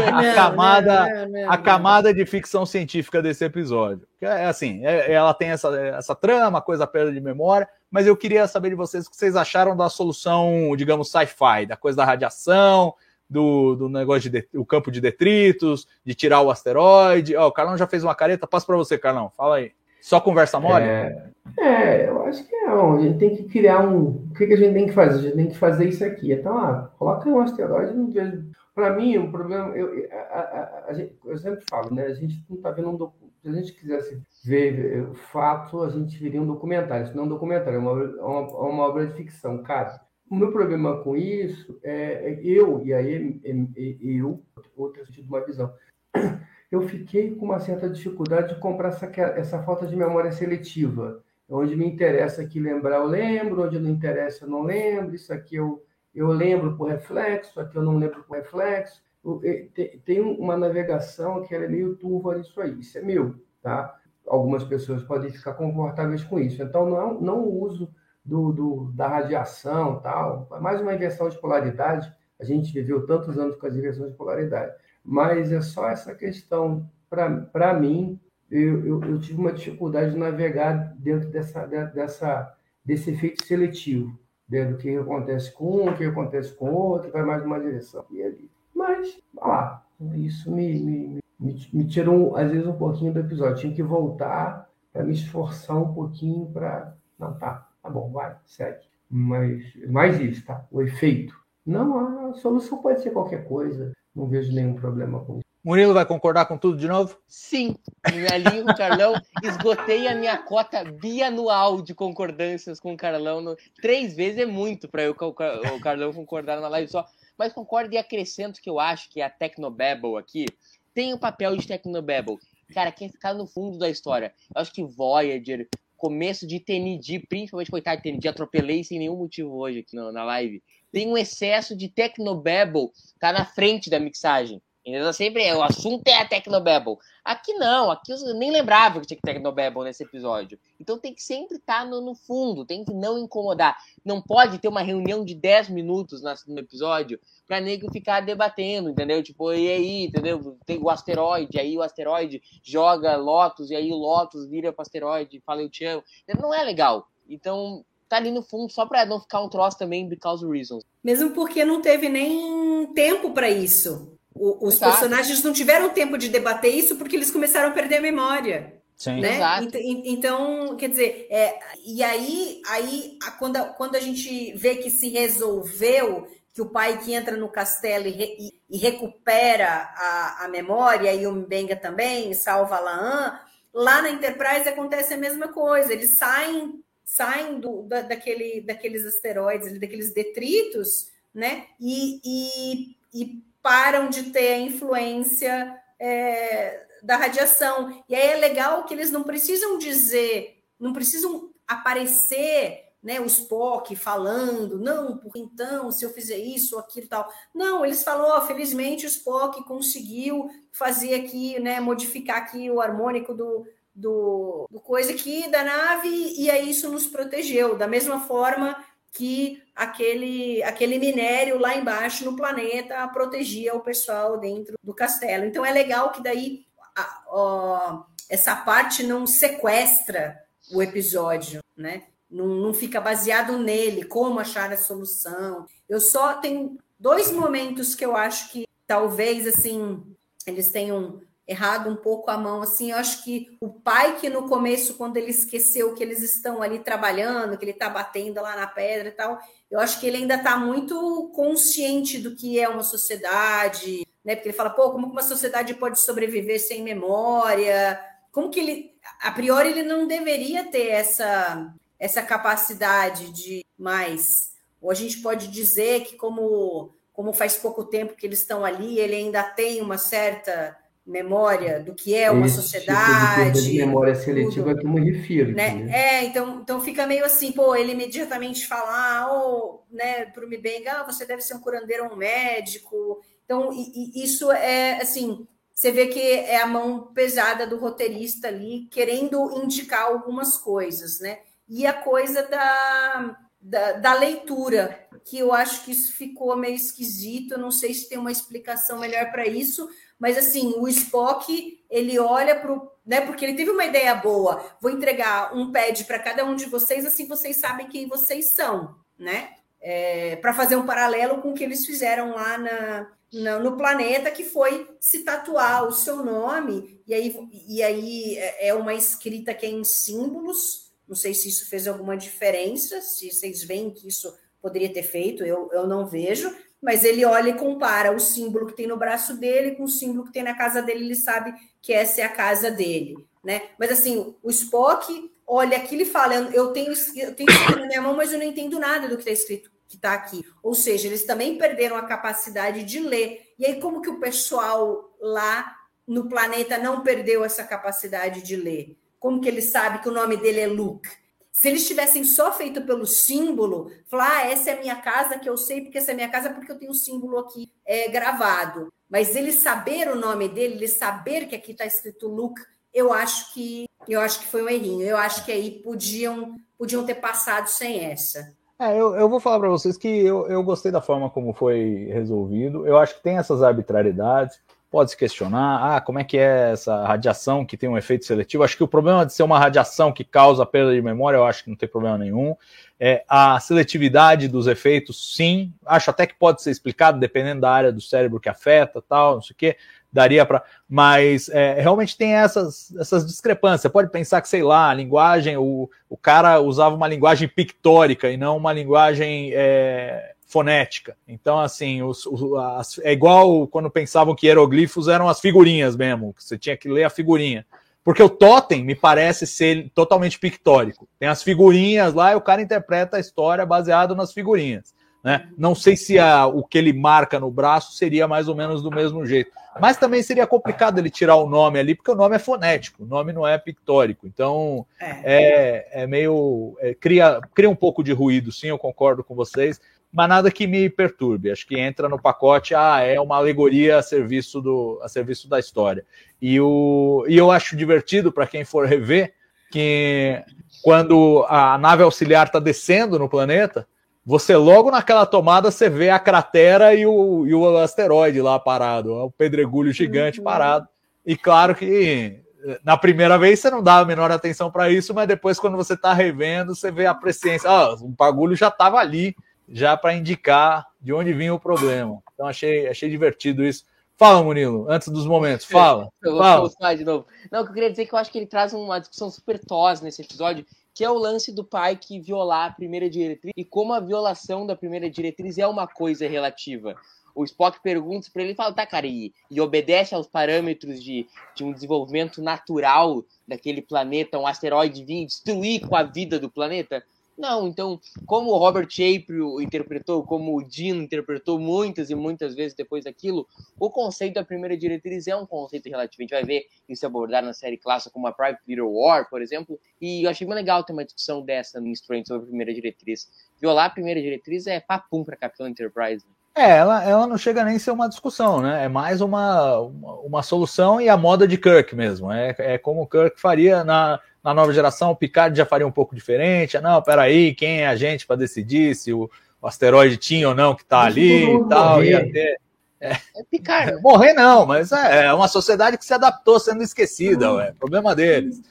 A camada de ficção científica desse episódio. É assim, ela tem essa trama, coisa perda de memória, mas eu queria saber de vocês o que vocês acharam da solução, digamos, sci-fi, da coisa da radiação, do negócio o campo de detritos, de tirar o asteroide. O Carlão já fez uma careta, passo para você, Carlão, fala aí. Só conversa mole? Eu acho que não. A gente tem que criar o que a gente tem que fazer? A gente tem que fazer isso aqui. Então, coloca um asteroide. Para mim, o problema... Eu sempre falo, né? A gente não está vendo um documento. Se a gente quisesse ver o fato, a gente veria um documentário. Isso não é um documentário, é uma obra de ficção, cara. O meu problema com isso outra sentido de uma visão... Eu fiquei com uma certa dificuldade de comprar essa falta de memória seletiva. Onde me interessa aqui lembrar, eu lembro, onde não interessa, eu não lembro. Isso aqui eu lembro por reflexo, aqui eu não lembro por reflexo. Tem uma navegação que ela é meio turva nisso aí. Isso é meu, tá? Algumas pessoas podem ficar confortáveis com isso. Então, não o uso da radiação, tal. É mais uma inversão de polaridade. A gente viveu tantos anos com as inversões de polaridade. Mas é só essa questão, para mim, eu tive uma dificuldade de navegar dentro desse efeito seletivo, do que acontece com um, o que acontece com o outro, vai mais numa direção. E ali. Mas, isso me tirou, às vezes, um pouquinho do episódio. Tinha que voltar para me esforçar um pouquinho para... Não, tá bom, vai, segue. Mas mais isso, tá? O efeito. Não, a solução pode ser qualquer coisa. Não vejo nenhum problema com isso. Murilo vai concordar com tudo de novo? Sim, ali o Carlão, esgotei a minha cota bianual de concordâncias com o Carlão. 3 vezes é muito para o Carlão concordar na live só, mas concordo e acrescento que eu acho que a Tecnobabble aqui tem o papel de Tecnobabble. Cara, quem ficar no fundo da história, eu acho que Voyager, começo de TND, principalmente coitado de TND, atropelei sem nenhum motivo hoje aqui na live, tem um excesso de Tecnobabble, tá na frente da mixagem. Entendeu? Sempre o assunto é a Tecnobabble. Aqui não, aqui eu nem lembrava que tinha Tecnobabble nesse episódio. Então tem que sempre estar no fundo, tem que não incomodar. Não pode ter uma reunião de 10 minutos no episódio pra nego ficar debatendo, entendeu? Tipo, e aí, entendeu? Tem o asteroide, aí o asteroide joga Lotus, e aí o Lotus vira pro asteroide e fala eu te amo. Não é legal. Então tá ali no fundo só pra não ficar um troço também because of reasons. Mesmo porque não teve nem tempo pra isso. Os personagens não tiveram tempo de debater isso porque eles começaram a perder a memória. Sim. Né? Exato. Então, quer dizer, e aí quando a gente vê que se resolveu, que o pai que entra no castelo e recupera a memória, e o Mbenga também, salva a Laan, lá na Enterprise acontece a mesma coisa, eles saem daqueles asteroides, daqueles detritos, né? E param de ter a influência da radiação. E aí é legal que eles não precisam aparecer, né, o Spock falando, não, porque então, se eu fizer isso ou aquilo e tal. Não, eles falam, felizmente o Spock conseguiu fazer aqui, né, modificar aqui o harmônico do coisa aqui da nave, e aí isso nos protegeu. Da mesma forma que aquele minério lá embaixo no planeta protegia o pessoal dentro do castelo. Então é legal que daí essa parte não sequestra o episódio, né? Não fica baseado nele, como achar a solução. Eu só tenho 2 momentos que eu acho que talvez assim eles tenham errado um pouco a mão, assim, eu acho que o pai que no começo, quando ele esqueceu que eles estão ali trabalhando, que ele está batendo lá na pedra e tal, eu acho que ele ainda está muito consciente do que é uma sociedade, né, porque ele fala, como que uma sociedade pode sobreviver sem memória, como que ele, a priori, ele não deveria ter essa capacidade de mais, ou a gente pode dizer que como faz pouco tempo que eles estão ali, ele ainda tem uma certa memória do que é uma sociedade. Tipo de memória seletiva que eu me refiro. Né? Então fica meio assim, ele imediatamente fala, né, para o Mbenga, você deve ser um curandeiro ou um médico. Então, isso é assim, você vê que é a mão pesada do roteirista ali, querendo indicar algumas coisas, né? E a coisa da leitura, que eu acho que isso ficou meio esquisito, eu não sei se tem uma explicação melhor para isso, mas assim, o Spock, ele olha né, porque ele teve uma ideia boa, vou entregar um pad para cada um de vocês, assim vocês sabem quem vocês são, né? Para fazer um paralelo com o que eles fizeram lá no planeta, que foi se tatuar o seu nome, e aí é uma escrita que é em símbolos. Não sei se isso fez alguma diferença, se vocês veem que isso poderia ter feito, eu não vejo, mas ele olha e compara o símbolo que tem no braço dele com o símbolo que tem na casa dele, ele sabe que essa é a casa dele, né? Mas assim, o Spock olha aquilo e fala, eu tenho escrito na minha mão, mas eu não entendo nada do que está escrito, que está aqui. Ou seja, eles também perderam a capacidade de ler. E aí, como que o pessoal lá no planeta não perdeu essa capacidade de ler? Como que ele sabe que o nome dele é Luke? Se eles tivessem só feito pelo símbolo, falar, essa é a minha casa, que eu sei porque essa é a minha casa, porque eu tenho o símbolo aqui gravado. Mas ele saber o nome dele, ele saber que aqui está escrito Luke, eu acho que foi um errinho. Eu acho que aí podiam ter passado sem essa. Eu vou falar para vocês que eu gostei da forma como foi resolvido. Eu acho que tem essas arbitrariedades. Pode se questionar, como é que é essa radiação que tem um efeito seletivo? Acho que o problema de ser uma radiação que causa perda de memória, eu acho que não tem problema nenhum. A seletividade dos efeitos, sim. Acho até que pode ser explicado, dependendo da área do cérebro que afeta, tal, não sei o quê. daria para... Mas realmente tem essas discrepâncias. Você pode pensar que, sei lá, a linguagem, o cara usava uma linguagem pictórica e não uma linguagem fonética. Então, assim, é igual quando pensavam que hieroglifos eram as figurinhas mesmo, que você tinha que ler a figurinha. Porque o totem me parece ser totalmente pictórico. Tem as figurinhas lá e o cara interpreta a história baseado nas figurinhas. Né? Não sei se o que ele marca no braço seria mais ou menos do mesmo jeito. Mas também seria complicado ele tirar o nome ali, porque o nome é fonético, o nome não é pictórico. Então, meio... cria um pouco de ruído, sim, eu concordo com vocês, mas nada que me perturbe. Acho que entra no pacote, é uma alegoria a serviço da história. E eu acho divertido, para quem for rever, que quando a nave auxiliar está descendo no planeta, você logo naquela tomada você vê a cratera e o asteroide lá parado, o pedregulho gigante parado. E claro que na primeira vez você não dá a menor atenção para isso, mas depois quando você está revendo, você vê a presciência. O bagulho já estava ali, já para indicar de onde vinha o problema. Então achei divertido isso. Fala, Murilo, antes dos momentos, fala. Eu vou falar de novo. Não, o que eu queria dizer é que eu acho que ele traz uma discussão super tosa nesse episódio, que é o lance do Pike violar a primeira diretriz e como a violação da primeira diretriz é uma coisa relativa. O Spock pergunta para ele e fala, tá, cara, e obedece aos parâmetros de um desenvolvimento natural daquele planeta, um asteroide vir destruir com a vida do planeta? Não, então, como o Robert Shapiro interpretou, como o Dean interpretou muitas e muitas vezes depois daquilo, o conceito da primeira diretriz é um conceito relativo. A gente vai ver isso abordado na série clássica como a Private Little War, por exemplo, e eu achei bem legal ter uma discussão dessa no Strange sobre a primeira diretriz. Violar a primeira diretriz é papum para Capitão Enterprise. Ela não chega nem a ser uma discussão, né? É mais uma solução e a moda de Kirk mesmo. É como o Kirk faria na nova geração. O Picard já faria um pouco diferente. Não, peraí, quem é a gente para decidir se o asteroide tinha ou não que está ali e tal. Ia ter... Picard. Morrer não, mas é uma sociedade que se adaptou sendo esquecida. É problema deles.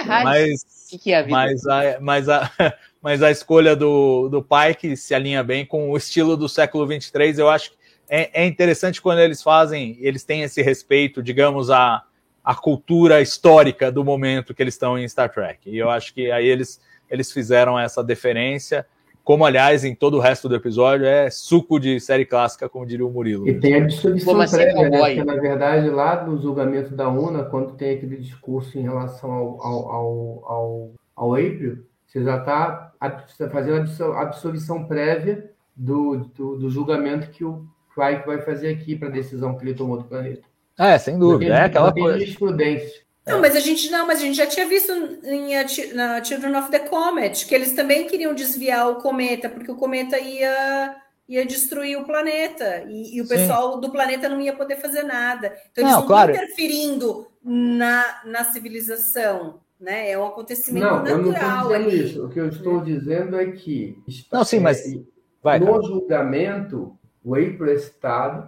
Mas o que é a vida? Mas a escolha do Pike se alinha bem com o estilo do século 23. Eu acho que é interessante quando eles têm esse respeito, digamos, à cultura histórica do momento que eles estão em Star Trek. E eu acho que aí eles fizeram essa deferência, como, aliás, em todo o resto do episódio, é suco de série clássica, como diria o Murilo. E tem a dissolução prévia, né? Porque, na verdade, lá no julgamento da UNA, quando tem aquele discurso em relação ao April, você já está fazendo a absolvição prévia do julgamento que o Pike vai fazer aqui para a decisão que ele tomou do planeta. Sem dúvida. É aquela coisa. Jurisprudência. Mas a gente já tinha visto na Children of the Comet que eles também queriam desviar o cometa, porque o cometa ia destruir o planeta e o pessoal do planeta não ia poder fazer nada. Então eles não estão interferindo na civilização. Né? É um acontecimento natural. Eu não estou dizendo isso. O que eu estou dizendo é que no julgamento, o April é citado,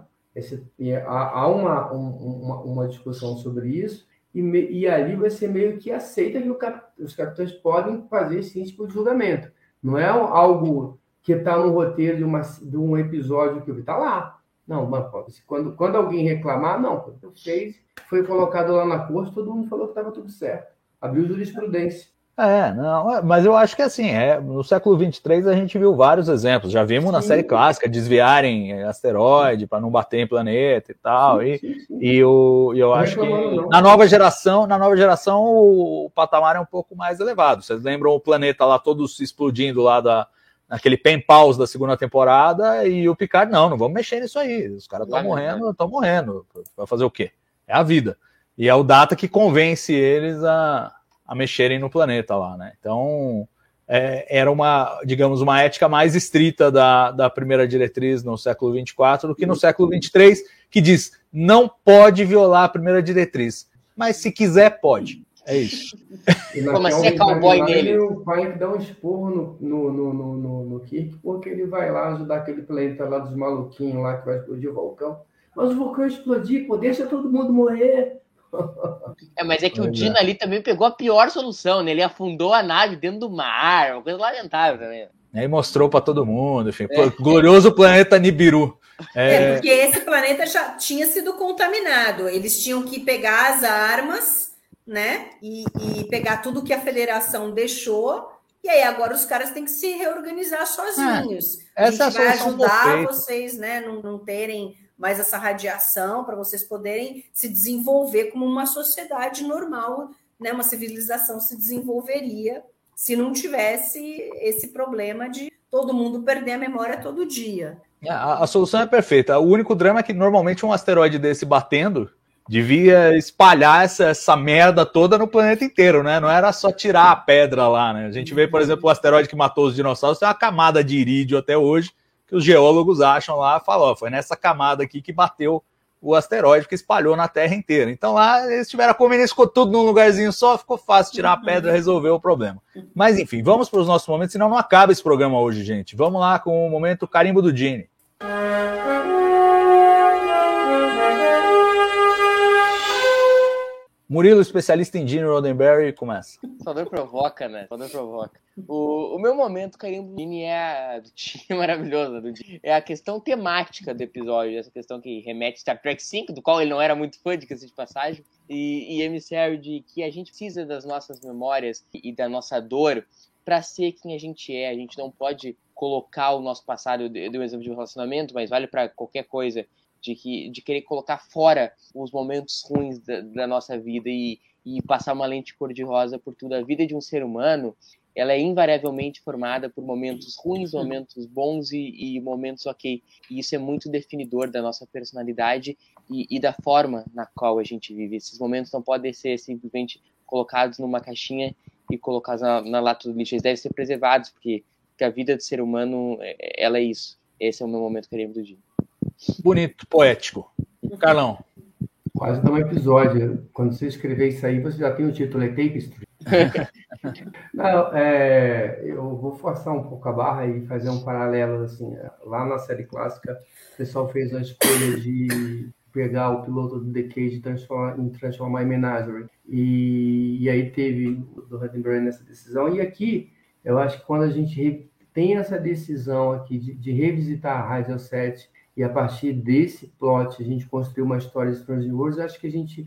há uma discussão sobre isso, e ali vai ser meio que aceita que os capitães podem fazer esse tipo de julgamento. Não é algo que está no roteiro de um episódio que está lá. Não, mas quando alguém reclamar, não, quando fez, foi colocado lá na corte, todo mundo falou que estava tudo certo. Abriu jurisprudência. Mas eu acho que assim, no século 23 a gente viu vários exemplos. Já vimos na série clássica desviarem asteroide para não bater em planeta e tal. E eu acho que na nova geração o patamar é um pouco mais elevado. Vocês lembram o planeta lá todos explodindo lá naquele pen pause da segunda temporada, e o Picard, não vamos mexer nisso aí. Os caras estão morrendo. Vai fazer o quê? É a vida. E é o Data que convence eles a mexerem no planeta lá, né? Então, era digamos, uma ética mais estrita da primeira diretriz no século 24 do que no século 23, que diz, não pode violar a primeira diretriz, mas se quiser, pode. É isso. Como assim é cowboy nele? O pai que dá um esporro no Kirk, porque ele vai lá ajudar aquele planeta lá dos maluquinhos lá que vai explodir o vulcão. Mas o vulcão explodir, pô, deixa todo mundo morrer. Mas é que o Dino ali também pegou a pior solução, né? Ele afundou a nave dentro do mar, uma coisa lamentável também. E aí mostrou para todo mundo, enfim, glorioso planeta Nibiru. Porque esse planeta já tinha sido contaminado. Eles tinham que pegar as armas, né? E pegar tudo que a Federação deixou. E aí agora os caras têm que se reorganizar sozinhos. A gente vai ajudar vocês, né? Não terem mais essa radiação, para vocês poderem se desenvolver como uma sociedade normal, né? Uma civilização se desenvolveria se não tivesse esse problema de todo mundo perder a memória todo dia. A solução é perfeita. O único drama é que normalmente um asteroide desse batendo devia espalhar essa merda toda no planeta inteiro, né? Não era só tirar a pedra lá, né? A gente vê, por exemplo, o asteroide que matou os dinossauros, tem uma camada de irídio até hoje, que os geólogos acham lá, falam, foi nessa camada aqui que bateu o asteroide, que espalhou na Terra inteira. Então lá eles tiveram a conveniência, ficou tudo num lugarzinho só, ficou fácil tirar a pedra e resolver o problema. Mas enfim, vamos para os nossos momentos, senão não acaba esse programa hoje, gente. Vamos lá com o momento carimbo do Gene. Murilo, especialista em Gene Roddenberry, começa. Só não provoca, né? Só não provoca. O meu momento carimbo do Gene é do time maravilhoso. É a questão temática do episódio, essa questão que remete a Star Trek V, do qual ele não era muito fã, de passagem, e emissário de que a gente precisa das nossas memórias e da nossa dor para ser quem a gente é. A gente não pode colocar o nosso passado, eu dei um exemplo de relacionamento, mas vale para qualquer coisa, de querer colocar fora os momentos ruins da nossa vida e passar uma lente cor-de-rosa por tudo. A vida de um ser humano, ela é invariavelmente formada por momentos ruins, momentos bons e momentos ok. E isso é muito definidor da nossa personalidade e da forma na qual a gente vive. Esses momentos não podem ser simplesmente colocados numa caixinha e colocados na lata do lixo. Eles devem ser preservados, porque a vida do ser humano, ela é isso. Esse é o meu momento carimbo do dia. Bonito, poético. Carlão. Quase dá um episódio. Quando você escrever isso aí, você já tem o título, é Tapestry. Não, eu vou forçar um pouco a barra e fazer um paralelo, assim. Lá na série clássica, o pessoal fez a escolha de pegar o piloto do The Cage e transformar em Menagerie. E aí teve do Roddenberry nessa decisão. E aqui, eu acho que quando a gente tem essa decisão aqui de revisitar a Radial 7 e a partir desse plot a gente construiu uma história de Strange New Worlds, acho que a gente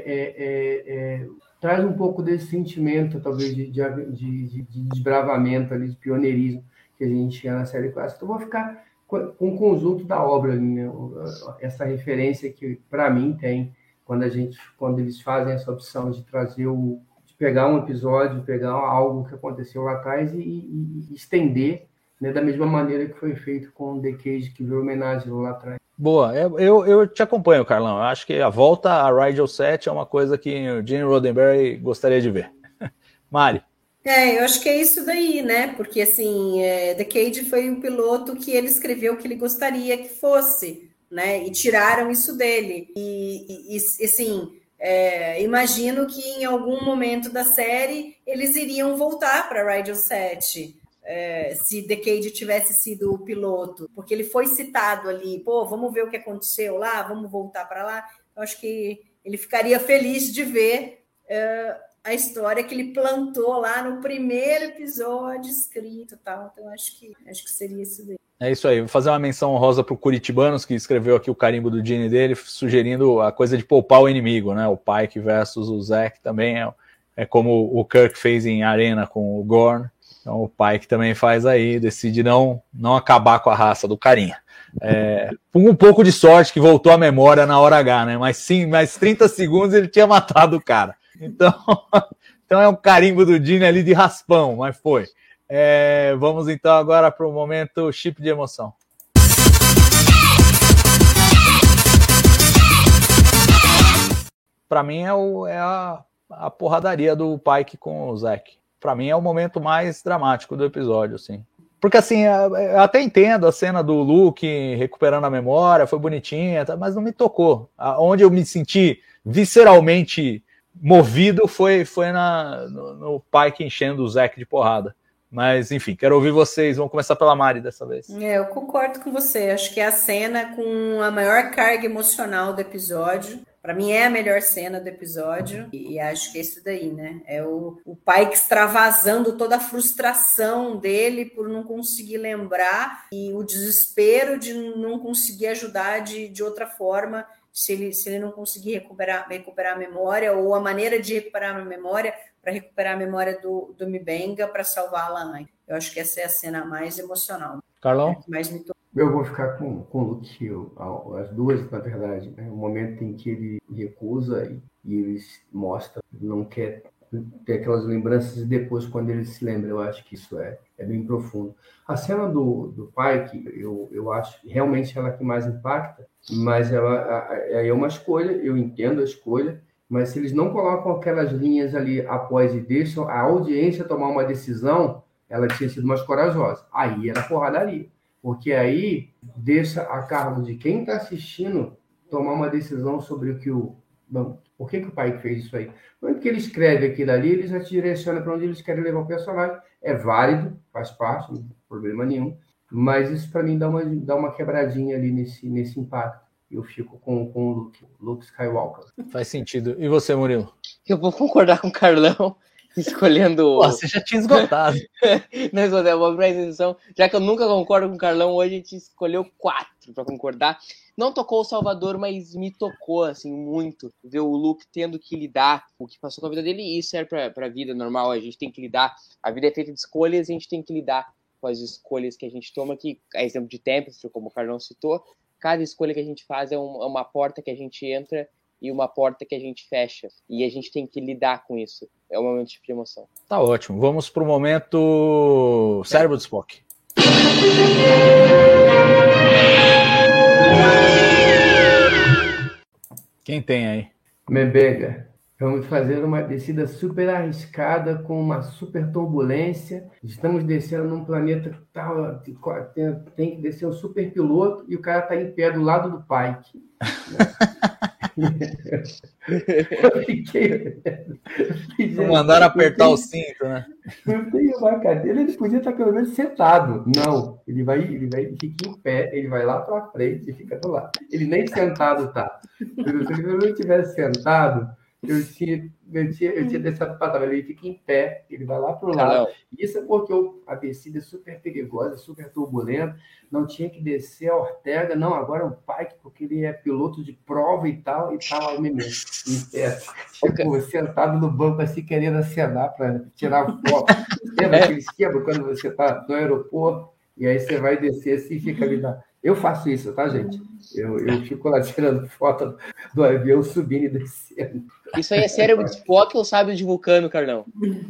traz um pouco desse sentimento, talvez, de desbravamento, ali, de pioneirismo que a gente tinha na série clássica. Então, vou ficar com o conjunto da obra, né? Essa referência que, para mim, tem quando eles fazem essa opção de trazer de pegar um episódio, pegar algo que aconteceu lá atrás e estender, né, da mesma maneira que foi feito com o The Cage, que virou homenagem lá atrás. Boa, eu te acompanho, Carlão. Eu acho que a volta a Rigel 7 é uma coisa que o Gene Roddenberry gostaria de ver. Mari. Eu acho que é isso daí, né? Porque, assim, The Cage foi um piloto que ele escreveu que ele gostaria que fosse, né? E tiraram isso dele. E assim, imagino que em algum momento da série eles iriam voltar para Rigel 7. Se The Cage tivesse sido o piloto, porque ele foi citado ali, vamos ver o que aconteceu lá, vamos voltar para lá. Eu acho que ele ficaria feliz de ver a história que ele plantou lá no primeiro episódio escrito e tal. Então acho que seria isso daí. É isso aí, vou fazer uma menção honrosa para o Curitibanos, que escreveu aqui o carimbo do Gene dele, sugerindo a coisa de poupar o inimigo, né? O Pike versus o Zack também é como o Kirk fez em Arena com o Gorn. Então o Pike também faz aí, decide não acabar com a raça do carinha. Com um pouco de sorte que voltou a memória na hora H, né? Mas sim, mais 30 segundos ele tinha matado o cara. Então é um carimbo do Gene ali de raspão, mas foi. Vamos então agora para o momento chip de emoção. Para mim é a porradaria do Pike com o Zack. Para mim é o momento mais dramático do episódio, assim. Porque, assim, eu até entendo a cena do Luke recuperando a memória, foi bonitinha, mas não me tocou. Onde eu me senti visceralmente movido foi no Pike enchendo o Zack de porrada. Mas, enfim, quero ouvir vocês. Vamos começar pela Mari dessa vez. Eu concordo com você. Acho que é a cena com a maior carga emocional do episódio. Para mim é a melhor cena do episódio e acho que é isso daí, né? É o Pike extravasando toda a frustração dele por não conseguir lembrar e o desespero de não conseguir ajudar de outra forma se ele não conseguir recuperar a memória ou a maneira de recuperar a memória para recuperar a memória do M'Benga para salvar a Lana. Eu acho que essa é a cena mais emocional. Carlão? É que mais me tocou. Eu vou ficar com o Luke Hill, as duas, na verdade. Né? O momento em que ele recusa e ele mostra, não quer ter aquelas lembranças e depois, quando ele se lembra, eu acho que isso é bem profundo. A cena do Pike, eu acho realmente ela que mais impacta, mas ela é uma escolha, eu entendo a escolha, mas se eles não colocam aquelas linhas ali após e deixam a audiência tomar uma decisão, ela tinha sido mais corajosa. Aí era porradaria. Porque aí deixa a cargo de quem está assistindo tomar uma decisão sobre o que por que o Pike fez isso aí? Quando ele escreve aquilo ali, ele já te direciona para onde eles querem levar o personagem. É válido, faz parte, não tem problema nenhum. Mas isso para mim dá uma quebradinha ali nesse impacto. Eu fico com o Luke Skywalker. Faz sentido. E você, Murilo? Eu vou concordar com o Carlão. Escolhendo... Pô, você já tinha esgotado. Não, eu vou prestar atenção. Já que eu nunca concordo com o Carlão, hoje a gente escolheu 4 para concordar. Não tocou o Salvador, mas me tocou, assim, muito. Ver o Luke tendo que lidar com o que passou com a vida dele. E isso serve para a vida normal. A gente tem que lidar. A vida é feita de escolhas e a gente tem que lidar com as escolhas que a gente toma. Que é exemplo de Tempest, como o Carlão citou. Cada escolha que a gente faz é uma porta que a gente entra e uma porta que a gente fecha. E a gente tem que lidar com isso. É um momento de emoção. Tá ótimo. Vamos pro momento Cérebro de Spock. Quem tem aí? M'Benga. Vamos fazer uma descida super arriscada com uma super turbulência. Estamos descendo num planeta que tem que descer um super piloto e o cara está em pé do lado do Pike. Eu fiquei... Não mandaram apertar o cinto, né? Eu tenho uma cadeira, ele podia estar pelo menos sentado. Não, ele fica em pé, ele vai lá para frente e fica do lado. Ele nem sentado tá. Se ele não tivesse sentado, eu tinha deixado para trás. Ele fica em pé, ele vai lá para o lado. Isso é porque a descida é super perigosa, super turbulenta. Não tinha que descer a Ortega, não. Agora é o Pike, porque ele é piloto de prova e tal, e tá lá mesmo, em pé. Tipo, sentado no banco, assim, querendo acenar para tirar foto. Lembra aquele esquema quando você está no aeroporto e aí você vai descer assim e fica ali na... Eu faço isso, tá, gente? Eu fico lá tirando foto do avião subindo e descendo. Isso aí é cérebro de Spock ou sábio de Vulcano, Carlão?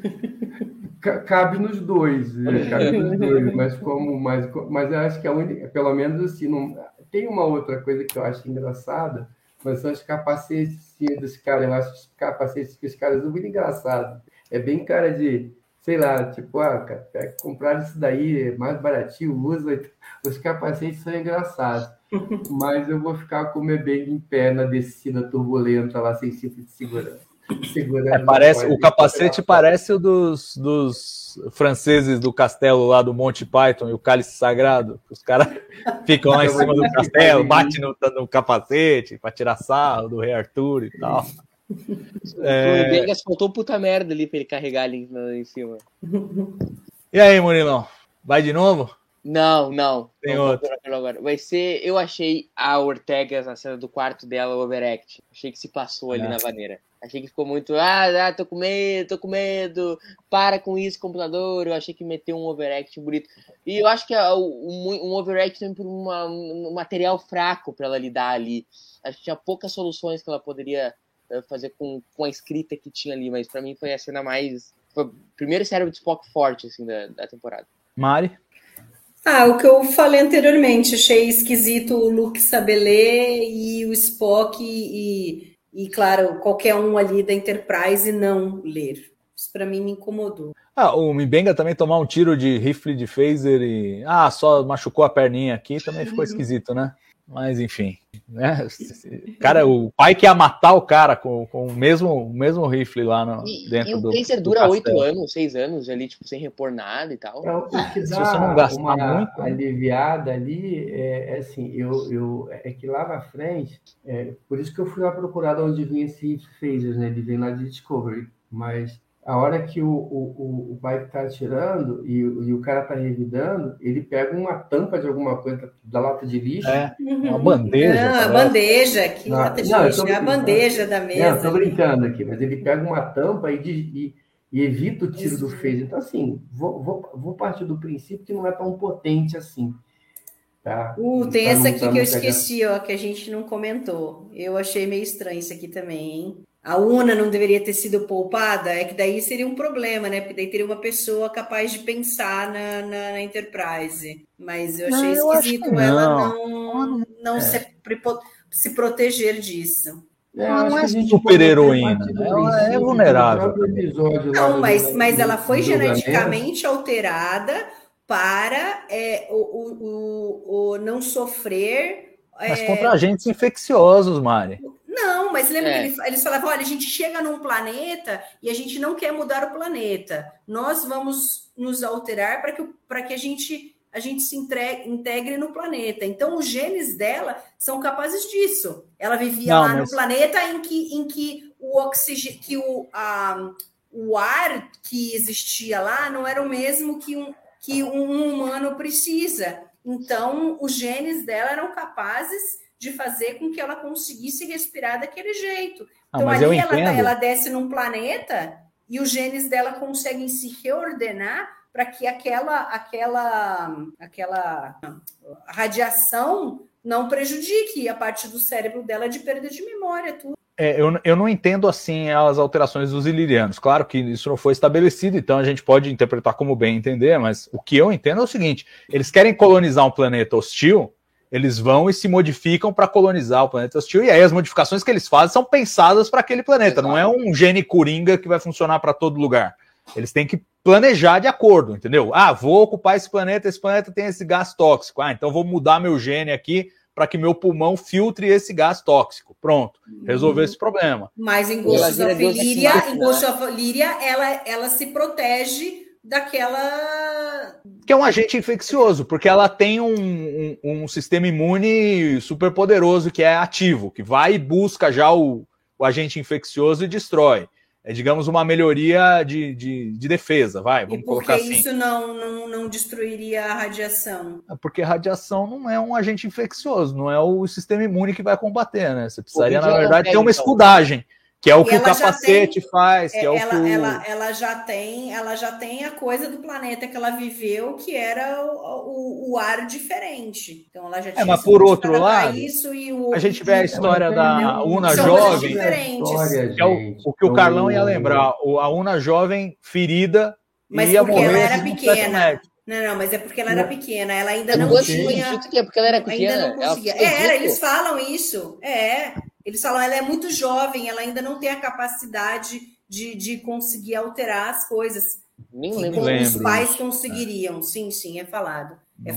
Cabe nos dois, mas eu acho que a única, pelo menos assim, não, tem uma outra coisa que eu acho engraçada, mas são os capacetes dos caras. Eu acho os capacetes que os caras usam muito engraçado. É bem cara de, sei lá, tipo, cara, comprar isso daí, é mais baratinho, usa. Os capacetes são engraçados. Mas eu vou ficar com o M'Benga em pé na descida turbulenta lá, sem cinto de segurança. O capacete parece o dos franceses do castelo lá do Monty Python e o Cálice Sagrado. Os caras ficam lá em cima do castelo, batem no capacete para tirar sarro do Rei Arthur e tal. O M'Benga faltou puta merda ali para ele carregar ali em cima. E aí, Murilão? Vai de novo? Não. Tem outro. Agora. Vai ser... Eu achei a Ortega, na cena do quarto dela, overact. Achei que se passou ali na vaneira. Achei que ficou muito... tô com medo. Para com isso, computador. Eu achei que meteu um overact bonito. E eu acho que um overact também por um material fraco para ela lidar ali. Acho que tinha poucas soluções que ela poderia fazer com a escrita que tinha ali. Mas para mim foi a cena mais... Foi o primeiro cérebro de Spock forte, assim, da temporada. Mari? O que eu falei anteriormente, achei esquisito o Luke saber ler e o Spock e claro, qualquer um ali da Enterprise não ler. Isso para mim me incomodou. O M'Benga também tomar um tiro de rifle de phaser e só machucou a perninha aqui, também ficou esquisito, né? Mas, enfim, né? Cara, o pai que ia matar o cara com o mesmo rifle lá dentro do. E o Tracer dura 8 anos, 6 anos ali, tipo, sem repor nada e tal. O que se dá você não gastar uma muito, aliviada ali assim, é que lá na frente, por isso que eu fui lá procurar onde vinha esse Phasers, né? Ele vem lá de Discovery, mas a hora que o bike está atirando e o cara está revidando, ele pega uma tampa de alguma coisa da lata de lixo. Uma bandeja. Não, a bandeja, que lata de lixo, é a bandeja da mesa. Estou brincando aqui, mas ele pega uma tampa e evita o tiro do phaser. Então, assim, vou partir do princípio que não é tão potente assim. Tá? Tem essa aqui que eu esqueci, ó, que a gente não comentou. Eu achei meio estranho isso aqui também, hein? A Una não deveria ter sido poupada, é que daí seria um problema, né? Porque daí teria uma pessoa capaz de pensar na Enterprise. Mas eu achei esquisito ela não se proteger disso. Ela não é super-heroína, ela é vulnerável. Não, mas ela foi geneticamente alterada para o não sofrer... Mas contra agentes infecciosos, Mari. Não, mas lembra que eles falavam, olha, a gente chega num planeta e a gente não quer mudar o planeta. Nós vamos nos alterar para que a gente se integre no planeta. Então, os genes dela são capazes disso. Ela vivia no planeta em que o oxigênio, que o ar que existia lá não era o mesmo que um humano precisa. Então, os genes dela eram capazes de fazer com que ela conseguisse respirar daquele jeito. Então, ali ela desce num planeta e os genes dela conseguem se reordenar para que aquela radiação não prejudique a parte do cérebro dela de perda de memória, tudo. Eu não entendo assim as alterações dos ilirianos. Claro que isso não foi estabelecido, então a gente pode interpretar como bem entender, mas o que eu entendo é o seguinte: eles querem colonizar um planeta hostil, eles vão e se modificam para colonizar o planeta hostil, e aí as modificações que eles fazem são pensadas para aquele planeta. Não é um gene coringa que vai funcionar para todo lugar. Eles têm que planejar de acordo, entendeu? Vou ocupar esse planeta tem esse gás tóxico. Então vou mudar meu gene aqui para que meu pulmão filtre esse gás tóxico. Pronto, resolver esse problema. Mas em Ghosts of Lyria, ela se protege daquela... Que é um agente infeccioso, porque ela tem um sistema imune super poderoso que é ativo, que vai e busca já o agente infeccioso e destrói. É, digamos, uma melhoria de defesa, vamos colocar assim. E por que isso não destruiria a radiação? Porque radiação não é um agente infeccioso, não é o sistema imune que vai combater, né? Você precisaria, na verdade, ter uma escudagem, que é o que o capacete faz, que é o que ela já tem a coisa do planeta que ela viveu, que era o ar diferente. Então ela já tinha mas por outro lado, a gente vê a história da Una jovem, que é o que o Carlão ia lembrar, a Una jovem ferida mas ia porque morrer. Ela era pequena. Não, mas é porque ela era pequena, ela ainda não tinha... Porque ela era pequena. Ainda não conseguia. Eles falam isso. Eles falam, ela é muito jovem, ela ainda não tem a capacidade de conseguir alterar as coisas. Nem lembro. Os pais conseguiriam. Sim, é falado.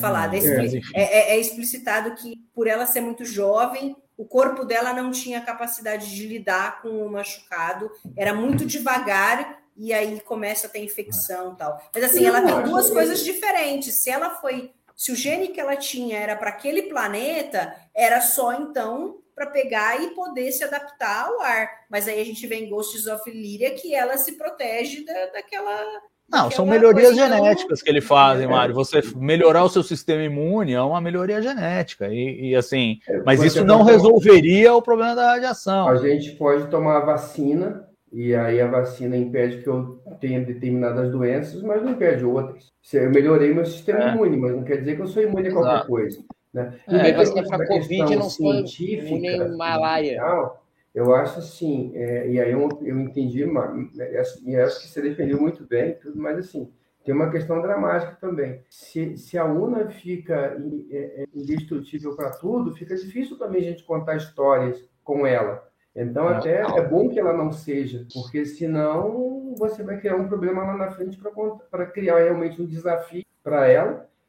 É explicitado que, por ela ser muito jovem, o corpo dela não tinha capacidade de lidar com o machucado, era muito devagar, e aí começa a ter infecção e tal. Mas assim, ela tem duas coisas diferentes. Se o gene que ela tinha era para aquele planeta, era só então para pegar e poder se adaptar ao ar. Mas aí a gente vê em Ghosts of Lyria que ela se protege daquela... Não, são melhorias genéticas que ele faz, Mário. Você melhorar o seu sistema imune é uma melhoria genética. E assim, mas isso não resolveria o problema da radiação. A gente pode tomar a vacina, e aí a vacina impede que eu tenha determinadas doenças, mas não impede outras. Eu melhorei meu sistema imune, mas não quer dizer que eu sou imune a qualquer coisa. Né? Vacina para Covid não sou imune em malária. Eu acho assim, e aí eu entendi, e acho que você defendeu muito bem, tudo, mas assim, tem uma questão dramática também. Se a Una fica indestrutível para tudo, fica difícil também a gente contar histórias com ela. Então, até é bom que ela não seja, porque senão você vai criar um problema lá na frente para criar realmente um desafio para ela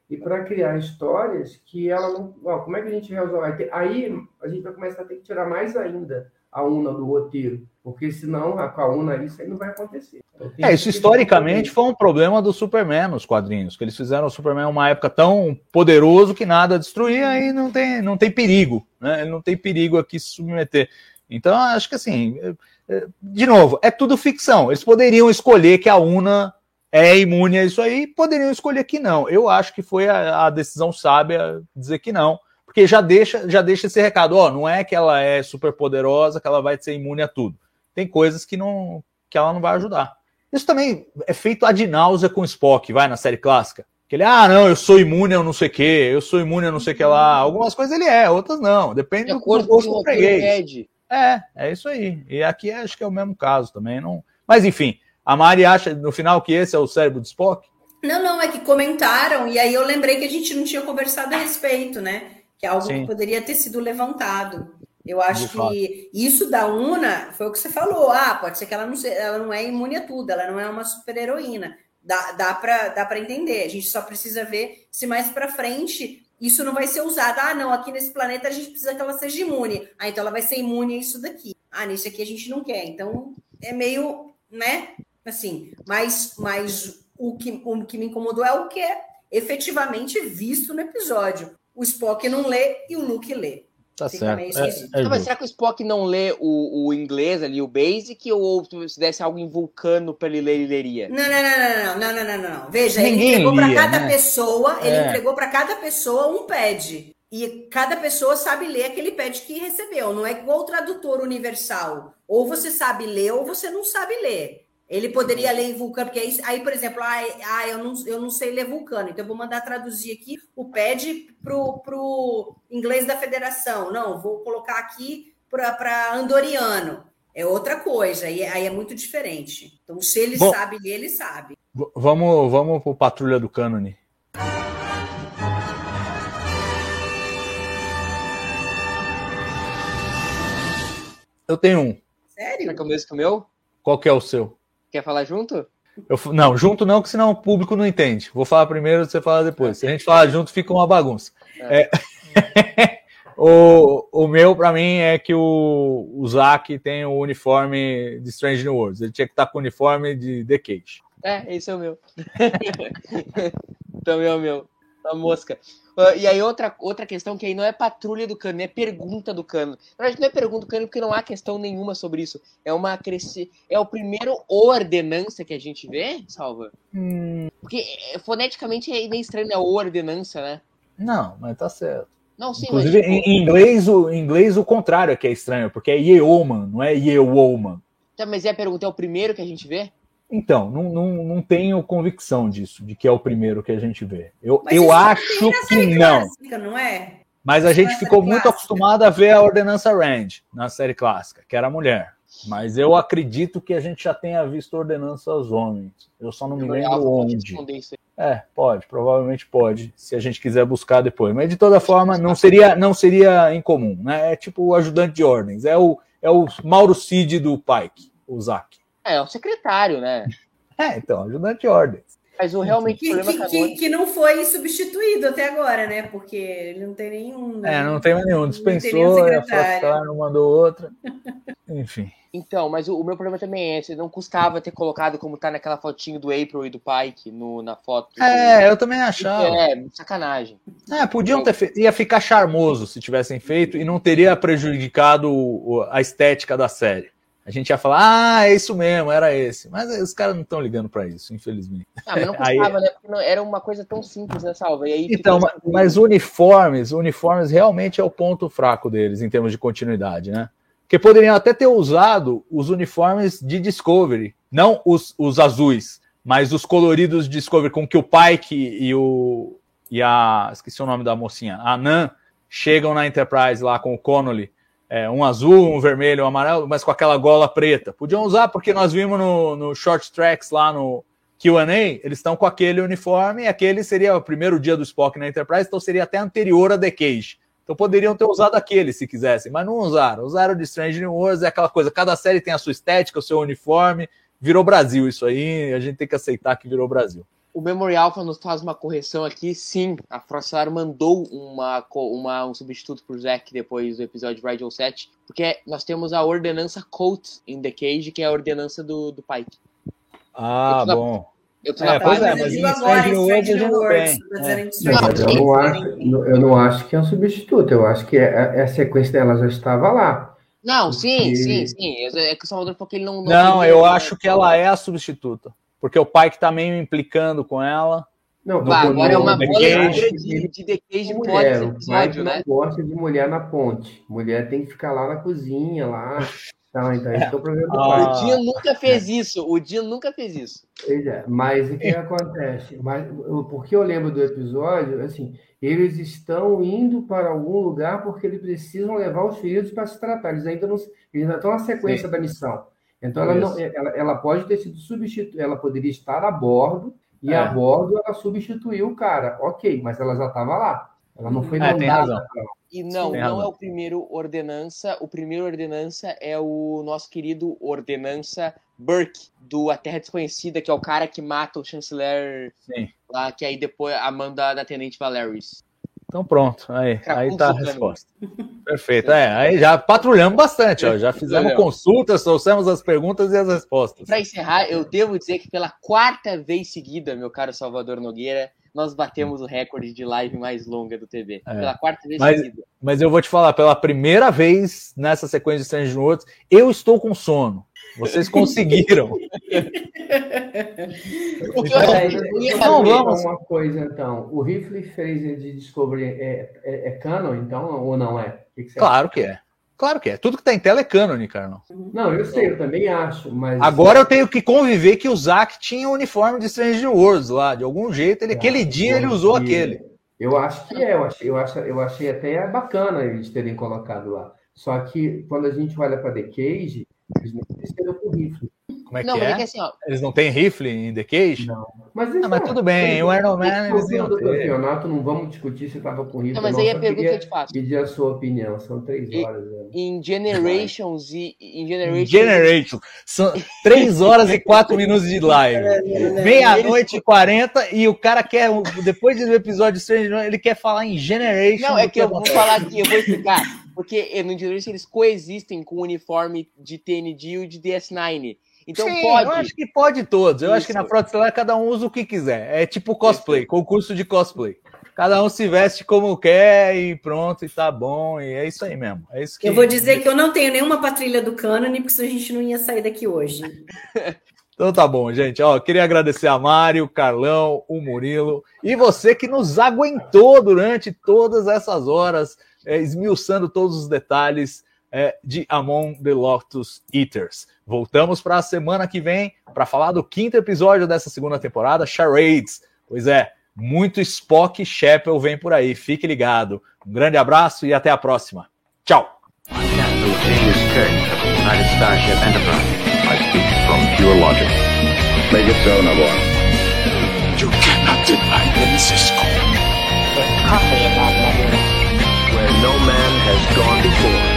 e para criar histórias que ela não... como é que a gente resolve? Aí a gente vai começar a ter que tirar mais ainda a Una do roteiro, porque senão com a Una isso aí não vai acontecer. Então, isso historicamente foi um problema do Superman nos quadrinhos, que eles fizeram o Superman uma época tão poderoso que nada destruía e não tem perigo, né? Ele não tem perigo aqui se submeter. Então, acho que assim, de novo, é tudo ficção. Eles poderiam escolher que a Una é imune a isso aí, poderiam escolher que não. Eu acho que foi a decisão sábia dizer que não, porque já deixa esse recado, não é que ela é super poderosa, que ela vai ser imune a tudo. Tem coisas que ela não vai ajudar. Isso também é feito ad náusea com o Spock, vai, na série clássica. Que ele, não, eu sou imune a não sei o que, eu sou imune a não sei o que lá. Algumas coisas ele outras não. Depende do gosto do freguês. É isso aí. E aqui acho que é o mesmo caso também. Não... Mas enfim, a Mari acha no final que esse é o cérebro do Spock? Não, é que comentaram, e aí eu lembrei que a gente não tinha conversado a respeito, né? Que é algo que poderia ter sido levantado. Eu acho que isso da Una foi o que você falou. Pode ser que ela não é imune a tudo, ela não é uma super-heroína. Dá para entender. A gente só precisa ver se mais para frente isso não vai ser usado. Não, aqui nesse planeta a gente precisa que ela seja imune. Então ela vai ser imune a isso daqui. Nesse aqui a gente não quer. Então é meio, né? Assim, mas o que me incomodou é o que é efetivamente visto no episódio. O Spock não lê e o Luke lê. Tá Fica certo. Mas será que o Spock não lê o inglês ali, o Basic, ou se desse algo em Vulcano para ele ler, ele leria? Não. Veja, ninguém ele entregou para cada né? pessoa, ele entregou para cada pessoa um pad. E cada pessoa sabe ler aquele pad que recebeu. Não é igual o tradutor universal. Ou você sabe ler ou você não sabe ler. Ele poderia ler em Vulcano, porque aí, por exemplo, eu não sei ler Vulcano, então eu vou mandar traduzir aqui o pad pro inglês da federação. Não, vou colocar aqui para andoriano. É outra coisa, aí é muito diferente. Então, se ele sabe ler, ele sabe. Vamos pro Patrulha do Cânone. Eu tenho um. Sério? Será que é o mesmo que o meu? Qual que é o seu? Quer falar junto? Não, junto não, que senão o público não entende. Vou falar primeiro, você fala depois. Se a gente falar junto, fica uma bagunça. O meu, pra mim, é que o Zack tem o uniforme de Strange New Worlds. Ele tinha que estar com o uniforme de The Cage. Esse é o meu. Também é o meu. A mosca. E aí outra questão que aí não é patrulha do Cano, é pergunta do Cano. Na verdade não é pergunta do Cano porque não há questão nenhuma sobre isso. É o primeiro ordenança que a gente vê, Salva? Porque foneticamente é meio estranho, é ordenança, né? Não, mas tá certo. Não, sim, inclusive, mas, tipo... em inglês o contrário é que é estranho, porque é Yeoman, não é Yeoman. Tá, mas a pergunta é o primeiro que a gente vê? Então, não tenho convicção disso, de que é o primeiro que a gente vê. Eu acho que não. Clássica, não é? Mas a gente ficou muito acostumado a ver a Ordenança Rand na série clássica, que era a mulher. Mas eu acredito que a gente já tenha visto Ordenanças Homens. Eu só não me lembro onde. Provavelmente pode, se a gente quiser buscar depois. Mas de toda forma, não seria incomum, né? É tipo o ajudante de ordens. É o Mauro Cid do Pike, o Zack. É o secretário, né? Então, ajudante de ordens. Mas o realmente problema que não foi substituído até agora, né? Porque ele não tem nenhum. Não tem mais nenhum. Dispensou, não mandou outra. Enfim. Então, mas o meu problema também é esse. Não custava ter colocado como tá naquela fotinho do April e do Pike na foto. Eu também achava. Sacanagem. Podiam ter feito. Ia ficar charmoso se tivessem feito e não teria prejudicado a estética da série. A gente ia falar, é isso mesmo, era esse. Mas os caras não estão ligando para isso, infelizmente. Mas não custava, né? Porque era uma coisa tão simples, né, Salva? E aí então, mas uniformes realmente é o ponto fraco deles, em termos de continuidade, né? Porque poderiam até ter usado os uniformes de Discovery, não os azuis, mas os coloridos de Discovery, com que o Pike esqueci o nome da mocinha, a Nan, chegam na Enterprise lá com o Connolly, um azul, um vermelho, um amarelo, mas com aquela gola preta. Podiam usar, porque nós vimos no Short Tracks lá no Q&A, eles estão com aquele uniforme, e aquele seria o primeiro dia do Spock na Enterprise, então seria até anterior a The Cage. Então poderiam ter usado aquele, se quisessem, mas não usaram. Usaram de Strange New Worlds, é aquela coisa, cada série tem a sua estética, o seu uniforme, virou Brasil isso aí, a gente tem que aceitar que virou Brasil. O Memory Alpha nos faz uma correção aqui. Sim, a Frota Estelar mandou um substituto pro Zack depois do episódio de Rigel 7, porque nós temos a ordenança Colt in the Cage, que é a ordenança do Pike. Ah, bom. Eu tô na página. Mas em Strange Worlds a gente não tem. Eu não acho que é um substituto, eu acho que a sequência dela já estava lá. Não, sim. É que o Salvador falou que ele não... Não, eu acho que ela é a substituta. Porque o Pike tá meio implicando com ela. Não, agora é uma bola de The Cage pode ser episódio, né? Não gosta de mulher na ponte. Mulher tem que ficar lá na cozinha, lá... Então, esse é o problema do Pike. O Dean nunca fez isso. Mas o que acontece? Porque eu lembro do episódio, assim, eles estão indo para algum lugar porque eles precisam levar os feridos para se tratar. Eles ainda estão na sequência da missão. Então, ela pode ter sido substituída, ela poderia estar a bordo, e a bordo ela substituiu o cara. Ok, mas ela já estava lá. Ela não foi mandada. E não é o primeiro ordenança. O primeiro ordenança é o nosso querido Ordenança Burke, do A Terra Desconhecida, que é o cara que mata o chanceler lá, que aí depois a mão da Tenente Valeris. Então pronto, aí tá a resposta. Perfeito, aí já patrulhamos bastante, ó, já fizemos consultas, trouxemos as perguntas e as respostas. Para encerrar, eu devo dizer que pela 4ª vez seguida, meu caro Salvador Nogueira, nós batemos o recorde de live mais longa do TV. Pela 4ª vez seguida. Mas eu vou te falar, pela primeira vez nessa sequência de Strange Worlds, eu estou com sono. Vocês conseguiram. Então, vamos. Uma coisa, então. O Rifle Fraser de Discovery é canon, então, ou não é? Claro que é. Claro que é. Tudo que tá em tela é canon, Carlão. Não, eu sei, eu também acho, mas... Agora eu tenho que conviver que o Zack tinha o uniforme de Strange Worlds lá. De algum jeito, aquele dia ele usou aquele. Eu acho que eu achei até bacana eles terem colocado lá. Só que, quando a gente olha para The Cage, eles não esqueceram com o rifle. Como é que é? Assim, ó, eles não têm rifle em The Cage? Não. Mas tudo bem, o Iron Man eles iam ter. Campeonato, não vamos discutir se estava com rifle. Não, mas aí a pergunta que eu te faço. Pedir a sua opinião, são 3 horas. Em Generations são 3 horas e 4 minutos de live. Meia-noite e 40 e o cara quer, depois do episódio Strange, ele quer falar em Generations. Não, é que eu vou falar aqui, eu vou explicar. Porque no Generations eles coexistem com o uniforme de TNG e o de DS9. Então sim, pode. Eu acho que pode todos. Eu acho que na Frota Estelar cada um usa o que quiser. É tipo cosplay, concurso de cosplay. Cada um se veste como quer e pronto, e tá bom. E é isso aí mesmo. É isso que... Eu vou dizer que eu não tenho nenhuma patrulha do cânone, porque senão a gente não ia sair daqui hoje. Então tá bom, gente. Ó, queria agradecer a Mário, o Carlão, o Murilo e você que nos aguentou durante todas essas horas, esmiuçando todos os detalhes de Among the Lotus Eaters. Voltamos para a semana que vem para falar do 5º episódio dessa segunda temporada, Charades. Pois é, muito Spock e Chapel vem por aí. Fique ligado. Um grande abraço e até a próxima. Tchau. You cannot deny them, Cisco. There's coffee in that nebula. Where no man has gone before.